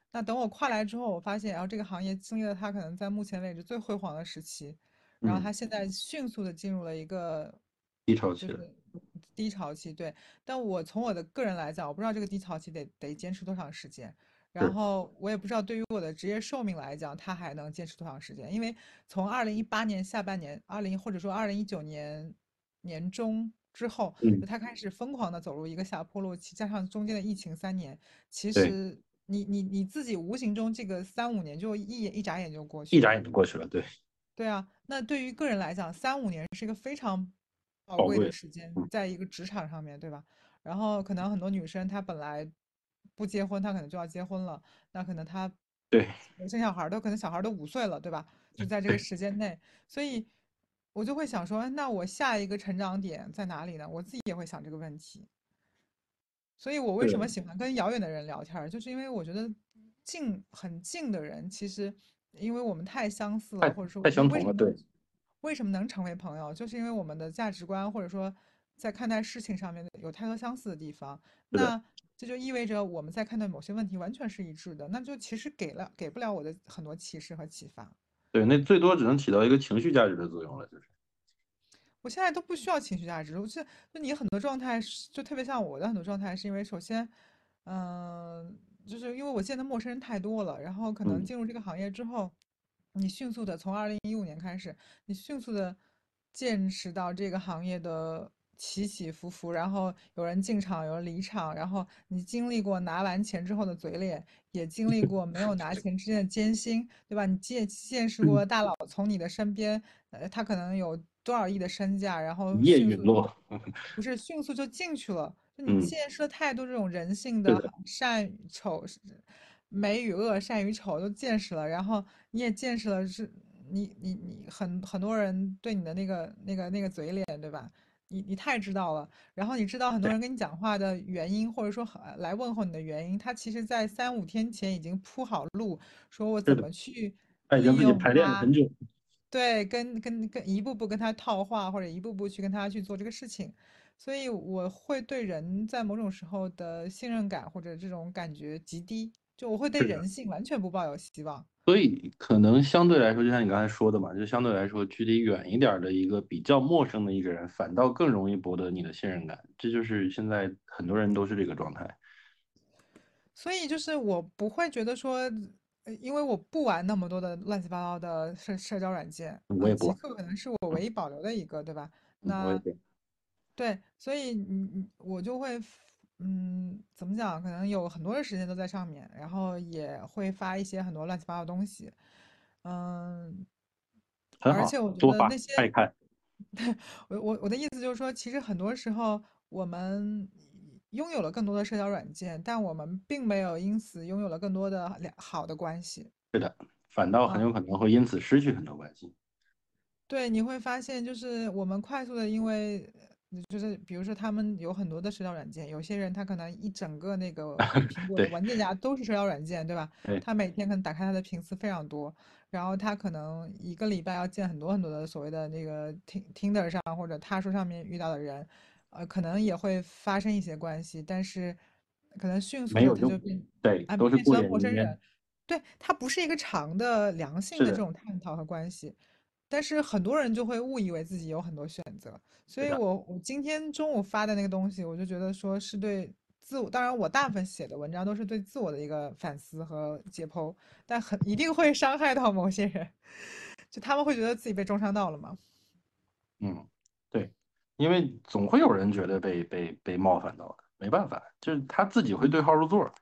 那等我跨来之后，我发现，然后这个行业经历了它可能在目前为止最辉煌的时期，然后嗯， 它现在迅速的进入了一个低潮期了。 就是低潮期。对，但我从我的个人来讲，我不知道这个低潮期得坚持多长时间，然是， 后我也不知道对于我的职业寿命来讲，它还能坚持多长时间。因为从2018年下半年，或者说2019年年中之后，就嗯， 它开始疯狂的走入一个下坡路期，加上中间的疫情3年。其对， 实你自己无形中这个3、5年就一眨眼就过去了。 一眨眼就过去了，对， 对啊，那对于个人来讲，3、5年是一个非常宝贵的宝贵。 时间， 嗯， 在一个职场上面，对吧？然后可能很多女生她本来不结婚，她可能就要结婚了，那可能她对生小孩儿都可能小孩儿都5岁了，对吧？就在这个对时间内，所以我就会想说，那我下一个成长点在哪里呢？我自己也会想这个问题。所以我为什么是， 喜欢跟遥远的人聊天儿，就是因为我觉得很近的人，其实因为我们太相似了， 太或者说太相同了， 为什么能对， 成为朋友，就是因为我们的价值观或者说在看待事情上面有太多相似的地方。 是的， 那这就意味着我们在看待某些问题完全是一致的，那就其实给不了我的很多启示和启发。 对，那最多只能起到一个情绪价值的作用了，就是， 我现在都不需要情绪价值，就你很多状态是，就特别像我的很多状态，是因为首先，嗯、就是因为我见的陌生人太多了，然后可能嗯， 进入这个行业之后，你迅速的从2015年开始，你迅速的见识到这个行业的起起伏伏，然后有人进场，有人离场，然后你经历过拿完钱之后的嘴脸，也经历过没有拿钱之间的艰辛，对吧？你见识过大佬从你的身边。他可能有多少亿的身价，然后一夜迅速陨落。 不是迅速就进去了，就你嗯， 见识了太多这种人性的是的， 善与丑、美与恶、善与丑都见识了，然后你也见识了你很多人对你的那个嘴脸，对吧？你太知道了，然后你知道很多对， 人跟你讲话的原因，或者说来问候你的原因，他其实在3、5天前已经铺好路，说我怎是的， 么去他已经利自己排练了用它， 很久。 对，跟一步步跟他套话，或者一步步去跟他去做这个事情，所以我会对人在某种时候的信任感或者这种感觉极低，就我会对是的， 人性完全不抱有希望。 所以可能相对来说，就像你刚才说的嘛，就相对来说距离远一点儿的一个比较陌生的一个人，反倒更容易博得你的信任感。这就是现在很多人都是这个状态。 所以就是我不会觉得说，因为我不玩那么多的乱七八糟的社交软件啊， 我也不玩， 极客可能是我唯一保留的一个，对吧？那我也不玩。 对，所以我就会，怎么讲？可能有很多的时间都在上面，然后也会发一些很多乱七八糟的东西，嗯， 很好， 而且我觉多发得那些， 爱看。 我的意思就是说，其实很多时候我们拥有了更多的社交软件，但我们并没有因此拥有了更多的好的关系。 是的，反倒很啊。 有可能会因此失去很多关系。 对，你会发现，就是我们快速的，因为就是比如说他们有很多的社交软件，有些人他可能一整个那个苹果的对文件夹都是社交软件，对吧？ 对， 他每天可能打开他的频次非常多，然后他可能一个礼拜要见很多很多的所谓的那个 Tinder 上或者他说上面遇到的人，可能也会发生一些关系，但是可能迅速的没有用。 他就变对， 啊都是过变成了眼云烟。 陌生人。对，它不是一个长的良性是的， 的这种探讨和关系，但是很多人就会误以为自己有很多选择，所以是的， 我今天中午发的那个东西，我就觉得说是对自我，当然我大部分写的文章都是对自我的一个反思和解剖，但一定会伤害到某些人，就他们会觉得自己被中伤到了嘛。 嗯，对，因为总会有人觉得被冒犯到的，没办法，就是他自己会对号入座。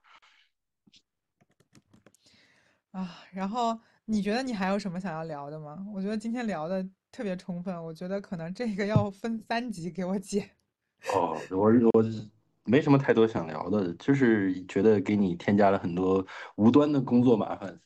啊，然后你觉得你还有什么想要聊的吗？我觉得今天聊的特别充分，我觉得可能这个要分3集给我解。 哦，我没什么太多想聊的，就是觉得给你添加了很多无端的工作麻烦。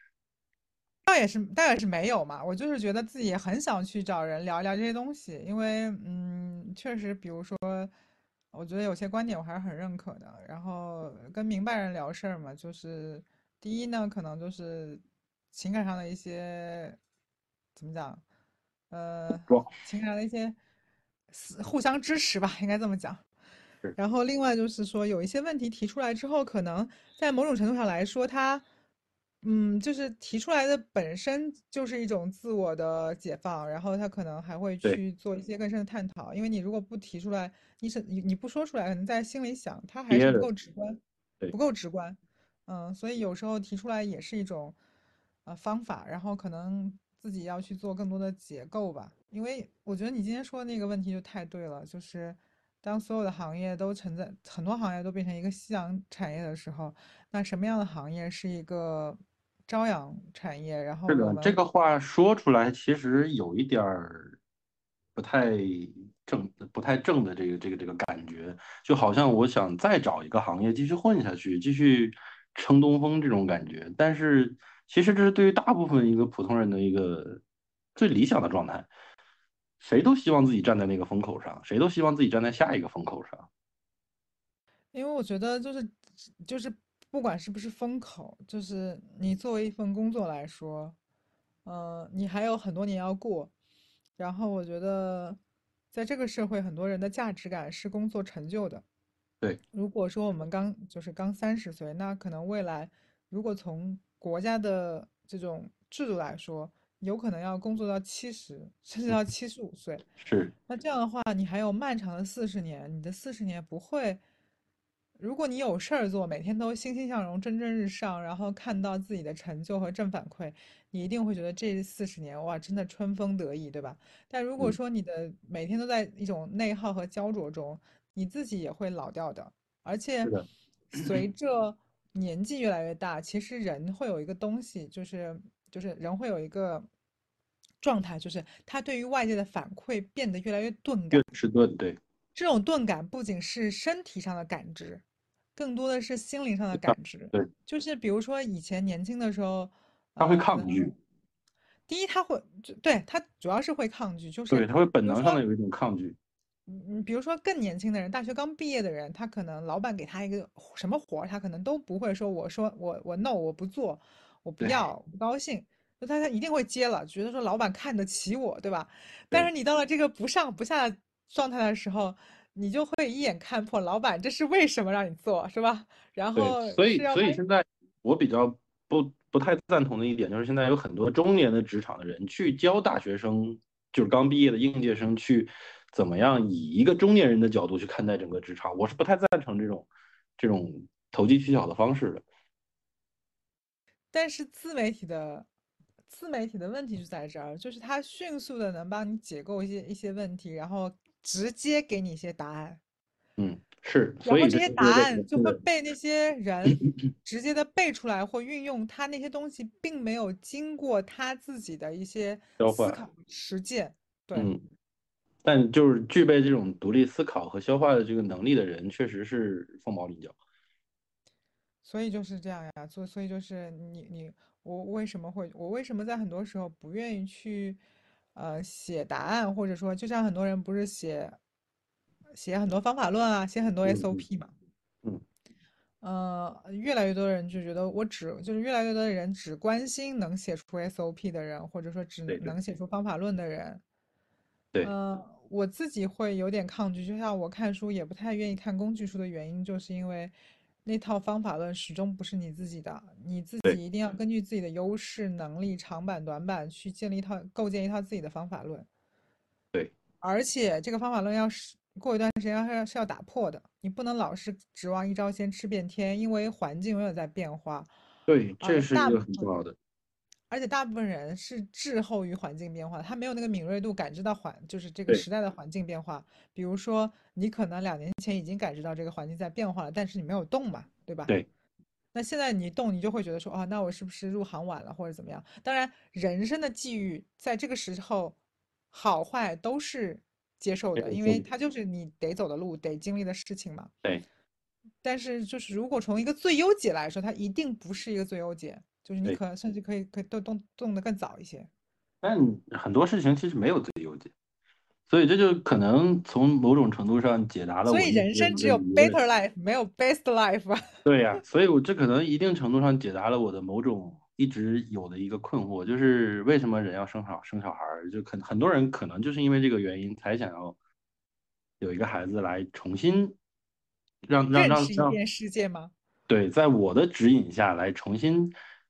倒也是没有嘛，我就是觉得自己也很想去找人聊一聊这些东西，因为确实，比如说，我觉得有些观点我还是很认可的。然后跟明白人聊事儿嘛，就是第一呢，可能就是情感上的一些怎么讲， 装情感上的一些互相支持吧，应该这么讲。 是， 然后另外就是说，有一些问题提出来之后，可能在某种程度上来说，它。 就是提出来的本身就是一种自我的解放，然后他可能还会对， 去做一些更深的探讨，因为你如果不提出来，你不说出来，可能在心里想，他还是不憋着， 够直观， 对， 不够直观，所以有时候提出来也是一种方法，然后可能自己要去做更多的解构吧，因为我觉得你今天说的那个问题就太对了，就是当所有的行业都存在，很多行业都变成一个夕阳产业的时候。那什么样的行业是一个朝阳产业？然后是的，这我们个话说出来其实有一点儿不太不太正的这个感觉，就好像我想再找一个行业继续混下去，继续撑东风这种感觉。但是其实这是对于大部分一个普通人的一个最理想的状态，谁都希望自己站在那个风口上，谁都希望自己站在下一个风口上。 因为我觉得就是不管是不是风口，就是你作为一份工作来说，你还有很多年要过。然后我觉得，在这个社会，很多人的价值感是工作成就的。 对， 如果说我们刚30岁，那可能未来如果从国家的这种制度来说，有可能要工作到70，甚至到75岁。 是那这样的话，你还有漫长的40年，你的40年不会，如果你有事儿做，每天都欣欣向荣、蒸蒸日上，然后看到自己的成就和正反馈，你一定会觉得这40年哇，真的春风得意，对吧？但如果嗯， 说你的每天都在一种内耗和焦灼中，你自己也会老掉的。而且是的， 随着年纪越来越大，其实人会有一个东西，就是人会有一个状态，就是他对于外界的反馈变得越来越钝越感。 迟钝，对， 这种钝感不仅是身体上的感知，更多的是心灵上的感知。 对， 就是比如说以前年轻的时候， 他会可能抗拒， 第一他会，对，他主要是会抗拒，就是对，他会本比如说能上的有一种抗拒， 比如说更年轻的人，大学刚毕业的人，他可能老板给他一个什么活儿，他可能都不会说，我 no 我不做，我不对要，不高兴，就他一定会接了，觉得说老板看得起我，对吧？但是对。 你到了这个不上不下的状态的时候，你就会一眼看破，老板这是为什么让你做，是吧？然对， 后所以是要把所以现在我比较不太赞同的一点就是，现在有很多中年的职场的人去教大学生，就是刚毕业的应届生去怎么样以一个中年人的角度去看待整个职场，我是不太赞成这种投机取巧的方式的。 但是自媒体的问题就在这儿，就是它迅速的能帮你解构一些问题，然后直接给你一些答案。 嗯，是， 然后这所以这些答就是为什么案就会现在被那些人直接的背出来或运用，他那些东西并没有经过他自己的一些交换， 思考实践。对， 嗯，但就是具备这种独立思考和消化的这个能力的人，确实是凤毛麟角。 所以就是这样呀，所以就是我为什么在很多时候不愿意去写答案，或者说就像很多人不是写很多方法论啊，写很多嗯嗯 SOP 嘛。 嗯， 越来越多的人就觉得就是越来越多的人只关心能写出 SOP 的人，或者说只对对能写出方法论的人。 对我自己会有点抗拒，就像我看书也不太愿意看工具书的原因，就是因为那套方法论始终不是你自己的，你自对己一定要根据自己的优势、能力、长板、短板去构建一套自己的方法论。 对而且这个方法论要是过一段时间是要打破的，你不能老是指望一招鲜吃遍天，因为环境永远在变化， 对， 而这是一个大部分很重要的。 而且大部分人是滞后于环境变化的，他没有那个敏锐度感知到就是这个对时代的环境变化。比如说，你可能2年前已经感知到这个环境在变化了，但是你没有动嘛，对吧？ 对那现在你动，你就会觉得说，哦，那我是不是入行晚了，或者怎么样？当然，人生的际遇在这个时候，好坏都是接受的， 没有错， 因为它就是你得走的路，得经历的事情嘛。 对但是，就是如果从一个最优解来说，它一定不是一个最优解，就是你对， 甚至可以动得更早一些。 但很多事情其实没有最优解，所以这就可能从某种程度上解答了所以我一直的一个人生只有疑问。 better life，没有 best life 啊。 对呀，所以我这可能一定程度上解答了我的某种一直有的一个困惑，就是为什么人要生小孩儿？就很多人可能就是因为这个原因才想要有一个孩子来重新让让认让让识一遍世界吗？ 对，在我的指引下来重新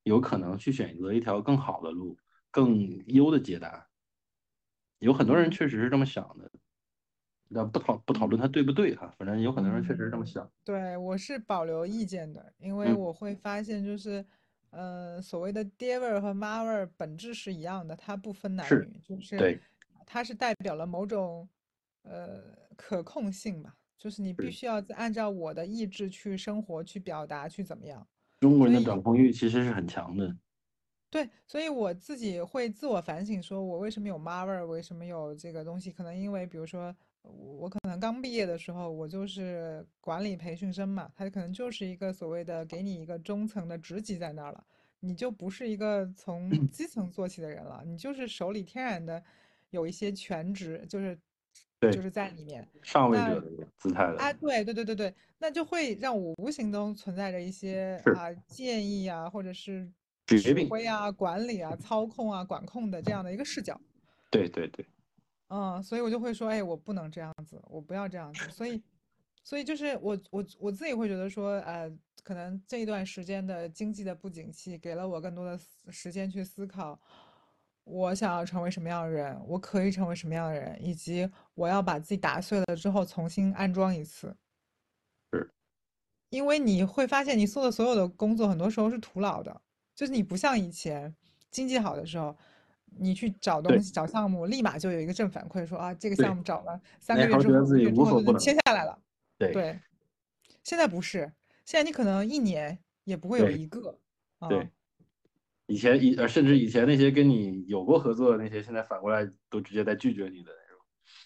有可能去选择一条更好的路，更优的解答。有很多人嗯确实是这么想的，那不讨论他嗯对不对哈，反正有很多人确实是这么嗯， 想。 对，我是保留意见的，因为嗯， 我会发现就是，所谓的爹味儿和妈味儿本质是一样的，它不分男是， 女，就是对， 它是代表了某种可控性吧，就是你必是须要按照我的意志去生活、去表达、去怎么样。 中国人的所以掌控欲其实是很强的。 对，所以我自己会自我反省，说我为什么有妈味儿，为什么有这个东西？可能因为，比如说，我可能刚毕业的时候，我就是管理培训生嘛，他可能就是一个所谓的给你一个中层的职级在那儿了，你就不是一个从基层做起的人了，你就是手里天然的有一些全职，就对， 是在里面。 上位那者的姿态了。 啊，对对对对对，那就会让我无形中存在着一些是建议啊，或者是指决定。 挥啊、管理啊、操控啊、管控的这样的一个视角。 对对对， 所以我就会说，哎，我不能这样子，我不要这样子。所以就是我自己会觉得说，可能这一段时间的经济的不景气，给了我更多的时间去思考，我想要成为什么样的人，我可以成为什么样的人，以及我要把自己打碎了之后重新安装一次。 是因为你会发现，你做的所有的工作很多时候是徒劳的，就是你不像以前经济好的时候，你去找东对西、找项目，立马就有一个正反馈，说啊，这个项对， 目找了三那时候个月之后、 觉得自己五个月之无所不能。 后就能签下来了。 对对，现在不是，现在你可能一年也不会有对一个啊。 对，甚至以前那些跟你有过合作的那些，现在反过来都直接在拒绝你的那种。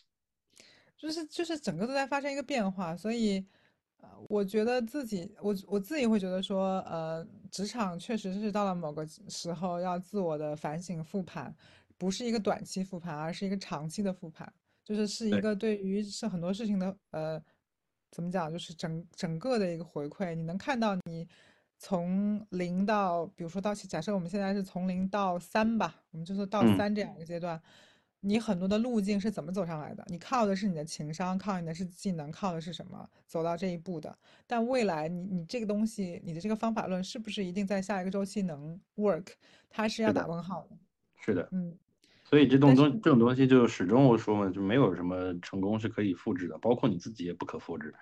就是整个都在发生一个变化，所以，我觉得我自己会觉得说，职场确实是到了某个时候要自我的反省复盘，不是一个短期复盘，而是一个长期的复盘，是一对， 个对于很多事情的怎么讲，就是整个的一个回馈，你能看到你从零到，比如说假设我们现在是从零到三吧，我们就说到嗯， 三这样一个阶段。你很多的路径是怎么走上来的？你靠的是你的情商，靠你的是技能，靠的是什么走到这一步的？但未来你这个东西，你的这个方法论是不是一定在下一个周期能 work？它是要打是的， 问号的。 是的。 嗯， 所以但是这种东西就始终我说嘛，就没有什么成功是可以复制的，包括你自己也不可复制。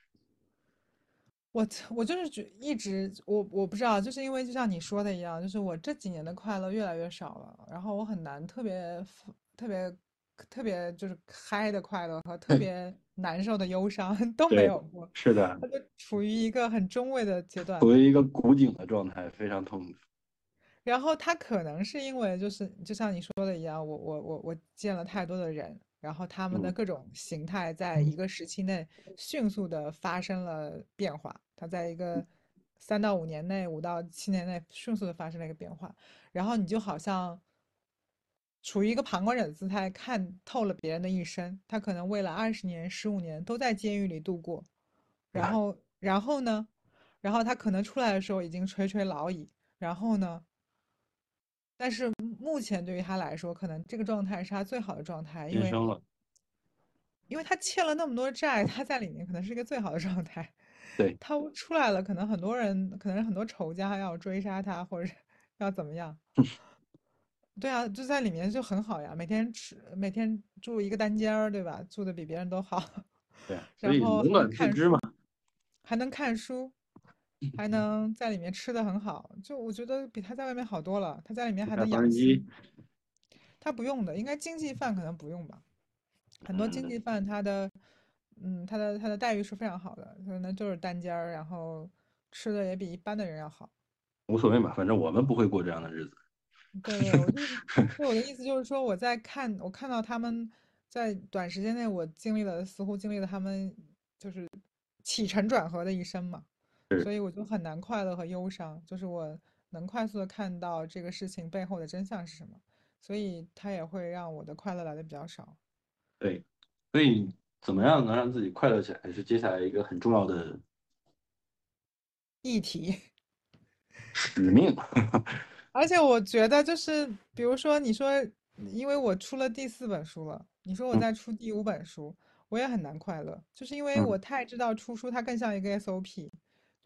我就是一直我不知道，就是因为就像你说的一样，就是我这几年的快乐越来越少了，然后我很难特别特别就是嗨的快乐和特别难受的忧伤都没对， 有过， 是的， 它就处于一个很中位的阶段。 处于一个古井的状态，非常痛苦。 然后他可能是因为就像你说的一样，我见了太多的人，然后他们的嗯， 各种形态在一个时期内迅速的发生了变化，它在一个3到5年内、5到7年内迅速的发生了一个变化，然后你就好像处于一个旁观者的姿态，看透了别人的一生，他可能为了20年、15年都在监狱里度过，然后呢，然后他可能出来的时候已经垂垂老矣，然后呢？但是目前对于他来说，可能这个状态是他最好的状态，因为新生了。 他欠了那么多债，他在里面可能是一个最好的状态。 对， 他出来了，可能很多人，可能很多仇家要追杀他，或者是要怎么样。对啊，就在里面就很好呀，每天住一个单间儿，对吧？住的比别人都好， 对啊，所然以冷后还能暖自知嘛。 看书，还能看书，还能在里面吃的很好，就我觉得比他在外面好多了。他在里面还开能缝纫机。 养心，他不用的，应该经济饭可能不用吧。很多经嗯， 济饭他的待遇是非常好的，可能就是单间儿，然后吃的也比一般的人要好。 无所谓嘛，反正我们不会过这样的日子。 对对，我的意思就是说，我看到他们在短时间内，似乎经历了他们就是起承转合的一生嘛， 是， 所以我就很难快乐和忧伤，就是我能快速的看到这个事情背后的真相是什么，所以它也会让我的快乐来的比较少。 对，所以怎么样能让自己快乐起来，是接下来一个很重要的议题。 使命。 而且我觉得就是，比如说你说，因为我出了第4本书了，你说我嗯再出第5本书，我也很难快乐，就是因为嗯我太知道出书它更像一个 SOP，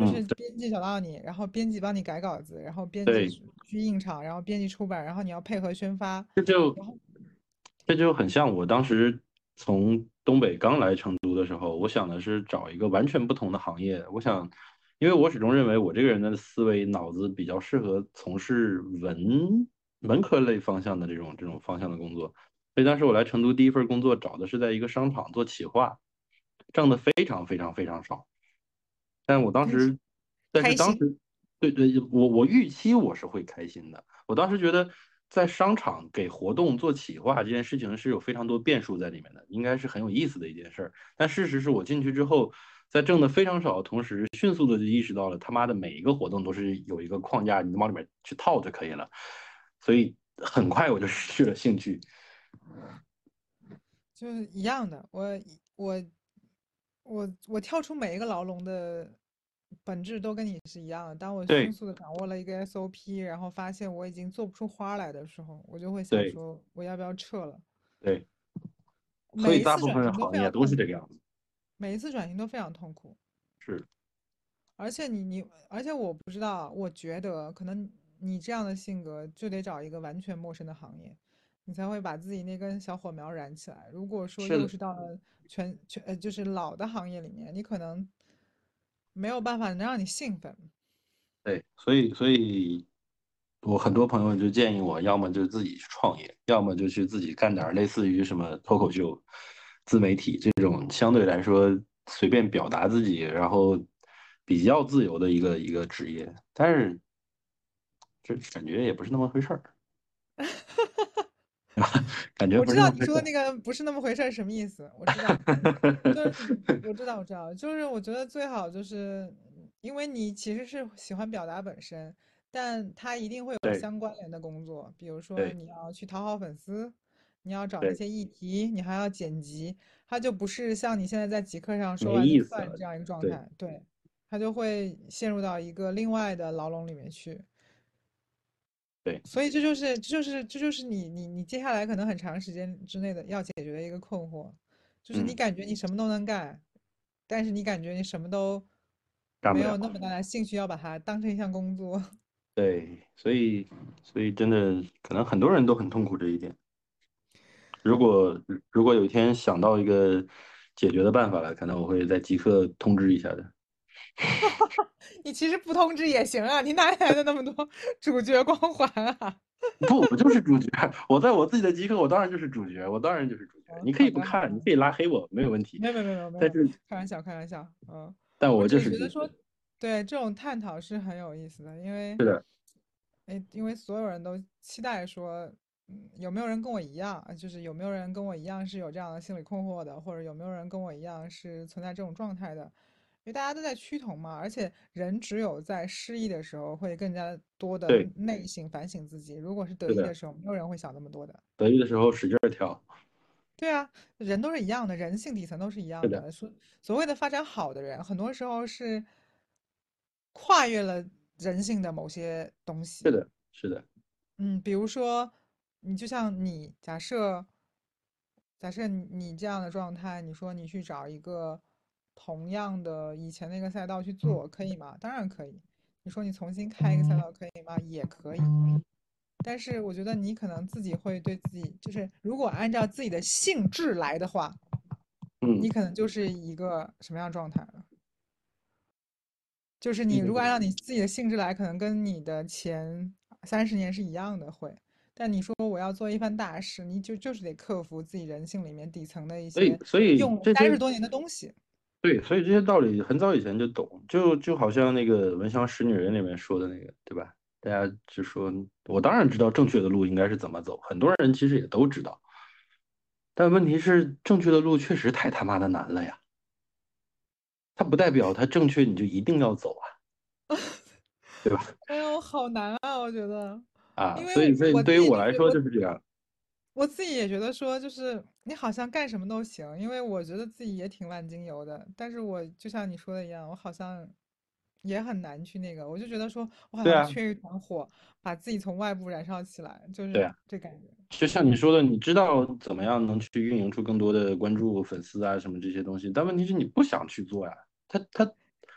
嗯， 是编辑找到你，然后编辑帮你改稿子，然后编辑对， 去印厂，然后编辑出版，然后你要配合宣发， 这就然后这就很像我当时从东北刚来成都的时候，我想的是找一个完全不同的行业。我想，因为我始终认为我这个人的思维脑子比较适合从事文科类方向的这种方向的工作，所以当时我来成都第一份工作找的是在一个商场做企划，挣的非常非常非常少。但我当但是时，但是开心。 当时，对对，我预期我是会开心的。我当时觉得在商场给活动做企划这件事情是有非常多变数在里面的，应该是很有意思的一件事儿。但事实是我进去之后，在挣的非常少的同时，迅速的就意识到了他妈的每一个活动都是有一个框架，你往里面去套就可以了。所以很快我就失去了兴趣。 就是一样的，我我跳出每一个牢笼的本质都跟你是一样的。当我迅对速的掌握了一个 SOP，然后发现我已经做不出花来的时候，我就会想对说我要不要撤了。 对，所以每一次大部分转型都非行业都常痛苦， 是这个样子。 每一次转型都非常痛苦。 是而且我不知道，我觉得可能你这样的性格就得找一个完全陌生的行业，你才会把自己那根小火苗燃起来。如果说是的， 又是到了就是老的行业里面，你可能没有办法能让你兴奋。 对，所以我很多朋友就建议我，要么就自己去创业，要么就去自己干点儿类似于什么脱口秀、自媒体这种相对来说随便表达自己，然后比较自由的一个职业。但是这感觉也不是那么回事儿，感觉不是我知道你那么回事儿。 说的那个不是那么回事儿，什么意思？我知道，就是我知道，就是我觉得最好就是，因为你其实是喜欢表达本身，但它一定会有对相关联的工作，比如说对你要去讨好粉丝，你要找那对， 些议题，你还要剪辑，它就不是像你现在在极客上说没完就意思了。 算这样一个状对态，对，它就会陷入到一个另外的牢笼里面去。 对， 所以这就是你接下来可能很长时间之内的要解决的一个困惑，就是你嗯， 感觉你什么都能干，但是你感觉你什么都干不了。 没有那么大的兴趣要把它当成一项工作。 对，所以真的可能很多人都很痛苦这一点。如果有一天想到一个解决的办法了，可能我会在即刻通知一下的。 你其实不通知也行啊，你哪里来的那么多主角光环啊？ 不，我就是主角，我在我自己的即刻，我当然就是主角，我当然就是主角。 哦， 你可好以不看，你的好的， 可以拉黑我，没有问题。 没有没有没有没有， 但是， 开玩笑开玩笑，我但我就只是觉得说， 是主角。 对这种探讨是很有意思的，因为。 是的， 哎，因为所有人都期待说，有没有人跟我一样，就是有没有人跟我一样是有这样的心理困惑的，或者有没有人跟我一样是存在这种状态的？因为大家都在趋同嘛，而且人只有在失意的时候会更加多的对， 内省反省自己，如果是得是的， 意的时候，没有人会想那么多的。 得意的时候使劲儿跳。 对啊，人都是一样的，人性底层都是一是的， 样的。所谓的发展好的人，很多时候是跨越了人性的某些东西。 是的，是的， 比如说，你就像你假设你这样的状态，你说你去找一个同样的以前那个赛道去做，可以吗？当然可以。你说你重新开一个赛道可以吗？也可以。但是我觉得你可能自己会对自己，就是如果按照自己的性质来的话， 嗯， 你可能就是一个什么样的状态了？就是你如果按嗯， 照你自己的性质来，可能跟你的前30年是一样的会。但你说我要做一番大事，你就是得克服自己人性里面底层的一些所以用了这些 30多年的东西。 对，所以这些道理很早以前就懂，就好像那个《闻香识女人》里面说的那个，对吧？大家就说，我当然知道正确的路应该是怎么走，很多人其实也都知道，但问题是正确的路确实太他妈的难了呀，它不代表它正确你就一定要走啊，对吧？ 哎呦，好难啊！我觉得， 啊， 因为所以对于我自己我来说就觉我就是这样。 我自己也觉得说，就是你好像干什么都行，因为我觉得自己也挺万金油的。但是我就像你说的一样，我好像也很难去那个，我就觉得说我好对啊， 像缺一团火，把自己从外部燃烧起来，就是对啊， 这感觉。 就像你说的，你知道怎么样能去运营出更多的关注、粉丝啊什么这些东西，但问题是你不想去做呀，它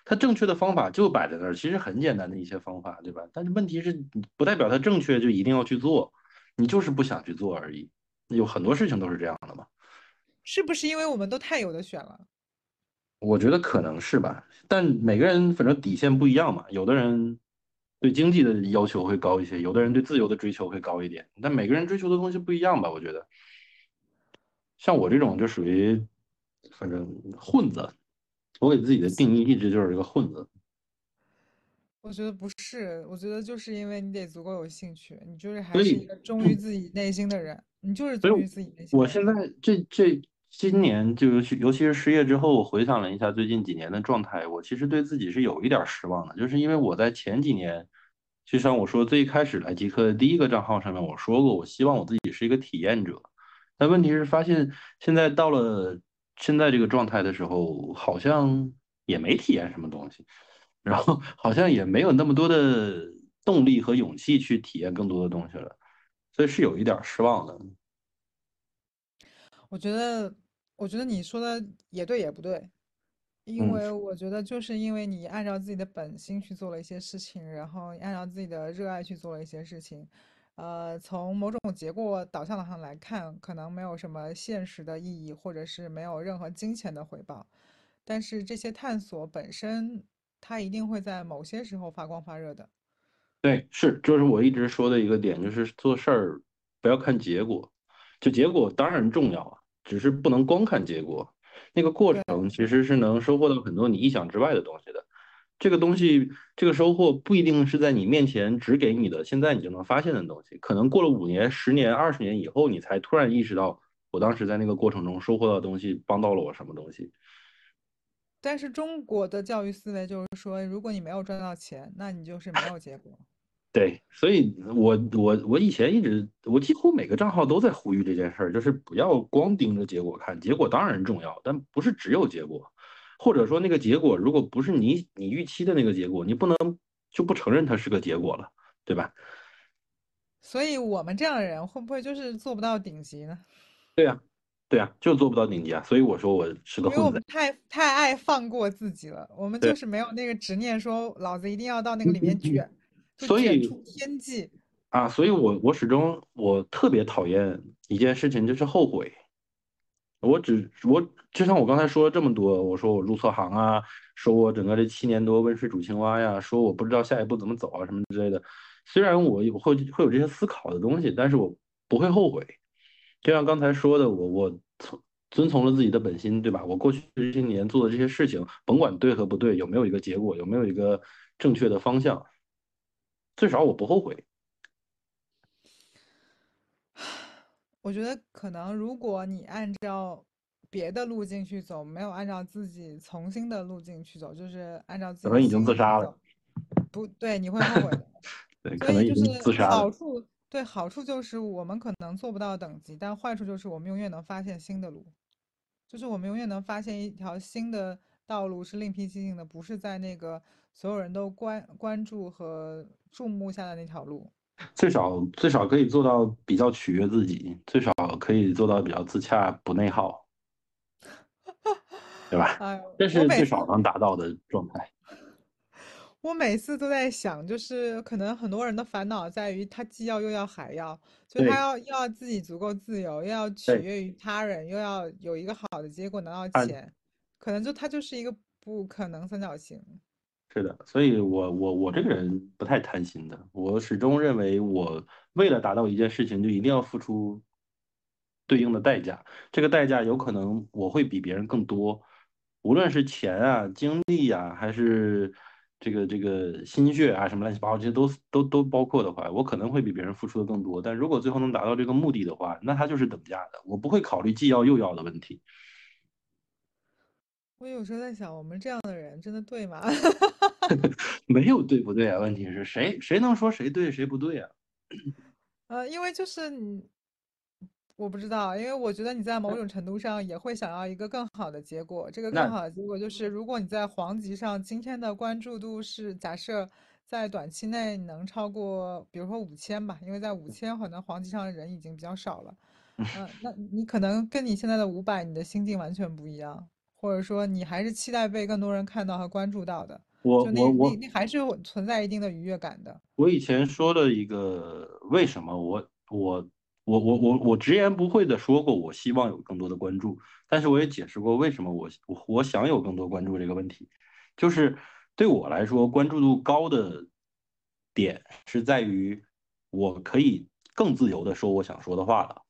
它正确的方法就摆在那儿，其实很简单的一些方法，对吧？但是问题是，不代表它正确就一定要去做，你就是不想去做而已。有很多事情都是这样的嘛。 是不是因为我们都太有的选了？ 我觉得可能是吧，但每个人反正底线不一样嘛。有的人对经济的要求会高一些，有的人对自由的追求会高一点，但每个人追求的东西不一样吧。我觉得，像我这种就属于反正混子，我给自己的定义一直就是一个混子。 我觉得不是，我觉得就是因为你得足够有兴趣，你就是还所以， 是一个忠于自己内心的人，你就是所以忠于自己内心的人。 我现在今年就尤其是失业之后，我回想了一下最近几年的状态，我其实对自己是有一点儿失望的，就是因为我在前几年，就像我说最一开始来极客的第一个账号上面，我说过我希望我自己是一个体验者，但问题是发现现在到了现在这个状态的时候，好像也没体验什么东西，然后好像也没有那么多的动力和勇气去体验更多的东西了，所以是有一点儿失望的。 我觉得，我觉得你说的也对也不对，因嗯， 为我觉得就是因为你按照自己的本心去做了一些事情，然后你按照自己的热爱去做了一些事情，从某种结果导向上来看，可能没有什么现实的意义，或者是没有任何金钱的回报，但是这些探索本身，它一定会在某些时候发光发热的。 对，是，这是我一直说的一个点，就是做事儿不要看结果，就结果当然重要啊，只是不能光看结果，那个过对。 程其实是能收获到很多你意想之外的东西的。这个东西，这个收获不一定是在你面前只给你的，现在你就能发现的东西，可能过了5年、10年、20年以后，你才突然意识到，我当时在那个过程中收获到的东西帮到了我什么东西。 但是中国的教育思维就是说，如果你没有赚到钱，那你就是没有结果。 对，所以我以前一直，我几乎每个账号都在呼吁这件事儿，就是不要光盯着结果看，结果当然重要，但不是只有结果，或者说那个结果如果不是你预期的那个结果，你不能就不承认它是个结果了，对吧？ 所以我们这样的人会不会就是做不到顶级呢？ 对呀，对呀，就做不到顶级啊，所以我说我是个混子。 因为我们太爱放过自己了，我们就对， 是没有那个执念，说老子一定要到那个里面卷，就所以卷出天际。 所以我始终我特别讨厌一件事情，就是后悔。我就像我刚才说了这么多，我说我入错行啊，说我整个这7年多温水煮青蛙呀，说我不知道下一步怎么走啊什么之类的。虽然我会有这些思考的东西，但是我不会后悔。就像刚才说的，我遵从了自己的本心，对吧？我过去这些年做的这些事情，甭管对和不对，有没有一个结果，有没有一个正确的方向，最少我不后悔。 我觉得可能如果你按照别的路径去走，没有按照自己从心的路径去走，就是按照自己的可能已经自杀了， 心意去走，不对，你会后悔的。 对， 所以就是可能已经自杀了。 好处，对，好处就是我们可能做不到等级，但坏处就是我们永远能发现新的路，就是我们永远能发现一条新的道路是另辟蹊径的，不是在那个所有人都关注和注目下的那条路。 最少可以做到比较取悦自己，最少可以做到比较自洽不内耗，对吧？ 哎， 这是最我每次少能达到的状态。 我每次都在想，就是可能很多人的烦恼在于他既要又要还要，就他对要自己足够自由，又要取对， 悦于他人，又要有一个好的结果拿到按钱，可能就他就是一个不可能三角形。 是的，所以我这个人不太贪心的，我始终认为我为了达到一件事情，就一定要付出对应的代价。这个代价有可能我会比别人更多，无论是钱啊、精力啊，还是这个心血啊，什么乱七八糟这些都包括的话，我可能会比别人付出的更多。但如果最后能达到这个目的的话，那它就是等价的，我不会考虑既要又要的问题。 我有时候在想，我们这样的人真的对吗？ 没有对不对啊？问题是谁能说谁对谁不对啊？ 因为就是你，我不知道，因为我觉得你在某种程度上也会想要一个更好的结果。这个更那好的结果就是，如果你在黄级上今天的关注度是假设在短期内能超过，比如说5000吧，因为在5000可能黄级上的人已经比较少了。那你可能跟你现在的500，你的心境完全不一样， 或者说你还是期待被更多人看到和关注到的， 我就我我那还是有存在一定的愉悦感的。 我以前说的一个为什么我直言不讳的说过，我希望有更多的关注，但是我也解释过为什么我想有更多关注这个问题，就是对我来说，关注度高的点是在于我可以更自由的说我想说的话了。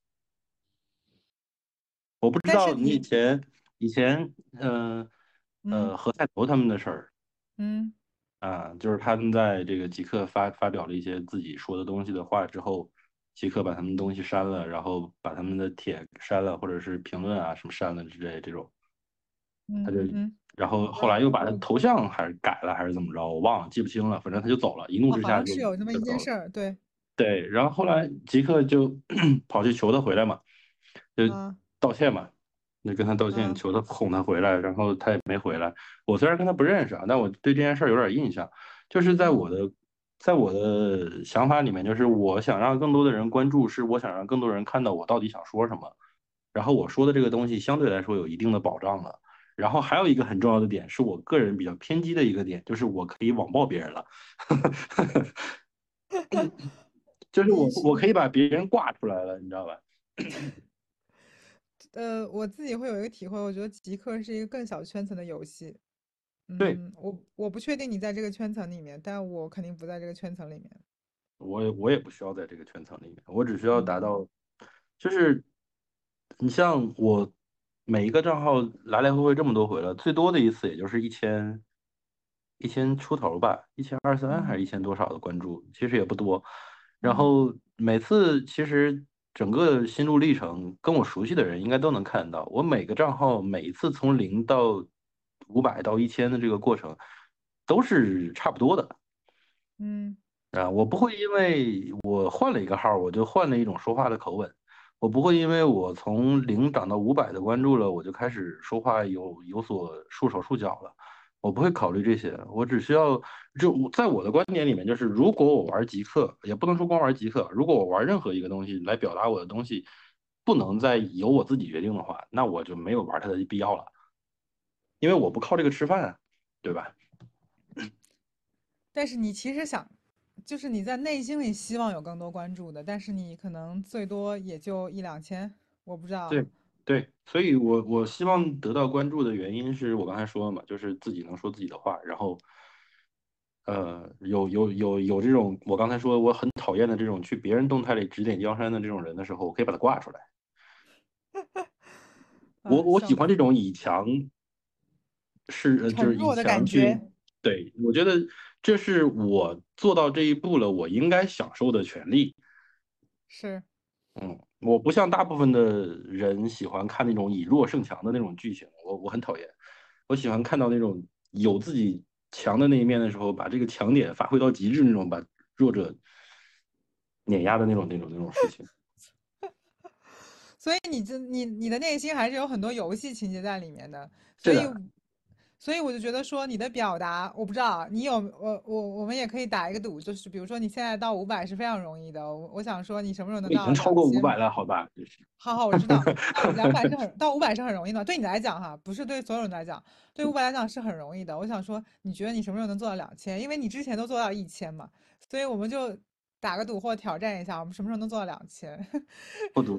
我不知道你但是你， 以前嗯何菜头他们的事儿。 嗯啊，就是他们在这个极客发表了一些自己说的东西的话之后，极客把他们东西删了，然后把他们的帖删了，或者是评论啊什么删了之类这种，他就， 嗯， 然后后来又把他头像还是改了还是怎么着，我忘了记不清了，反正他就走了，一怒哦， 之下就好像是有这么就走了。 一件事儿，对对，然后后来极客就跑去求他回来嘛，就啊道歉嘛，就跟他道歉， 啊求他哄他回来，然后他也没回来。我虽然跟他不认识啊，但我对这件事儿有点印象，就是啊在我的想法里面，就是我想让更多的人关注，是我想让更多人看到我到底想说什么，然后我说的这个东西相对来说有一定的保障了。然后还有一个很重要的点，是我个人比较偏激的一个点，就是我可以网暴别人了。就是的确， 我可以把别人挂出来了，你知道吧？ 我自己会有一个体会，我觉得极客是一个更小圈层的游戏。 对， 我不确定你在这个圈层里面，但我肯定不在这个圈层里面。 我也不需要在这个圈层里面，我只需要达嗯到，就是你像我每一个账号来来回回这么多回了，最多的一次也就是一千出头吧，1200-1300还是嗯 1000多少的关注，其实也不多。然嗯后每次其实整个心路历程，跟我熟悉的人应该都能看到，我每个账号每一次从0到500到1000的这个过程，都是差不多的。 嗯啊，我不会因为我换了一个号，我就换了一种说话的口吻。我不会因为我从0涨到500的关注了，我就开始说话有所束手束脚了。我不会考虑这些，我只需要在我的观点里面，就是如果我玩极客，也不能说光玩极客，如果我玩任何一个东西来表达我的东西，不能再由我自己决定的话，那我就没有玩它的必要了，因为我不靠这个吃饭啊，对吧？ 但是你其实想，就是你在内心里希望有更多关注的，但是你可能最多也就一两千，我不知道。 对对，所以我希望得到关注的原因是我刚才说的嘛，就是自己能说自己的话，然后有这种我刚才说我很讨厌的这种去别人动态里指点江山的这种人的时候，我可以把他挂出来。我啊， 我喜笑死， 欢这种以强就是以沉弱的强去， 感觉对，我觉得这是我做到这一步了，我应该享受的权利。 是。 嗯，我不像大部分的人喜欢看那种以弱胜强的那种剧情，我很讨厌。我喜欢看到那种有自己强的那一面的时候，把这个强点发挥到极致那种，把弱者碾压的那种事情。 所以你的内心还是有很多游戏情节在里面的，所以是的， 所以我就觉得说你的表达，我不知道你有我们也可以打一个赌，就是比如说你现在到500是非常容易的，我想说你什么时候能我已经到超过五两千？ 百了，好吧？就是好好，我知道200是到500是很容易的，对你来讲哈，不是对所有人来讲，对500来讲是很容易的。我想说，你觉得你什么时候能做到两千？因为你之前都做到1000嘛，所以我们就打个赌或者挑战一下，我们什么时候能做到两千？ 不赌。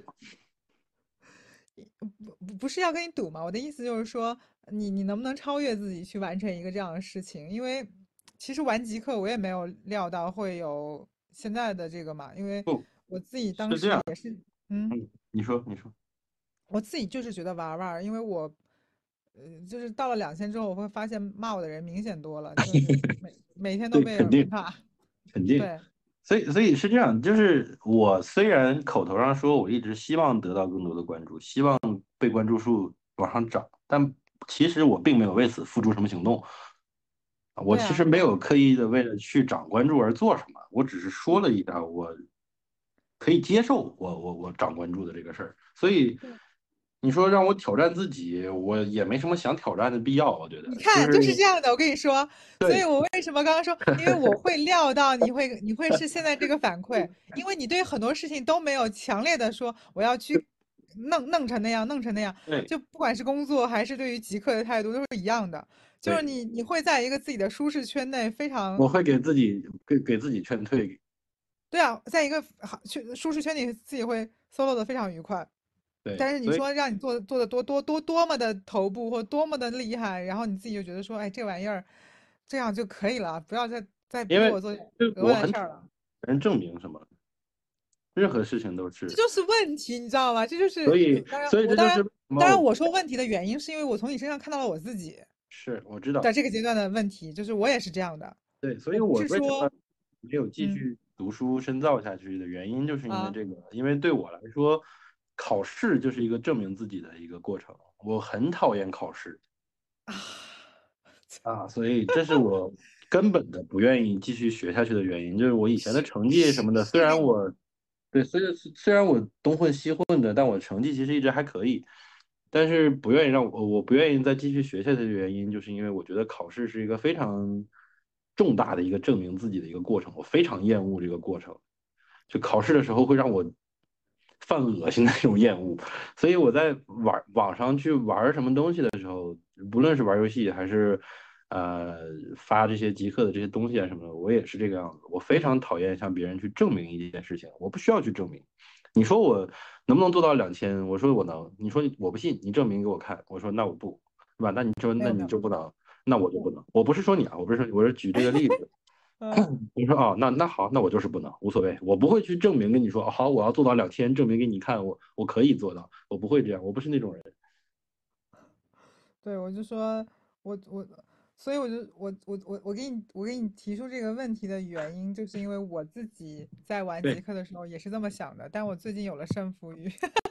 不是要跟你赌嘛？我的意思就是说，你能不能超越自己去完成一个这样的事情？因为其实玩极客我也没有料到会有现在的这个嘛，因为不我自己当是这样。 时也是，嗯， 你说。 我自己就是觉得玩儿玩儿，因为我，就是到了两千之后，我会发现骂我的人明显多了，就是每天都对， 被肯定骂， 肯定。 对所以是这样，就是我虽然口头上说我一直希望得到更多的关注，希望被关注数往上涨，但其实我并没有为此付出什么行动。我对啊。 其实没有刻意的为了去涨关注而做什么，我只是说了一下我可以接受我涨关注的这个事儿。所以你说让我挑战自己，我也没什么想挑战的必要。我觉得就你看，就是是这样的。我跟你说，所以对我为什么刚刚说，因为我会料到你会是现在这个反馈，因为你对很多事情都没有强烈的说我要去弄成那样，弄成那样， 对就不管是工作还是对于极客的态度都是一样的，就是对， 你会在一个自己的舒适圈内非常， 我会给自己劝退。 对啊，在一个好舒适圈里自己会 solo 的非常愉快， 对， 但是你说让你做的多么的头部或多么的厉害，然后你自己就觉得说，哎，这玩意儿这样就可以了，不要再因为逼我做额外就我很讨的事儿了。 厌人证明什么，任何事情都是。 这就是问题，你知道吗？这就是所以当然， 所以这就是为什么当然我我说问题的原因，是因为我从你身上看到了我自己我知道。 的这个阶段的问题，就是我也是这样的。 对，所以我不我为什么是说， 没有继嗯续读书深造下去的原因，就是因为啊这个。因为对我来说，考试就是一个证明自己的一个过程，我很讨厌考试啊， 啊，所以这是我根本的不愿意继续学下去的原因。就是我以前的成绩什么的，虽是的， 然我对，虽然我东混西混的，但我成绩其实一直还可以。但是不愿意我不愿意再继续学下去的原因，就是因为我觉得考试是一个非常重大的一个证明自己的一个过程，我非常厌恶这个过程。就考试的时候会让我犯恶心的那种厌恶，所以我在网上去玩什么东西的时候，不论是玩游戏还是呃发这些极客的这些东西啊什么的，我也是这个样子。我非常讨厌向别人去证明一件事情，我不需要去证明。你说我能不能做到2000？我说我能。你说我不信，你证明给我看。我说那我不，是吧？那你说那没有没有， 你就不能，那我就不我能。我不是说你啊，我不是说，我是举这个例子。 嗯， 你说哦，那好，那我就是不能，无所谓，我不会去证明跟你说，哦好，我要做到2000，证明给你看，我可以做到，我不会这样，我不是那种人。 对，我就说我，所以我给你提出这个问题的原因，就是因为我自己在玩极对， 客的时候也是这么想的，但我最近有了胜负欲。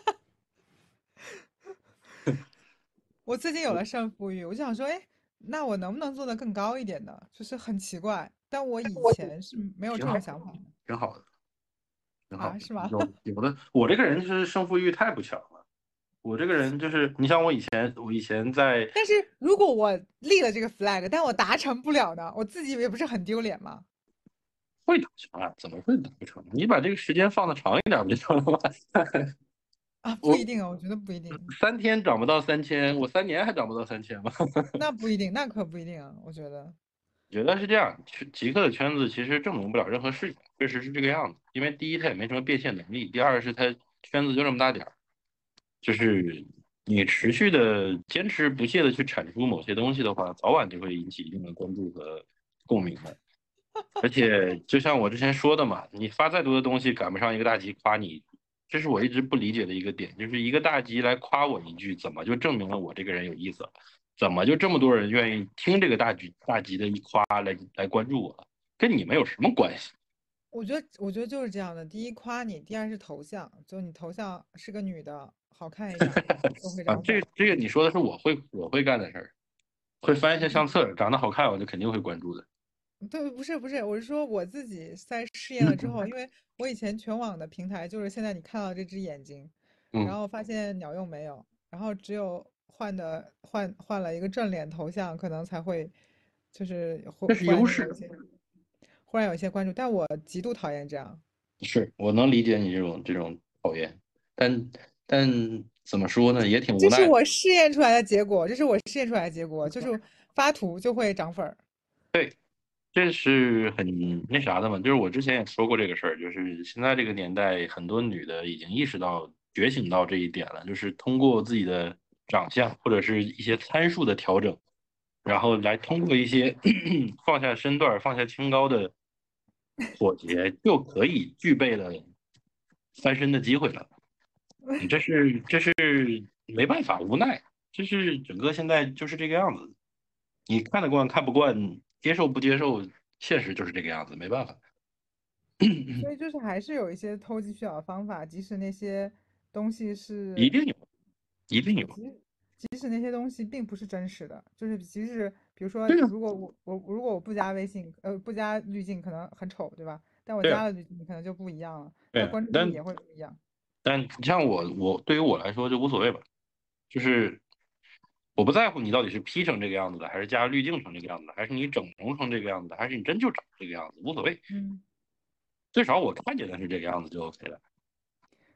我最近有了胜负欲，我就想说，哎，那我能不能做得更高一点呢？就是很奇怪，但我以前是没有这种挺好， 想法的挺好的，挺好啊， 的。 是吗？ 有的，我这个人就是胜负欲太不强了。我这个人就是，你像我以前在但是如果我立了这个 flag，但我达成不了呢，我自己也不是很丢脸吗？ 会打成啊，怎么会打不成？你把这个时间放的长一点不就成了吗？ 啊，不我一定啊，我觉得不一定， 3天涨不到3000，我3年还涨不到3000吗？ 那不一定，那可不一定啊，我觉得。 觉得是这样，极客的圈子其实证明不了任何事情，确实是这个样子。因为第一，他也没什么变现能力；第二是他圈子就这么大点儿，就是你持续的坚持不懈的去产出某些东西的话，早晚就会引起一定的关注和共鸣的。而且就像我之前说的嘛，你发再多的东西赶不上一个大 G 夸你，这是我一直不理解的一个点，就是一个大 G 来夸我一句，怎么就证明了我这个人有意思了？怎么就这么多人愿意听这个大 G 的一夸来关注我了？跟你们有什么关系？ 我觉得就是这样的。第一夸你，第二是头像，就你头像是个女的，好看一点儿，就会啊， 涨粉儿。 这个你说的是我会干的事儿，会翻一些相册，长得好看我就肯定会关注的。 对，不是，我是说我自己在试验了之后，因为我以前全网的平台就是现在你看到这只眼睛，然嗯， 后发现鸟用没有，然后只有换了一个正脸头像，可能才会就是忽这是忽然优势， 间有一些忽然有一些关注，但我极度讨厌这样。 是我能理解你这种讨厌，但但怎么说呢，也挺无这是奈的。 我试验出来的结果，这是我试验出来的结果，就是发图就会涨粉儿。 这是很那啥的嘛，就是我之前也说过这个事儿，就是现在这个年代，很多女的已经意识到、觉醒到这一点了，就是通过自己的长相或者是一些参数的调整，然后来通过一些放下身段儿、放下清高的妥协，就可以具备了翻身的机会了。这是没办法，无奈，这是整个现在就是这个样子。你看得惯看不惯，接受不接受，现实就是这个样子，没办法。 所以就是还是有一些投机取巧的方法，即使那些东西是， 一定有，一定对， 有。 即使那些东西并不是真实的，就是即使比如说， 对呀， 如果我不加微信，不加滤镜，可能很丑，对吧？但我对呀， 加了滤镜，可能就不一样了， 对呀。 那关注度但也会不一样。 但像我对于我来说就无所谓吧，就是我不在乎你到底是 P 成这个样子的，还是加滤镜成这个样子的，还是你整容成这个样子的，还是你真就长这个样子，无所谓。 嗯， 最少我看见的是这个样子就 OK 了。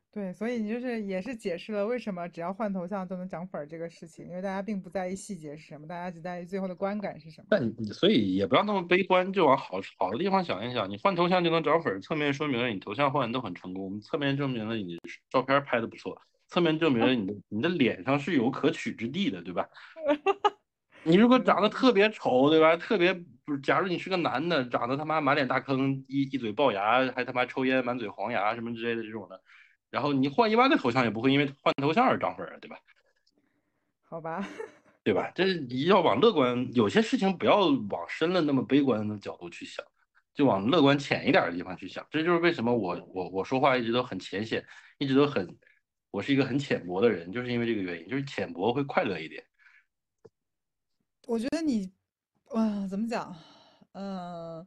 对，所以你就是也是解释了为什么只要换头像都能涨粉儿这个事情，因为大家并不在意细节是什么，大家只在意最后的观感是什么。 但你所以也不要那么悲观，就往好的地方想一想。你换头像就能涨粉儿，侧面说明了你头像换的都很成功，侧面证明了你照片拍的不错，侧面证明了你的脸上是有可取之地的，对吧？你如果有道长得理。 特别丑，对吧？特别不是，假如你是个男的，长得他妈满脸大坑，一嘴龅牙，还他妈抽烟，满嘴黄牙什么之类的这种的，然后你换1万个头像也不会因为换头像而涨粉儿，对吧？ 好吧。 对吧？这要往乐观，有些事情不要往深了那么悲观的角度去想，就往乐观浅一点的地方去想。这就是为什么我说话一直都很浅显，一直都很，我是一个很浅薄的人，就是因为这个原因，就是浅薄会快乐一点。 我觉得你，怎么讲？嗯、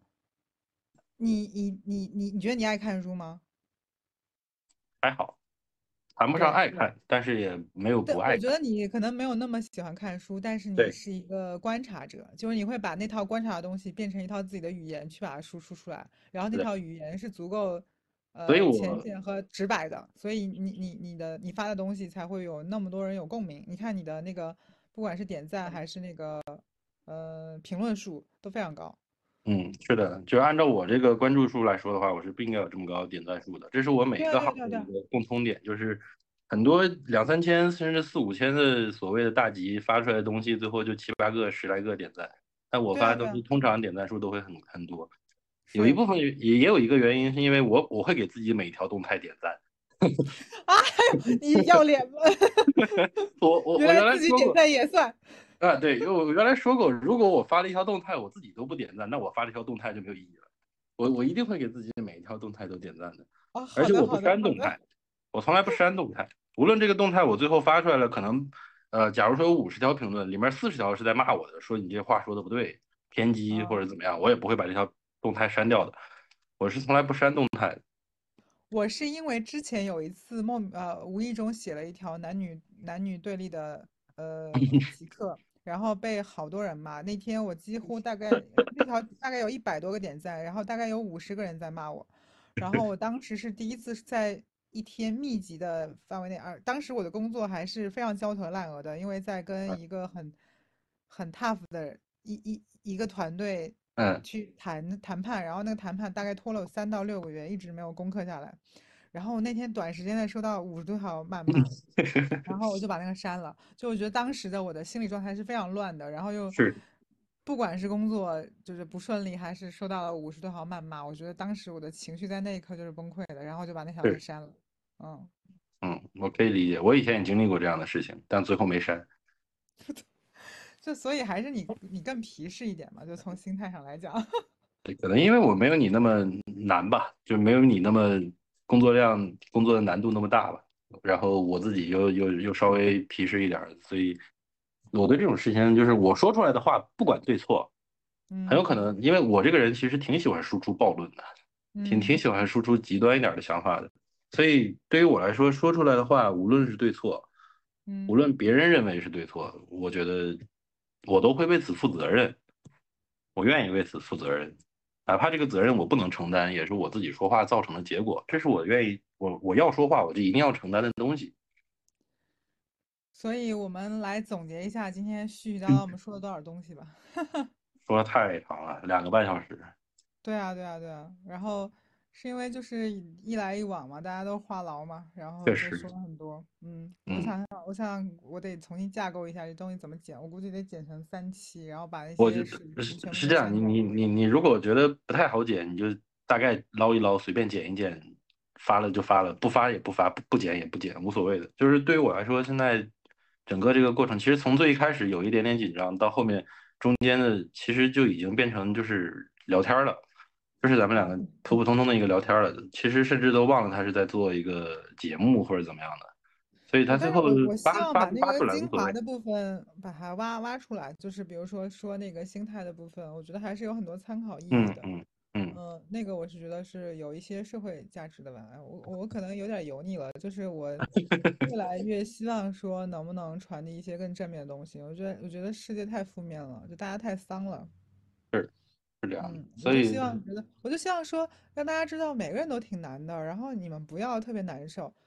你觉得你爱看书吗？ 还好，谈不上对。 爱看，但是也没有对， 不爱看。 我觉得你可能没有那么喜欢看书，但是你对是一个观察者，就是你会把那套观察的东西变成一套自己的语言去把它输出出来，然后那对， 套语言是足够所以浅我显和直白的，所以你发的东西才会有那么多人有共鸣。你看你的那个，不管是点赞还是那个评论数都非常高。 是的，就按照我这个关注数来说的话，我是不应该有这么高的点赞数的。这是我每一对啊个对啊对啊对啊。 号的一个共通点，就是很多两三千甚至四五千的所谓的大 V 发出来的东西，最后就七八个、十来个点赞。但我发的东西对啊对啊。 通常点赞数都会很多，有一是。 部分也有一个原因，是因为我会给自己每一条动态点赞。 啊，还有你要脸吗？原我原来来自己点说过。 赞也算。 啊，对，因为我原来说过，如果我发了一条动态，我自己都不点赞，那我发这条动态就没有意义了。我一定会给自己每一条动态都点赞的， 哦， 而且我不好的好的好的。 删动态，我从来不删动态。无论这个动态我最后发出来了，可能假如说有50条评论，里面40条是在骂我的，说你这话说的不对，偏激或嗯。 者怎么样，我也不会把这条动态删掉的。我是从来不删动态的。 我是因为之前有一次无意中写了一条男女对立的极客，然后被好多人骂。那天我几乎大概那条大概有100多个点赞，然后大概有50个人在骂我。然后我当时是第一次在一天密集的范围内，当时我的工作还是非常焦头烂额的，因为在跟一个很 tough 的一个团队嗯， 去谈判，然后那个谈判大概拖了3到6个月，一直没有攻克下来。然后那天短时间内收到50多条谩骂，然后我就把那个删了。就我觉得当时的我的心理状态是非常乱的，然后又是， 不管是工作就是不顺利，还是收到了50多条谩骂，我觉得当时我的情绪在那一刻就是崩溃的，然后就把那条给是， 删了。嗯。 我可以理解，我以前也经历过这样的事情，但最后没删。 就所以还是你更皮实一点嘛，就从心态上来讲。 对，可能因为我没有你那么难吧，就没有你那么工作量、工作的难度那么大吧。然后我自己又稍微皮实一点儿，所以我对这种事情，就是我说出来的话，不管对错，很有可嗯能，因为我这个人其实挺喜欢输出暴论的，挺嗯喜欢输出极端一点儿的想法的。所以对于我来说，说出来的话，无论是对错，无嗯。 论别人认为是对错，我觉得我都会为此负责任。我愿意为此负责任，哪怕这个责任我不能承担，也是我自己说话造成的结果，这是我愿意，我要说话，我就一定要承担的东西。 所以我们来总结一下今天絮絮叨叨我们说了多少东西吧。 说的太长了，2个半小时。 对啊，对啊，对啊。然后是因为就是一来一往嘛，大家都话痨嘛，然后确实。 就说了很多。我嗯， 想想，我得重新架构一下这东西怎么剪，我估计得剪成3期，然后把那我觉些水得平全部是这样，你都删掉。 你你你如果觉得不太好剪，你就大概捞一捞，随便剪一剪，发了就发了，不发也不发，不剪也不剪，无所谓的。就是对于我来说，现在整个这个过程，其实从最一开始有一点点紧张，到后面中间的，其实就已经变成就是聊天儿了，就是咱们两个普普通通的一个聊天儿了。其实甚至都忘了他是在做一个节目或者怎么样的，所以他最后但是我希发望把那个发不发出来无所谓。 精华的部分把它挖出来，就是比如说那个心态的部分，我觉得还是有很多参考意义的。 嗯嗯嗯， 那个我是觉得是有一些社会价值的文案，我可能有点油腻了，就是我越来越希望说能不能传递一些更正面的东西。我觉得世界太负面了，就大家太丧了。 是这样的， 我就所以。 希望觉得，我就希望说让大家知道每个人都挺难的，然后你们不要特别难受。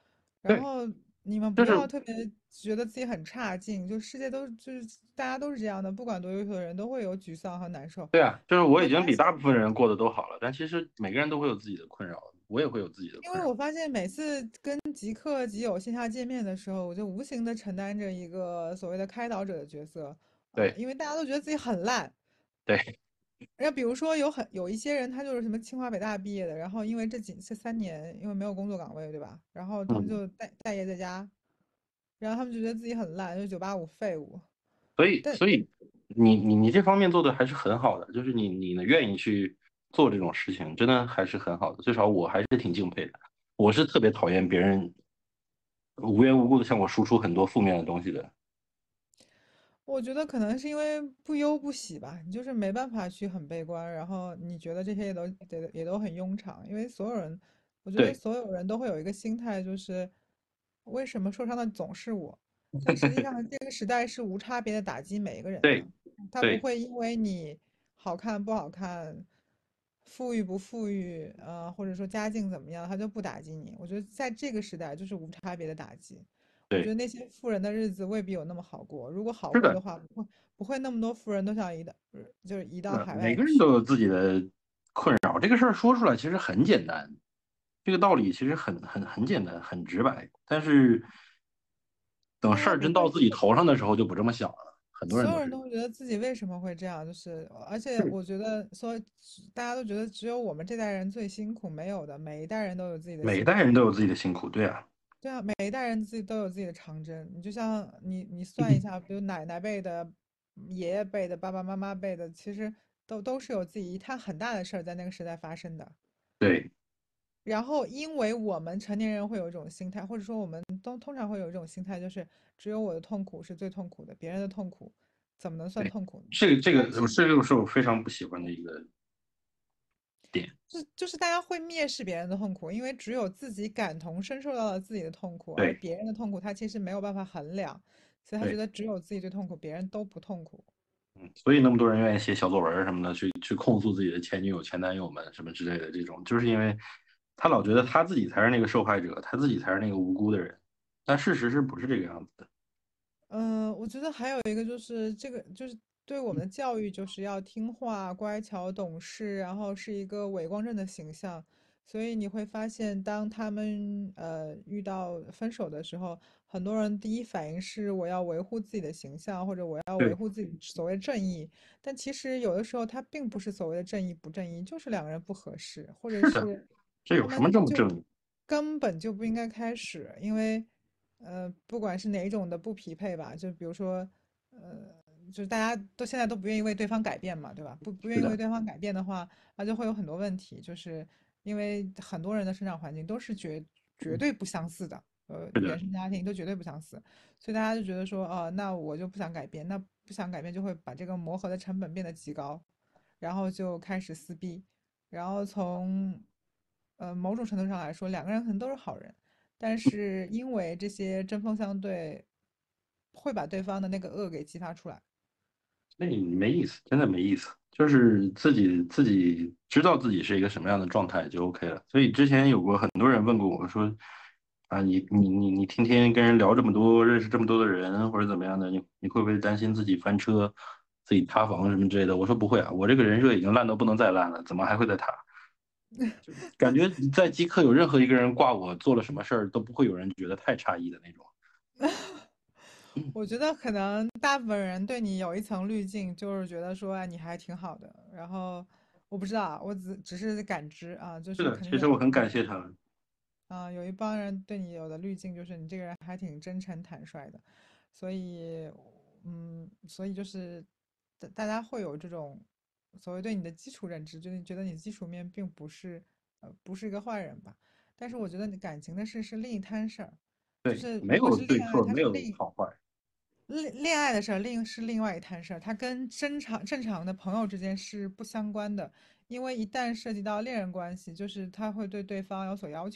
对， 然后你们就是不要特别觉得自己很差劲，就世界都就是大家都是这样的，不管多优秀的人都会有沮丧和难受。 对啊，就是你我已经比会发现。 大部分人过得都好了，但其实每个人都会有自己的困扰，我也会有自己的困扰。 因为我发现每次跟极客极友线下见面的时候，我就无形的承担着一个所谓的开导者的角色啊， 对因为大家都觉得自己很烂。 对， 然后比如说有一些人，他就是什么清华北大毕业的，然后因为这3年因为没有工作岗位，对吧？然后他们嗯， 就待业在家，然后他们就觉得自己很烂，就是985废物。但所以你这方面做的还是很好的，就是你呢愿意去做这种事情，真的还是很好的，至少我还是挺敬佩的。我是特别讨厌别人无缘无故的向我输出很多负面的东西的。 我觉得可能是因为不忧不喜吧，你就是没办法去很悲观，然后你觉得这些也都很庸常，因为所有人，我觉得对所有人都会有一个心态，就是为什么受伤的总是我？但实际上这个时代是无差别的打击每一个人的， 对他不对， 会因为你好看不好看，富裕不富裕，或者说家境怎么样，他就不打击你。我觉得在这个时代就是无差别的打击。我觉对， 得那些富人的日子未必有那么好过。如果好是的， 过的话，不会那么多富人都想就是移到海每个人外去。 都有自己的困扰，这个事儿说出来其实很简单，这个道理其实很简单，很直白，但是等事儿真到大家不会， 自己头上的时候就不这么想了，很多人所有都是。 人都会觉得自己为什么会这样，就是而且对， 我觉得说，大家都觉得只有我们这代人最辛苦，没有的，每一代人都有自己的每一辛苦。 代人都有自己的辛苦，对啊， 对啊，每一代人自己都有自己的长征。你就像你算一下，比如奶奶辈的、爷爷辈的、爸爸妈妈辈的，其实都是有自己一摊很大的事儿在那个时代发生的。 对然后，因为我们成年人会有一种心态，或者说我们都通常会有一种心态，就是只有我的痛苦是最痛苦的，别人的痛苦怎么能算对， 痛苦呢？ 这个是我非常不喜欢的一个点。 就是大家会蔑视别人的痛苦，因为只有自己感同身受到了自己的痛苦，而对别人的痛苦他其实没有办法衡量，所以他觉对， 得只有自己最痛苦，别人都不痛苦。 所以那么多人愿意写小作文儿什么的，去控诉自己的前女友、前男友们什么之类的，这种就是因为他老觉得他自己才是那个受害者，他自己才是那个无辜的人，但事实是不是这个样子的？ 我觉得还有一个就是这个就是对我们的教育就是要听话、乖巧、懂事，然后是一个伟光正的形象。所以你会发现，当他们遇到分手的时候，很多人第一反应是我要维护自己的形象，或者我要维对， 护自己所谓正义。但其实有的时候，他并不是所谓的正义不正义，就是两个人不合适，或者是的， 是他这有什么这么们就正义？ 根本就不应该开始，因为不管是哪一种的不匹配吧，就比如说，呃，就是大家都现在都不愿意为对方改变嘛，对吧？不愿意为是的， 对方改变的话，那就会有很多问题，就是因为很多人的成长环境都是绝对不相似的， 是的， 原生家庭都绝对不相似，所以大家就觉得说，哦，那我就不想改变，那不想改变就会把这个磨合的成本变得极高，然后就开始撕逼，然后从某种程度上来说，两个人可能都是好人。但是因为这些针锋相对，会把对方的那个恶给激发出来。 那你没意思，真的没意思。就是自己知道自己是一个什么样的状态就 OK 了。所以之前有过很多人问过我说，啊，你天天跟人聊这么多，认识这么多的人或者怎么样的，你会不会担心自己翻车、自己塌房什么之类的？我说不会啊，我这个人设已经烂到不能再烂了，怎么还会再塌？感觉在极客有任何一个人挂我做了什么事儿，都不会有人觉得太诧异的那种。 我觉得可能大部分人对你有一层滤镜，就是觉得说，哎，你还挺好的。然后我不知道啊，我只是感知啊，就是的， 是可能其实我很感谢他们。 有一帮人对你有的滤镜就是你这个人还挺真诚坦率的，所以，所以就是大家会有这种所谓对你的基础认知，就是觉得你基础面并不是不是一个坏人吧。但是我觉得你感情的事是另一摊事儿，就对， 是如果没有是恋爱， 对错，没它是另有好坏。 恋爱的事儿，是另外一摊事儿，它跟正常的朋友之间是不相关的，因为一旦涉及到恋人关系，就是他会对对方有所要求，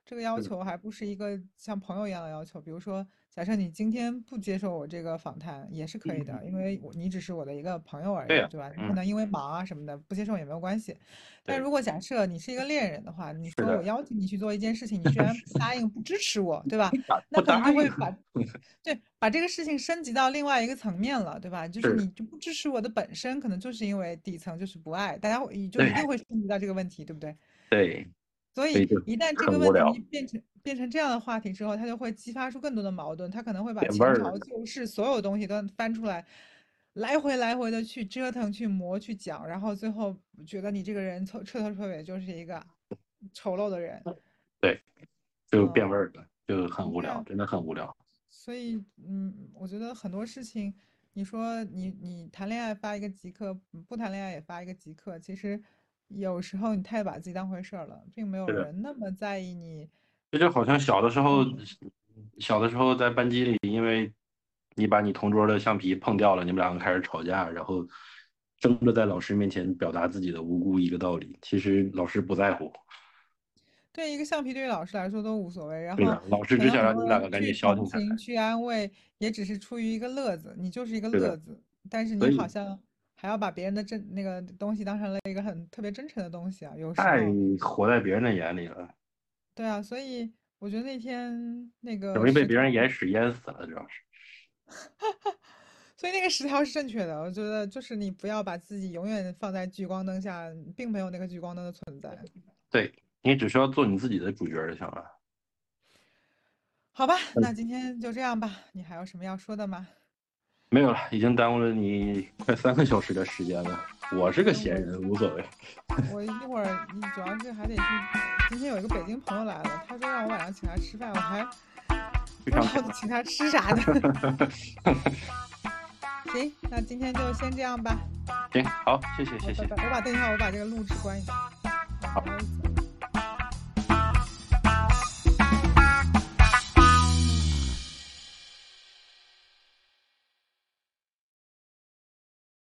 这个要求还不是一个像朋友一样的要求。比如说，假设你今天不接受我这个访谈也是可以的，因为你只是我的一个朋友而已， 对呀， 对吧？你可能因为忙啊什么的不接受也没有关系。但对， 如果假设你是一个恋人的话，你说我是的， 邀请你去做一件事情，你居然不答应、不支持我，对吧？那可能不答应， 就会把这个事情升级到另外一个层面了，对吧？就是是， 你就不支持我的本身，可能就是因为底层就是不爱，大家就一定对会升级到这个问题，对不对？ 对， 所以所以就一旦这个问题很无聊， 变成这样的话题之后，它就会激发出更多的矛盾，它可能会把前变味儿了。 朝旧事所有东西都翻出来，来回的去折腾、去磨、去讲，然后最后觉得你这个人彻头彻尾就是一个丑陋的人。 对，就变味嗯， 儿了，就很无聊， 对啊。 真的很无聊。 所以，我觉得很多事情，你说你谈恋爱发一个极客，不谈恋爱也发一个极客，其实有时候你太把自己当回事儿了，并没有是的， 人那么在意你。 这就好像小的时候在班级里，因为你把你同桌的橡皮碰掉了，你们两个开始吵架，然后争着在老师面前表达自己的无辜一个道理，其实老师不在乎。 对一个橡皮对于老师来说都无所谓，然后对的，老师只想可能很让你们两个多人去赶紧消停开来。 同情、去安慰，也只是出于一个乐子，你就是一个是的， 乐子，但是你所以好像还要把别人的那个东西当成了一个很特别真诚的东西啊，有时太候。 活在别人的眼里了， 对啊，所以我觉得那天那个容易被十条。 别人眼屎淹死了，主要是。 所以那个十条是正确的，我觉得就是你不要把自己永远放在聚光灯下，并没有那个聚光灯的存在。 对，你只需要做你自己的主角就行了。 好吧， 嗯， 那今天就这样吧。你还有什么要说的吗？ 没有了，已经耽误了你快3个小时的时间了。我是个对，我闲人，无所谓。 我一会儿主要是还得去，今天有一个北京朋友来了，他说让我晚上请他吃饭，我还不知非常道请他吃啥呢。行，那今天就先这样吧。 行，好，谢谢谢谢。 我把等一下我把这个录制关一下。 好。